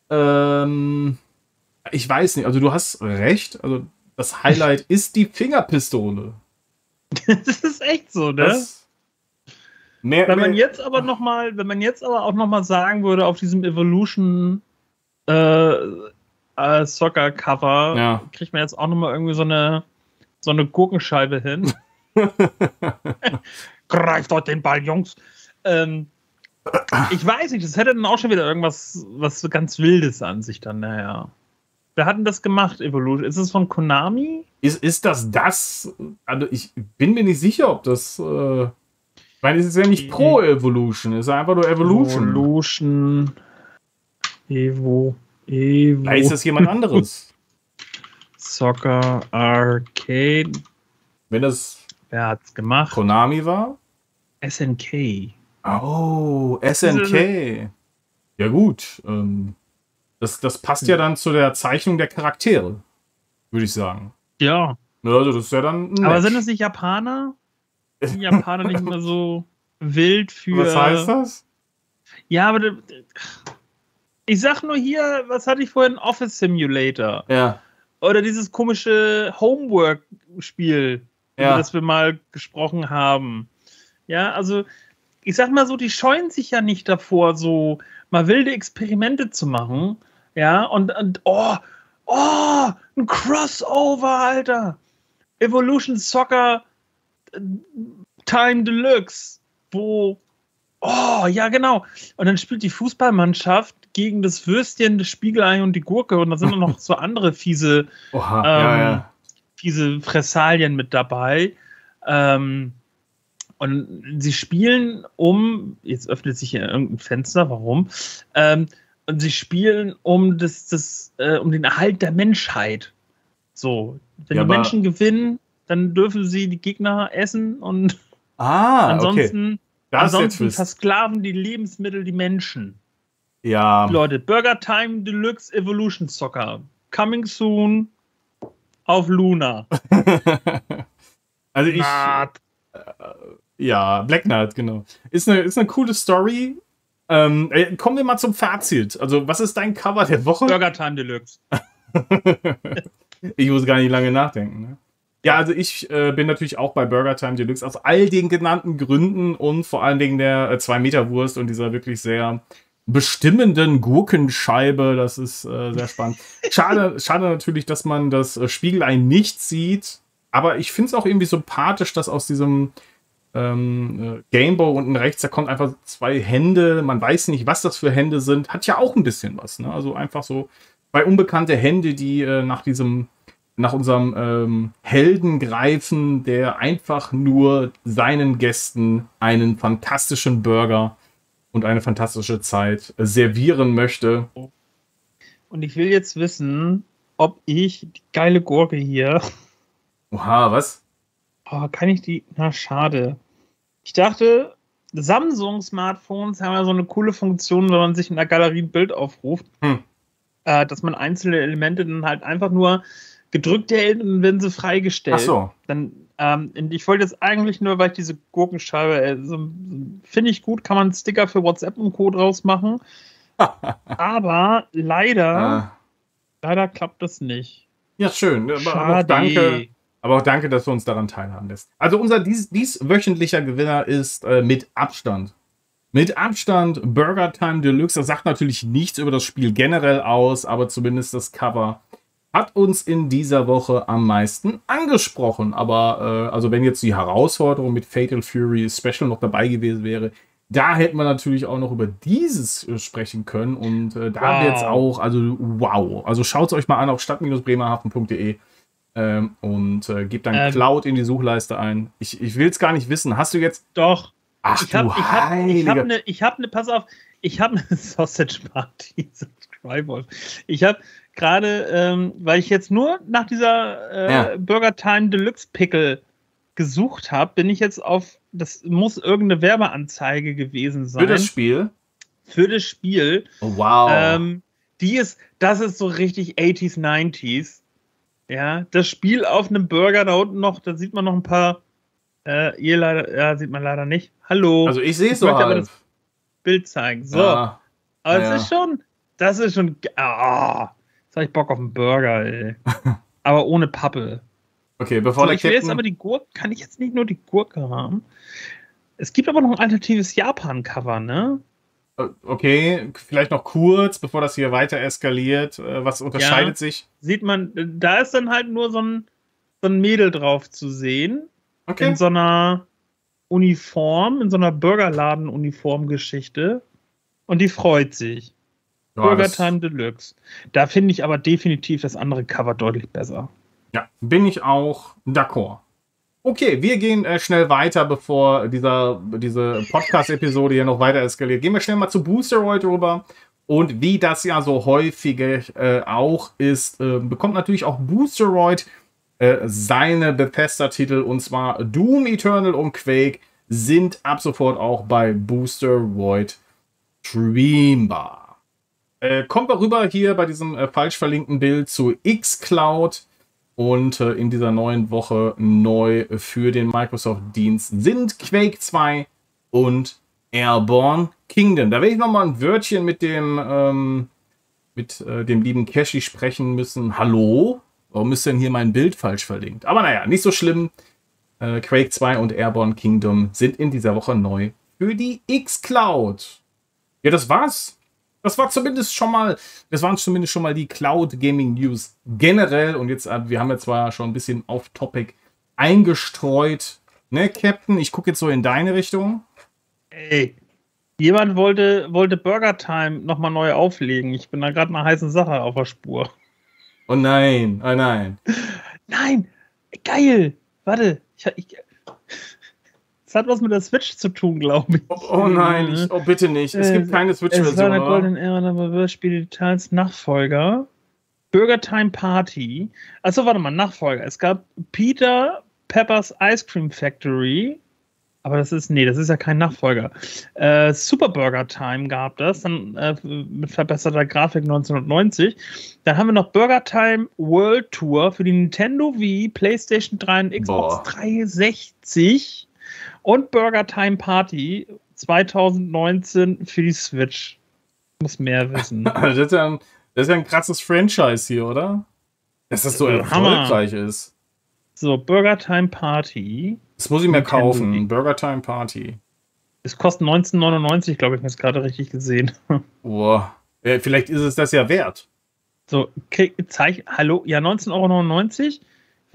ähm, ich weiß nicht, also du hast recht, also das Highlight ist die Fingerpistole. Das ist echt so, ne? Das, mehr, wenn man mehr, jetzt aber noch mal, wenn man jetzt aber auch noch mal sagen würde, auf diesem Evolution äh, äh, Soccer Cover Ja. kriegt man jetzt auch noch mal irgendwie so eine so eine Gurkenscheibe hin. Greift dort den Ball, Jungs. Ähm, ich weiß nicht, das hätte dann auch schon wieder irgendwas was so ganz Wildes an sich dann, naja. Wer hat denn das gemacht, Evolution? Ist es von Konami? ist, ist das das? Also ich bin mir nicht sicher, ob das, äh, ich meine, es ist ja nicht Pro Evolution, es ist einfach nur Evolution. Evolution. Evo. Evo. Da ist das jemand anderes. Soccer Arcade. Wenn das Wer hat's gemacht? Konami war? S N K. Oh, S N K. Ja gut, ähm, das, das passt ja dann zu der Zeichnung der Charaktere, würde ich sagen. Ja. Ja, also das ist ja dann ein Aber Match. sind es nicht Japaner? Sind die Japaner nicht immer so wild für. Was heißt das? Ja, aber da- ich sag nur hier, was hatte ich vorhin? Office Simulator. Ja. Oder dieses komische Homework-Spiel, Ja. über das wir mal gesprochen haben. Ja, also ich sag mal so, die scheuen sich ja nicht davor, so mal wilde Experimente zu machen. Ja, und, und oh, oh, ein Crossover, Alter. Evolution Soccer äh, Time Deluxe, wo, oh, ja, genau. Und dann spielt die Fußballmannschaft gegen das Würstchen, das Spiegelei und die Gurke. Und da sind dann noch so andere fiese Oha, ähm, ja, ja. diese Fressalien mit dabei. Ähm, und sie spielen um, jetzt öffnet sich hier irgendein Fenster, warum? Ähm, und sie spielen um das, das, äh, um den Erhalt der Menschheit. So, wenn Ja, die aber- Menschen gewinnen, dann dürfen sie die Gegner essen und Ah, okay. ansonsten, Das ist der ansonsten Twist. versklaven die Lebensmittel die Menschen. Ja, Leute, Burger Time Deluxe Evolution Soccer. Coming soon auf Luna. also ich, Na, ja, Black Knight, genau. Ist eine, ist eine coole Story. Ähm, äh, kommen wir mal zum Fazit. Also, was ist dein Cover der Woche? Burger Time Deluxe. Ich muss gar nicht lange nachdenken. Ne? Ja, also ich äh, bin natürlich auch bei Burger Time Deluxe aus all den genannten Gründen und vor allem wegen der äh, zwei Meter Wurst und dieser wirklich sehr bestimmenden Gurkenscheibe. Das ist äh, sehr spannend. Schade, schade natürlich, dass man das äh, Spiegelei nicht sieht. Aber ich finde es auch irgendwie sympathisch, dass aus diesem ähm, Gameboy unten rechts, da kommt einfach zwei Hände. Man weiß nicht, was das für Hände sind. Hat ja auch ein bisschen was. Ne? Also einfach so zwei unbekannte Hände, die äh, nach diesem, nach unserem ähm, Helden greifen, der einfach nur seinen Gästen einen fantastischen Burger und eine fantastische Zeit äh, servieren möchte. Und ich will jetzt wissen, ob ich die geile Gurke hier. Oha, was? Oh, kann ich die? Na, schade. Ich dachte, Samsung-Smartphones haben ja so eine coole Funktion, wenn man sich in der Galerie ein Bild aufruft, Hm. äh, dass man einzelne Elemente dann halt einfach nur gedrückt hält und dann werden sie freigestellt. Ach so. Dann, ähm, und ich wollte jetzt eigentlich nur, weil ich diese Gurkenscheibe, äh, so, finde ich gut, kann man einen Sticker für WhatsApp und Co. draus machen. Aber leider, Ah. leider klappt das nicht. Ja, schön. Aber, aber, auch Schade. danke, aber auch danke, dass du uns daran teilhaben lässt. Also unser dies, dies wöchentlicher Gewinner ist äh, mit Abstand. Mit Abstand Burger Time Deluxe. Das sagt natürlich nichts über das Spiel generell aus, aber zumindest das Cover hat uns in dieser Woche am meisten angesprochen. Aber äh, also wenn jetzt die Herausforderung mit Fatal Fury Special noch dabei gewesen wäre, da hätten wir natürlich auch noch über dieses äh, sprechen können. Und äh, da Wow. jetzt auch, also wow. Also schaut es euch mal an auf stadt bremerhaven punkt de ähm, und äh, gebt dann Ähm. Cloud in die Suchleiste ein. Ich, ich will es gar nicht wissen. Hast du jetzt... Doch. Ach Ich habe du ich hab, ich hab Heiliger. eine, ich hab ne, pass auf, ich habe eine Sausage Party, Subscribe. Ich habe gerade, ähm, weil ich jetzt nur nach dieser äh, Ja. Burger Time Deluxe Pickle gesucht habe, bin ich jetzt auf, das muss irgendeine Werbeanzeige gewesen sein. Für das Spiel? Für das Spiel. Oh, wow. Ähm, die ist, das ist so richtig achtziger, neunziger. Ja, das Spiel auf einem Burger, da unten noch, da sieht man noch ein paar, äh, ihr leider, ja, sieht man leider nicht. Hallo. also ich sehe es ich so möchte aber halb. das Bild zeigen. So. Ja. Aber ja. es ist schon, das ist schon, ah, jetzt habe ich Bock auf einen Burger, ey. Aber ohne Pappe. Okay, bevor So, der ich will jetzt Captain... aber die Gurke, kann ich jetzt nicht nur die Gurke haben? Es gibt aber noch ein alternatives Japan-Cover, ne? Okay, vielleicht noch kurz, bevor das hier weiter eskaliert. Äh, Was unterscheidet Ja. sich? Sieht man, da ist dann halt nur so ein, so ein Mädel drauf zu sehen. Okay. In so einer Uniform, in so einer Burgerladen-Uniform-Geschichte. Und die freut sich. Ja, Burger das- Time Deluxe. Da finde ich aber definitiv das andere Cover deutlich besser. Ja, bin ich auch d'accord. Okay, wir gehen äh, schnell weiter, bevor dieser, diese Podcast-Episode hier noch weiter eskaliert. Gehen wir schnell mal zu Boosteroid rüber. Und wie das ja so häufig äh, auch ist, äh, bekommt natürlich auch Boosteroid äh, seine Bethesda-Titel. Und zwar Doom Eternal und Quake sind ab sofort auch bei Boosteroid streambar. Äh, kommt mal rüber hier bei diesem äh, falsch verlinkten Bild zu xCloud. Und äh, in dieser neuen Woche neu für den Microsoft-Dienst sind Quake zwei und Airborne Kingdom. Da werde ich nochmal ein Wörtchen mit dem, ähm, mit äh, dem lieben Keshi sprechen müssen. Hallo? Warum ist denn hier mein Bild falsch verlinkt? Aber naja, nicht so schlimm. Äh, Quake zwei und Airborne Kingdom sind in dieser Woche neu für die xCloud. Ja, das war's. Das war zumindest schon mal, das waren zumindest schon mal die Cloud Gaming News generell. Und jetzt, äh, wir haben jetzt zwar schon ein bisschen off-topic eingestreut. Ne, Captain? Ich gucke jetzt so in deine Richtung. Ey, jemand wollte, wollte Burger Time nochmal neu auflegen. Ich bin da gerade einer heißen Sache auf der Spur. Oh nein, oh nein. Nein, geil. Warte, ich, ich, das hat was mit der Switch zu tun, glaube ich. Oh, oh nein, ich, oh bitte nicht. Es gibt keine Es war Switch-Version, der oder? Golden Era, aber Wortspiel-Details Nachfolger. Burger Time Party. Achso, warte mal, Nachfolger. Es gab Peter Peppers Ice Cream Factory. Aber das ist, nee, das ist ja kein Nachfolger. Äh, Super Burger Time gab das, dann äh, mit verbesserter Grafik neunzehnhundertneunzig. Dann haben wir noch Burger Time World Tour für die Nintendo Wii, PlayStation drei und Xbox Boah. dreihundertsechzig. Und Burger Time Party zweitausendneunzehn für die Switch. Ich muss mehr wissen. Also das, ist ja ein, das ist ja ein krasses Franchise hier, oder? Dass das so Das ist Hammer. erfolgreich ist. So, Burger Time Party. Das muss ich mir Nintendo kaufen. Wii. Burger Time Party. Es kostet neunzehn neunundneunzig, glaube ich, mir es gerade richtig gesehen. Boah. Äh, vielleicht ist es das ja wert. So, okay, Zeichen, hallo, ja, neunzehn Euro neunundneunzig.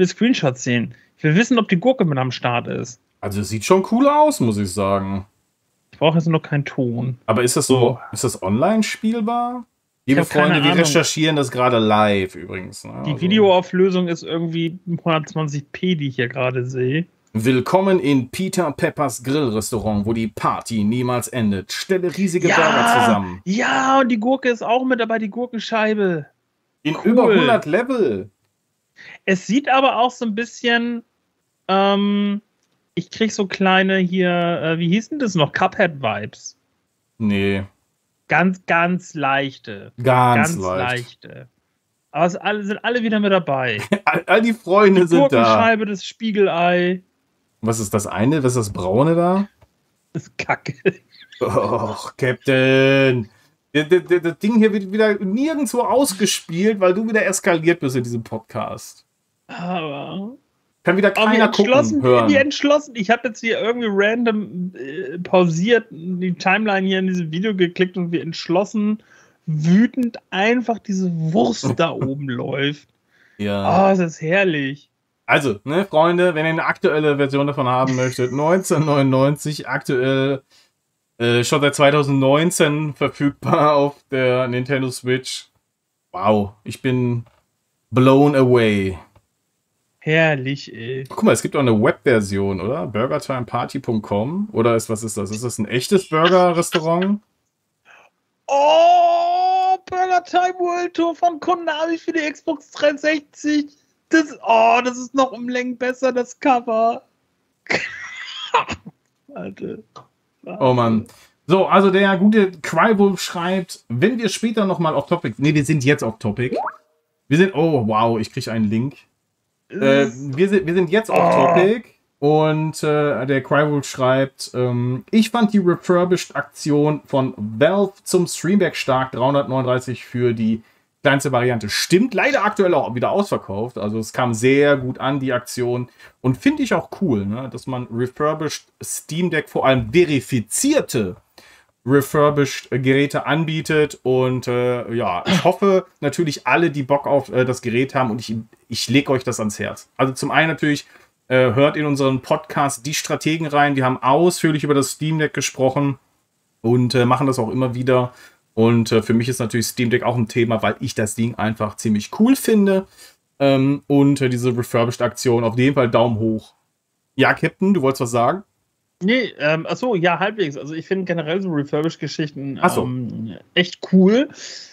will Screenshots sehen. Ich will wissen, ob die Gurke mit am Start ist. Also es sieht schon cool aus, muss ich sagen. Ich brauche jetzt noch keinen Ton. Aber ist das so, ist das online spielbar? Liebe Freunde, wir recherchieren das gerade live übrigens. Ne? Die also. Videoauflösung ist irgendwie hundertzwanzig p, die ich hier gerade sehe. Willkommen in Peter Peppers Grillrestaurant, wo die Party niemals endet. Stelle riesige ja, Burger zusammen. Ja, und die Gurke ist auch mit dabei, die Gurkenscheibe. In cool. über hundert Level. Es sieht aber auch so ein bisschen, ähm, ich krieg so kleine hier, äh, wie hieß denn das noch? Cuphead-Vibes. Nee. Ganz, ganz leichte. Ganz, ganz leicht. leichte. Aber es alle, sind alle wieder mit dabei. all, all die Freunde die sind da. Die Gurkenscheibe, das Spiegelei. Was ist das eine? Was ist das Braune da? Das ist Kacke. Och, Captain. Das, das, das Ding hier wird wieder nirgendwo ausgespielt, weil du wieder eskaliert bist in diesem Podcast. Aber... Kann wieder keiner gucken, hören. Wie entschlossen. Ich habe jetzt hier irgendwie random äh, pausiert, die Timeline hier in diesem Video geklickt und wie entschlossen, wütend einfach diese Wurst da oben läuft. Ja. Oh, das ist herrlich. Also, ne, Freunde, wenn ihr eine aktuelle Version davon haben möchtet, neunzehnhundertneunundneunzig, aktuell äh, schon seit zweitausendneunzehn verfügbar auf der Nintendo Switch. Wow, ich bin blown away. Herrlich, ey. Guck mal, es gibt auch eine Webversion, oder? burgertimeparty punkt com. Oder ist, was ist das? Ist das ein echtes Burger-Restaurant? Oh, Burger Time World Tour von Konami für die Xbox dreihundertsechzig. Das, oh, das ist noch um Längen besser, das Cover. Warte. Warte. Oh Mann. So, also der gute Crywolf schreibt, wenn wir später nochmal auf Topic... Ne, wir sind jetzt auf Topic. Wir sind... Oh, wow, ich kriege einen Link. Äh, wir, sind, wir sind jetzt auf oh. Topic und äh, der Crywolf schreibt, ähm, ich fand die Refurbished-Aktion von Valve zum Streamback stark, dreihundertneununddreißig für die kleinste Variante. Stimmt, leider aktuell auch wieder ausverkauft, also es kam sehr gut an, die Aktion, und finde ich auch cool, ne, dass man Refurbished Steam Deck, vor allem verifizierte Refurbished Geräte anbietet, und äh, ja, ich hoffe natürlich alle, die Bock auf äh, das Gerät haben, und ich, ich lege euch das ans Herz. Also zum einen natürlich, äh, hört in unseren Podcast Die Strategen rein, die haben ausführlich über das Steam Deck gesprochen und äh, machen das auch immer wieder, und äh, für mich ist natürlich Steam Deck auch ein Thema, weil ich das Ding einfach ziemlich cool finde, ähm, und äh, diese Refurbished Aktion auf jeden Fall Daumen hoch. Ja, Captain, du wolltest was sagen? Nee, ähm, achso, ja, halbwegs. Also ich finde generell so Refurbished-Geschichten so. ähm, echt cool.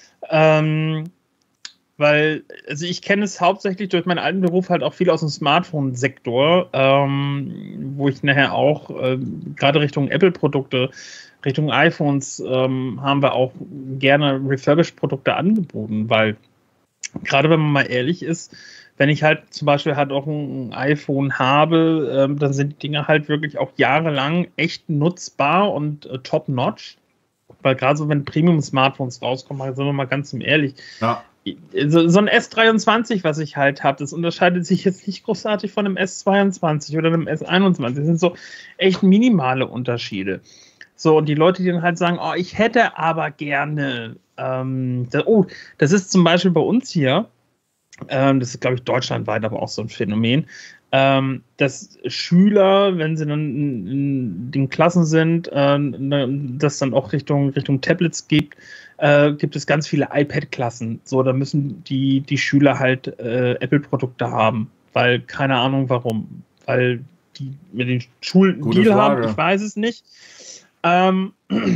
Ähm, weil, also ich kenne es hauptsächlich durch meinen alten Beruf halt auch viel aus dem Smartphone-Sektor, ähm, wo ich nachher auch ähm, gerade Richtung Apple-Produkte, Richtung iPhones ähm, haben wir auch gerne Refurbished-Produkte angeboten, weil gerade wenn man mal ehrlich ist, wenn ich halt zum Beispiel halt auch ein iPhone habe, ähm, dann sind die Dinge halt wirklich auch jahrelang echt nutzbar und äh, top-notch. Weil gerade so, wenn Premium-Smartphones rauskommen, sind wir mal ganz ehrlich. Ja. So, so ein S dreiundzwanzig, was ich halt habe, das unterscheidet sich jetzt nicht großartig von einem S zweiundzwanzig oder einem S einundzwanzig. Das sind so echt minimale Unterschiede. So, und die Leute, die dann halt sagen, oh, ich hätte aber gerne, ähm, das, oh, das ist zum Beispiel bei uns hier, Ähm, das ist, glaube ich, deutschlandweit aber auch so ein Phänomen, ähm, dass Schüler, wenn sie dann in, in den Klassen sind, äh, das dann auch Richtung, Richtung Tablets gibt, äh, gibt es ganz viele iPad-Klassen. So, da müssen die, die Schüler halt äh, Apple-Produkte haben, weil, keine Ahnung warum, weil die mit den Schulen einen Deal haben, ich weiß es nicht. Ähm,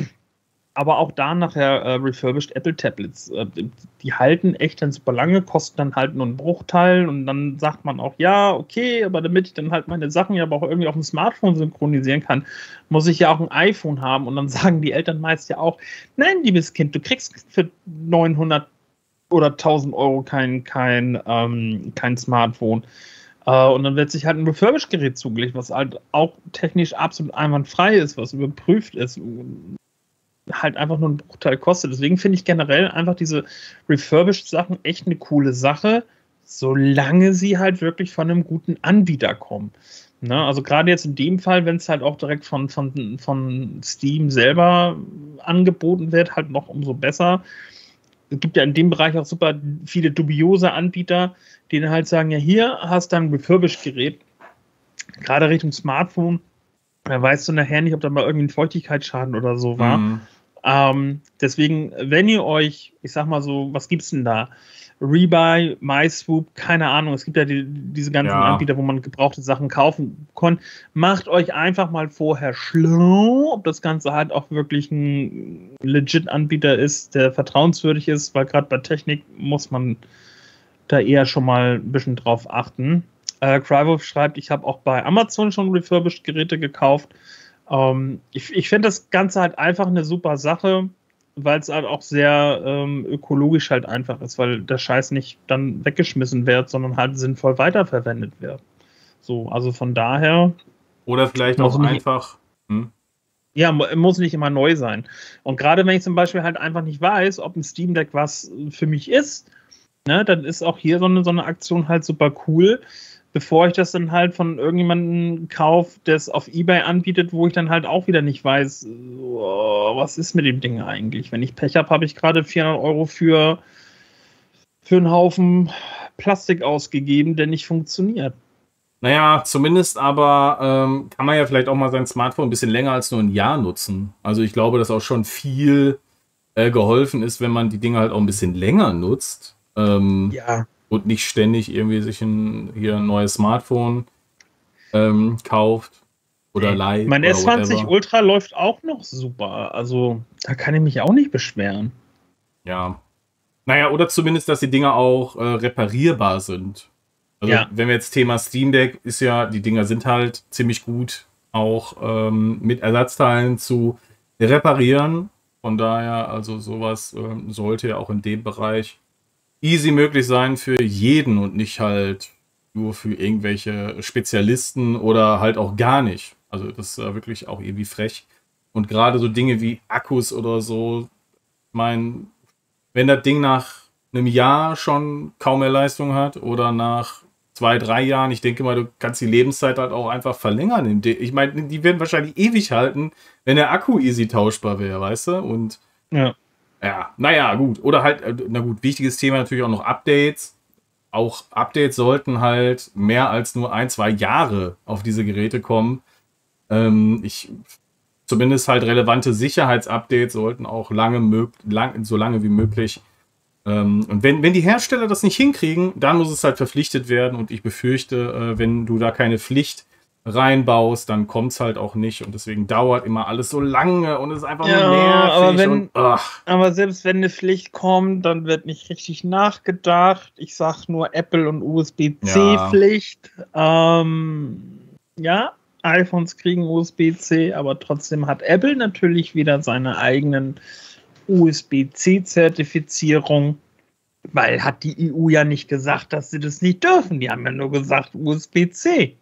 Aber auch da nachher äh, refurbished Apple-Tablets. Äh, die halten echt dann super lange, kosten dann halt nur einen Bruchteil, und dann sagt man auch, ja, okay, aber damit ich dann halt meine Sachen ja aber auch irgendwie auf dem Smartphone synchronisieren kann, muss ich ja auch ein iPhone haben. Und dann sagen die Eltern meist ja auch, nein, liebes Kind, du kriegst für neunhundert oder tausend Euro kein, kein, ähm, kein Smartphone. Äh, und dann wird sich halt ein Refurbished-Gerät zugelegt, was halt auch technisch absolut einwandfrei ist, was überprüft ist, halt einfach nur einen Bruchteil kostet. Deswegen finde ich generell einfach diese Refurbished-Sachen echt eine coole Sache, solange sie halt wirklich von einem guten Anbieter kommen. Ne? Also gerade jetzt in dem Fall, wenn es halt auch direkt von, von, von Steam selber angeboten wird, halt noch umso besser. es gibt ja in dem Bereich auch super viele dubiose Anbieter, die dann halt sagen, ja, hier hast du ein Refurbished-Gerät, gerade Richtung Smartphone, da weißt du nachher nicht, ob da mal irgendwie ein Feuchtigkeitsschaden oder so war. Mhm. Ähm, deswegen, wenn ihr euch, ich sag mal so, was gibt's denn da? Rebuy, MySwoop, keine Ahnung, es gibt ja die, diese ganzen Ja. Anbieter, wo man gebrauchte Sachen kaufen kann. Macht euch einfach mal vorher schlau, ob das Ganze halt auch wirklich ein legit Anbieter ist, der vertrauenswürdig ist, weil gerade bei Technik muss man da eher schon mal ein bisschen drauf achten. Äh, Crywolf schreibt, ich habe auch bei Amazon schon refurbished Geräte gekauft. Ähm, ich ich finde das Ganze halt einfach eine super Sache, weil es halt auch sehr ähm, ökologisch halt einfach ist, weil der Scheiß nicht dann weggeschmissen wird, sondern halt sinnvoll weiterverwendet wird. So, also von daher. Oder vielleicht Muss auch nicht- einfach. Hm? Ja, mu- muss nicht immer neu sein. Und gerade wenn ich zum Beispiel halt einfach nicht weiß, ob ein Steam Deck was für mich ist, ne, dann ist auch hier so eine, so eine Aktion halt super cool, bevor ich das dann halt von irgendjemandem kaufe, der es auf eBay anbietet, wo ich dann halt auch wieder nicht weiß, oh, was ist mit dem Ding eigentlich. Wenn ich Pech habe, habe ich gerade vierhundert Euro für, für einen Haufen Plastik ausgegeben, der nicht funktioniert. Naja, zumindest aber ähm, kann man ja vielleicht auch mal sein Smartphone ein bisschen länger als nur ein Jahr nutzen. Also ich glaube, dass auch schon viel äh, geholfen ist, wenn man die Dinge halt auch ein bisschen länger nutzt. Ähm, Ja. Und nicht ständig irgendwie sich ein, hier ein neues Smartphone ähm, kauft oder leiht. Mein oder S zwanzig whatever. Ultra läuft auch noch super. Also da kann ich mich auch nicht beschweren. Ja. Naja, oder zumindest, dass die Dinger auch äh, reparierbar sind. Also Ja. wenn wir jetzt Thema Steam Deck ist ja, die Dinger sind halt ziemlich gut auch ähm, mit Ersatzteilen zu reparieren. Von daher, also sowas ähm, sollte ja auch in dem Bereich easy möglich sein für jeden und nicht halt nur für irgendwelche Spezialisten oder halt auch gar nicht. Also das ist ja wirklich auch irgendwie frech. Und gerade so Dinge wie Akkus oder so, ich meine, wenn das Ding nach einem Jahr schon kaum mehr Leistung hat oder nach zwei, drei Jahren, ich denke mal, du kannst die Lebenszeit halt auch einfach verlängern. in de- Ich meine, die werden wahrscheinlich ewig halten, wenn der Akku easy tauschbar wäre, weißt du? Und Ja. ja, naja, gut. Oder halt, äh, na gut, wichtiges Thema natürlich auch noch Updates. Auch Updates sollten halt mehr als nur ein, zwei Jahre auf diese Geräte kommen. Ähm, ich, zumindest halt relevante Sicherheitsupdates sollten auch lange, mög lang, so lange wie möglich. Ähm, und wenn, wenn die Hersteller das nicht hinkriegen, dann muss es halt verpflichtet werden. Und ich befürchte, äh, wenn du da keine Pflicht reinbaust, dann kommt es halt auch nicht. Und deswegen dauert immer alles so lange und es ist einfach Ja, nur nervig. aber wenn- und, ach. Aber selbst wenn eine Pflicht kommt, dann wird nicht richtig nachgedacht. Ich sag nur Apple und U S B C-Pflicht. Ähm, ja, iPhones kriegen U S B C, aber trotzdem hat Apple natürlich wieder seine eigenen U S B C-Zertifizierung, weil hat die E U ja nicht gesagt, dass sie das nicht dürfen. Die haben ja nur gesagt U S B C.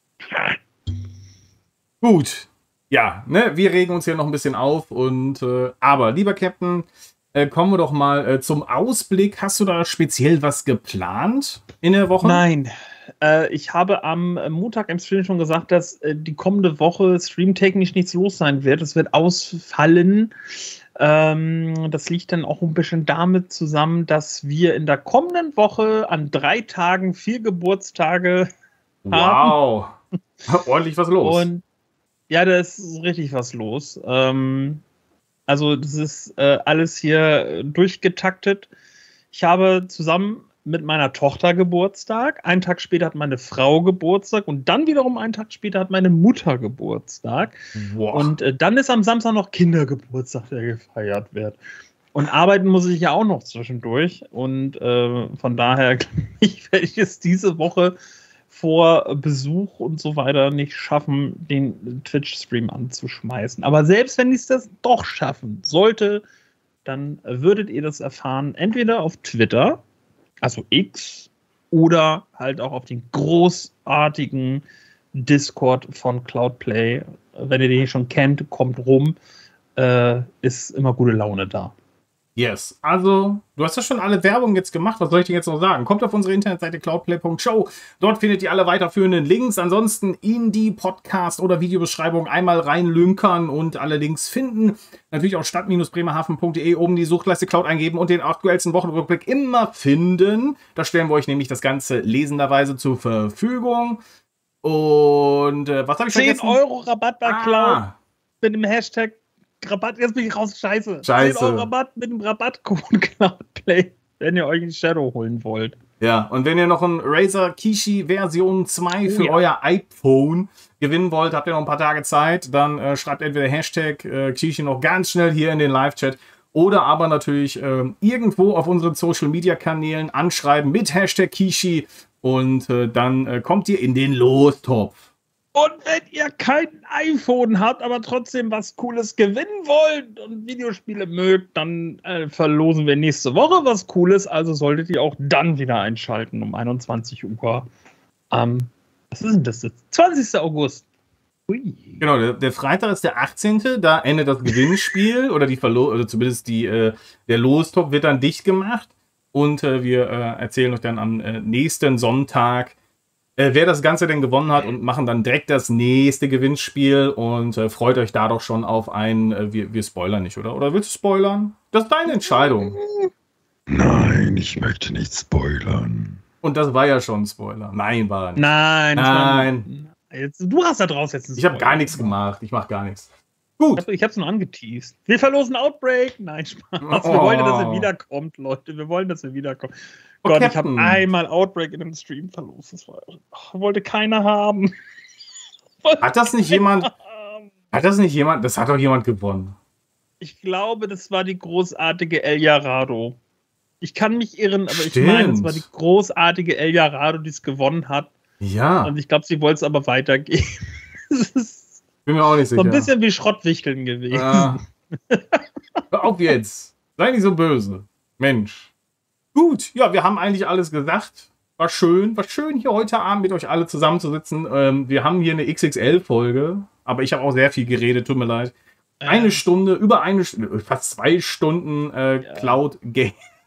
Gut. Ja, ne, wir regen uns hier noch ein bisschen auf und äh, aber lieber Captain, äh, kommen wir doch mal äh, zum Ausblick. Hast du da speziell was geplant in der Woche? Nein. Äh, ich habe am Montag im Stream schon gesagt, dass äh, die kommende Woche streamtechnisch nichts los sein wird. Es wird ausfallen. Ähm, das liegt dann auch ein bisschen damit zusammen, dass wir in der kommenden Woche an drei Tagen vier Geburtstage Wow. Ordentlich was los. und ja, da ist richtig was los. Ähm, also das ist äh, alles hier äh, durchgetaktet. Ich habe zusammen mit meiner Tochter Geburtstag, einen Tag später hat meine Frau Geburtstag und dann wiederum einen Tag später hat meine Mutter Geburtstag. wow. Und äh, dann ist am Samstag noch Kindergeburtstag, der gefeiert wird. Und arbeiten muss ich ja auch noch zwischendurch. Und äh, von daher, ich werde es diese Woche vor Besuch und so weiter nicht schaffen, den Twitch-Stream anzuschmeißen. Aber selbst wenn ich es das doch schaffen sollte, dann würdet ihr das erfahren, entweder auf Twitter, also X, oder halt auch auf den großartigen Discord von Cloudplay. Wenn ihr den schon kennt, kommt rum, äh, ist immer gute Laune da. Yes, also du hast ja schon alle Werbung jetzt gemacht, was soll ich dir jetzt noch sagen? Kommt auf unsere Internetseite cloudplay punkt show, dort findet ihr alle weiterführenden Links, ansonsten in die Podcast- oder Videobeschreibung einmal reinlünkern und alle Links finden. Natürlich auch stadt Bindestrich bremerhaven punkt de oben die Suchleiste Cloud eingeben und den aktuellsten Wochenrückblick immer finden. Da stellen wir euch nämlich das Ganze lesenderweise zur Verfügung. Und äh, was habe ich vergessen? zehn Euro Rabatt bei Ah. Cloud mit dem Hashtag Rabatt, jetzt bin ich raus, scheiße. Scheiße. zehn Euro Rabatt mit dem Rabattcode Cloudplay, wenn ihr euch ein Shadow holen wollt. Ja, und wenn ihr noch ein Razer Kishi Version zwei für Oh ja. euer iPhone gewinnen wollt, habt ihr noch ein paar Tage Zeit, dann äh, schreibt entweder Hashtag äh, Kishi noch ganz schnell hier in den Live-Chat oder aber natürlich äh, irgendwo auf unseren Social-Media-Kanälen anschreiben mit Hashtag Kishi und äh, dann äh, kommt ihr in den Lostopf. Und wenn ihr kein iPhone habt, aber trotzdem was Cooles gewinnen wollt und Videospiele mögt, dann äh, verlosen wir nächste Woche was Cooles. Also solltet ihr auch dann wieder einschalten um einundzwanzig Uhr. Ähm, was ist denn das jetzt? zwanzigster August. Ui. Genau, der, der Freitag ist der achtzehnte Da endet das Gewinnspiel oder die Verlo oder zumindest die, äh, der Lostopf wird dann dicht gemacht. Und äh, wir äh, erzählen euch dann am äh, nächsten Sonntag, äh, wer das Ganze denn gewonnen hat und machen dann direkt das nächste Gewinnspiel und äh, freut euch da doch schon auf ein, äh, wir, wir spoilern nicht, oder? Oder willst du spoilern? Das ist deine Entscheidung. Nein, ich möchte nicht spoilern. Und das war ja schon ein Spoiler. Nein, war er nicht. Nein, das war- Nein. Jetzt, du hast da draus jetzt einen Ich habe Spoiler gar nichts gemacht. Ich mache gar nichts. Ich Gut. hab- Ich hab's nur angeteased. Wir verlosen Outbreak. Nein, Spaß. Wir Oh. wollen, dass er wiederkommt, Leute. Wir wollen, dass er wiederkommt. Oh, Gott, ich habe Captain. einmal Outbreak in einem Stream verlost. Das war, ach, wollte keiner haben. Hat das nicht jemand, hat das nicht jemand, das hat doch jemand gewonnen. Ich glaube, das war die großartige El Jarado. Ich kann mich irren, aber Stimmt. ich meine, es war die großartige El Jarado, die es gewonnen hat. Ja, Und ich glaube, sie wollte es aber weitergeben. Es ist bin mir auch nicht so sicher. ein bisschen wie Schrottwichteln gewesen. Ah. Hör auf jetzt. Sei nicht so böse. Mensch. Gut, ja, wir haben eigentlich alles gesagt. War schön, war schön hier heute Abend mit euch alle zusammenzusitzen. Ähm, wir haben hier eine X X L-Folge, aber ich habe auch sehr viel geredet, tut mir leid. Eine Äh, Stunde, über eine Stunde, fast zwei Stunden äh, Ja. Cloud, Ga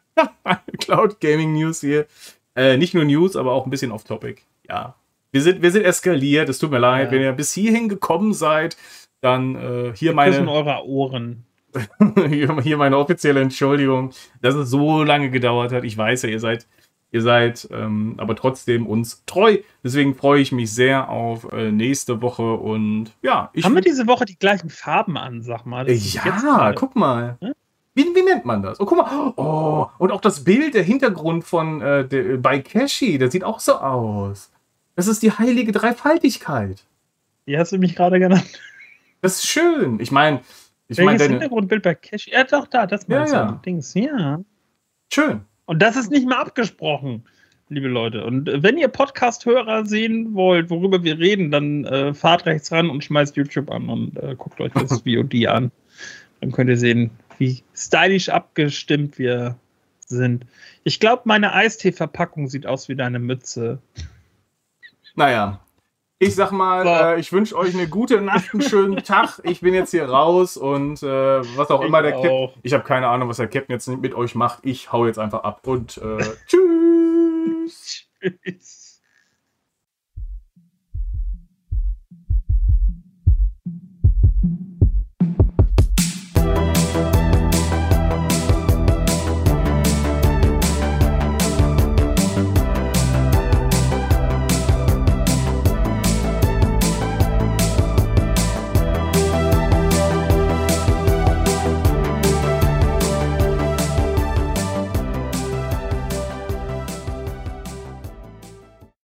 Cloud Gaming News hier. Äh, nicht nur News, aber auch ein bisschen off-topic. Ja. Wir sind, wir sind eskaliert, es tut mir leid. Ja. Wenn ihr bis hierhin gekommen seid, dann äh, hier wir küssen meine. eure Ohren. hier hier meine offizielle Entschuldigung, dass es so lange gedauert hat. Ich weiß ja, ihr seid, ihr seid ähm, aber trotzdem uns treu. Deswegen freue ich mich sehr auf äh, nächste Woche und ja, ich Haben wir würd- diese Woche die gleichen Farben an, sag mal? Das ist jetzt ja, gerade- guck mal. Hm? Wie, wie nennt man das? Oh, guck mal. Oh, und auch das Bild, der Hintergrund von äh, der, bei Kashi, der sieht auch so aus. Das ist die heilige Dreifaltigkeit. Wie hast du mich gerade genannt? Das ist schön. Ich meine, ich meine, Welches deine. Hintergrundbild bei Cash? Ja, doch, da, das Ja, meinst du. ja. Dings, ja. Schön. Und das ist nicht mehr abgesprochen, liebe Leute. Und äh, wenn ihr Podcast-Hörer sehen wollt, worüber wir reden, dann äh, fahrt rechts ran und schmeißt YouTube an und äh, guckt euch das V O D an. Dann könnt ihr sehen, wie stylisch abgestimmt wir sind. Ich glaube, meine Eistee-Verpackung sieht aus wie deine Mütze. Naja, ich sag mal, So. äh, ich wünsche euch eine gute Nacht, einen schönen Tag. Ich bin jetzt hier raus und äh, was auch Ich immer der Captain. auch. Ich habe keine Ahnung, was der Captain jetzt mit euch macht. Ich hau jetzt einfach ab und äh, tschüss. Tschüss.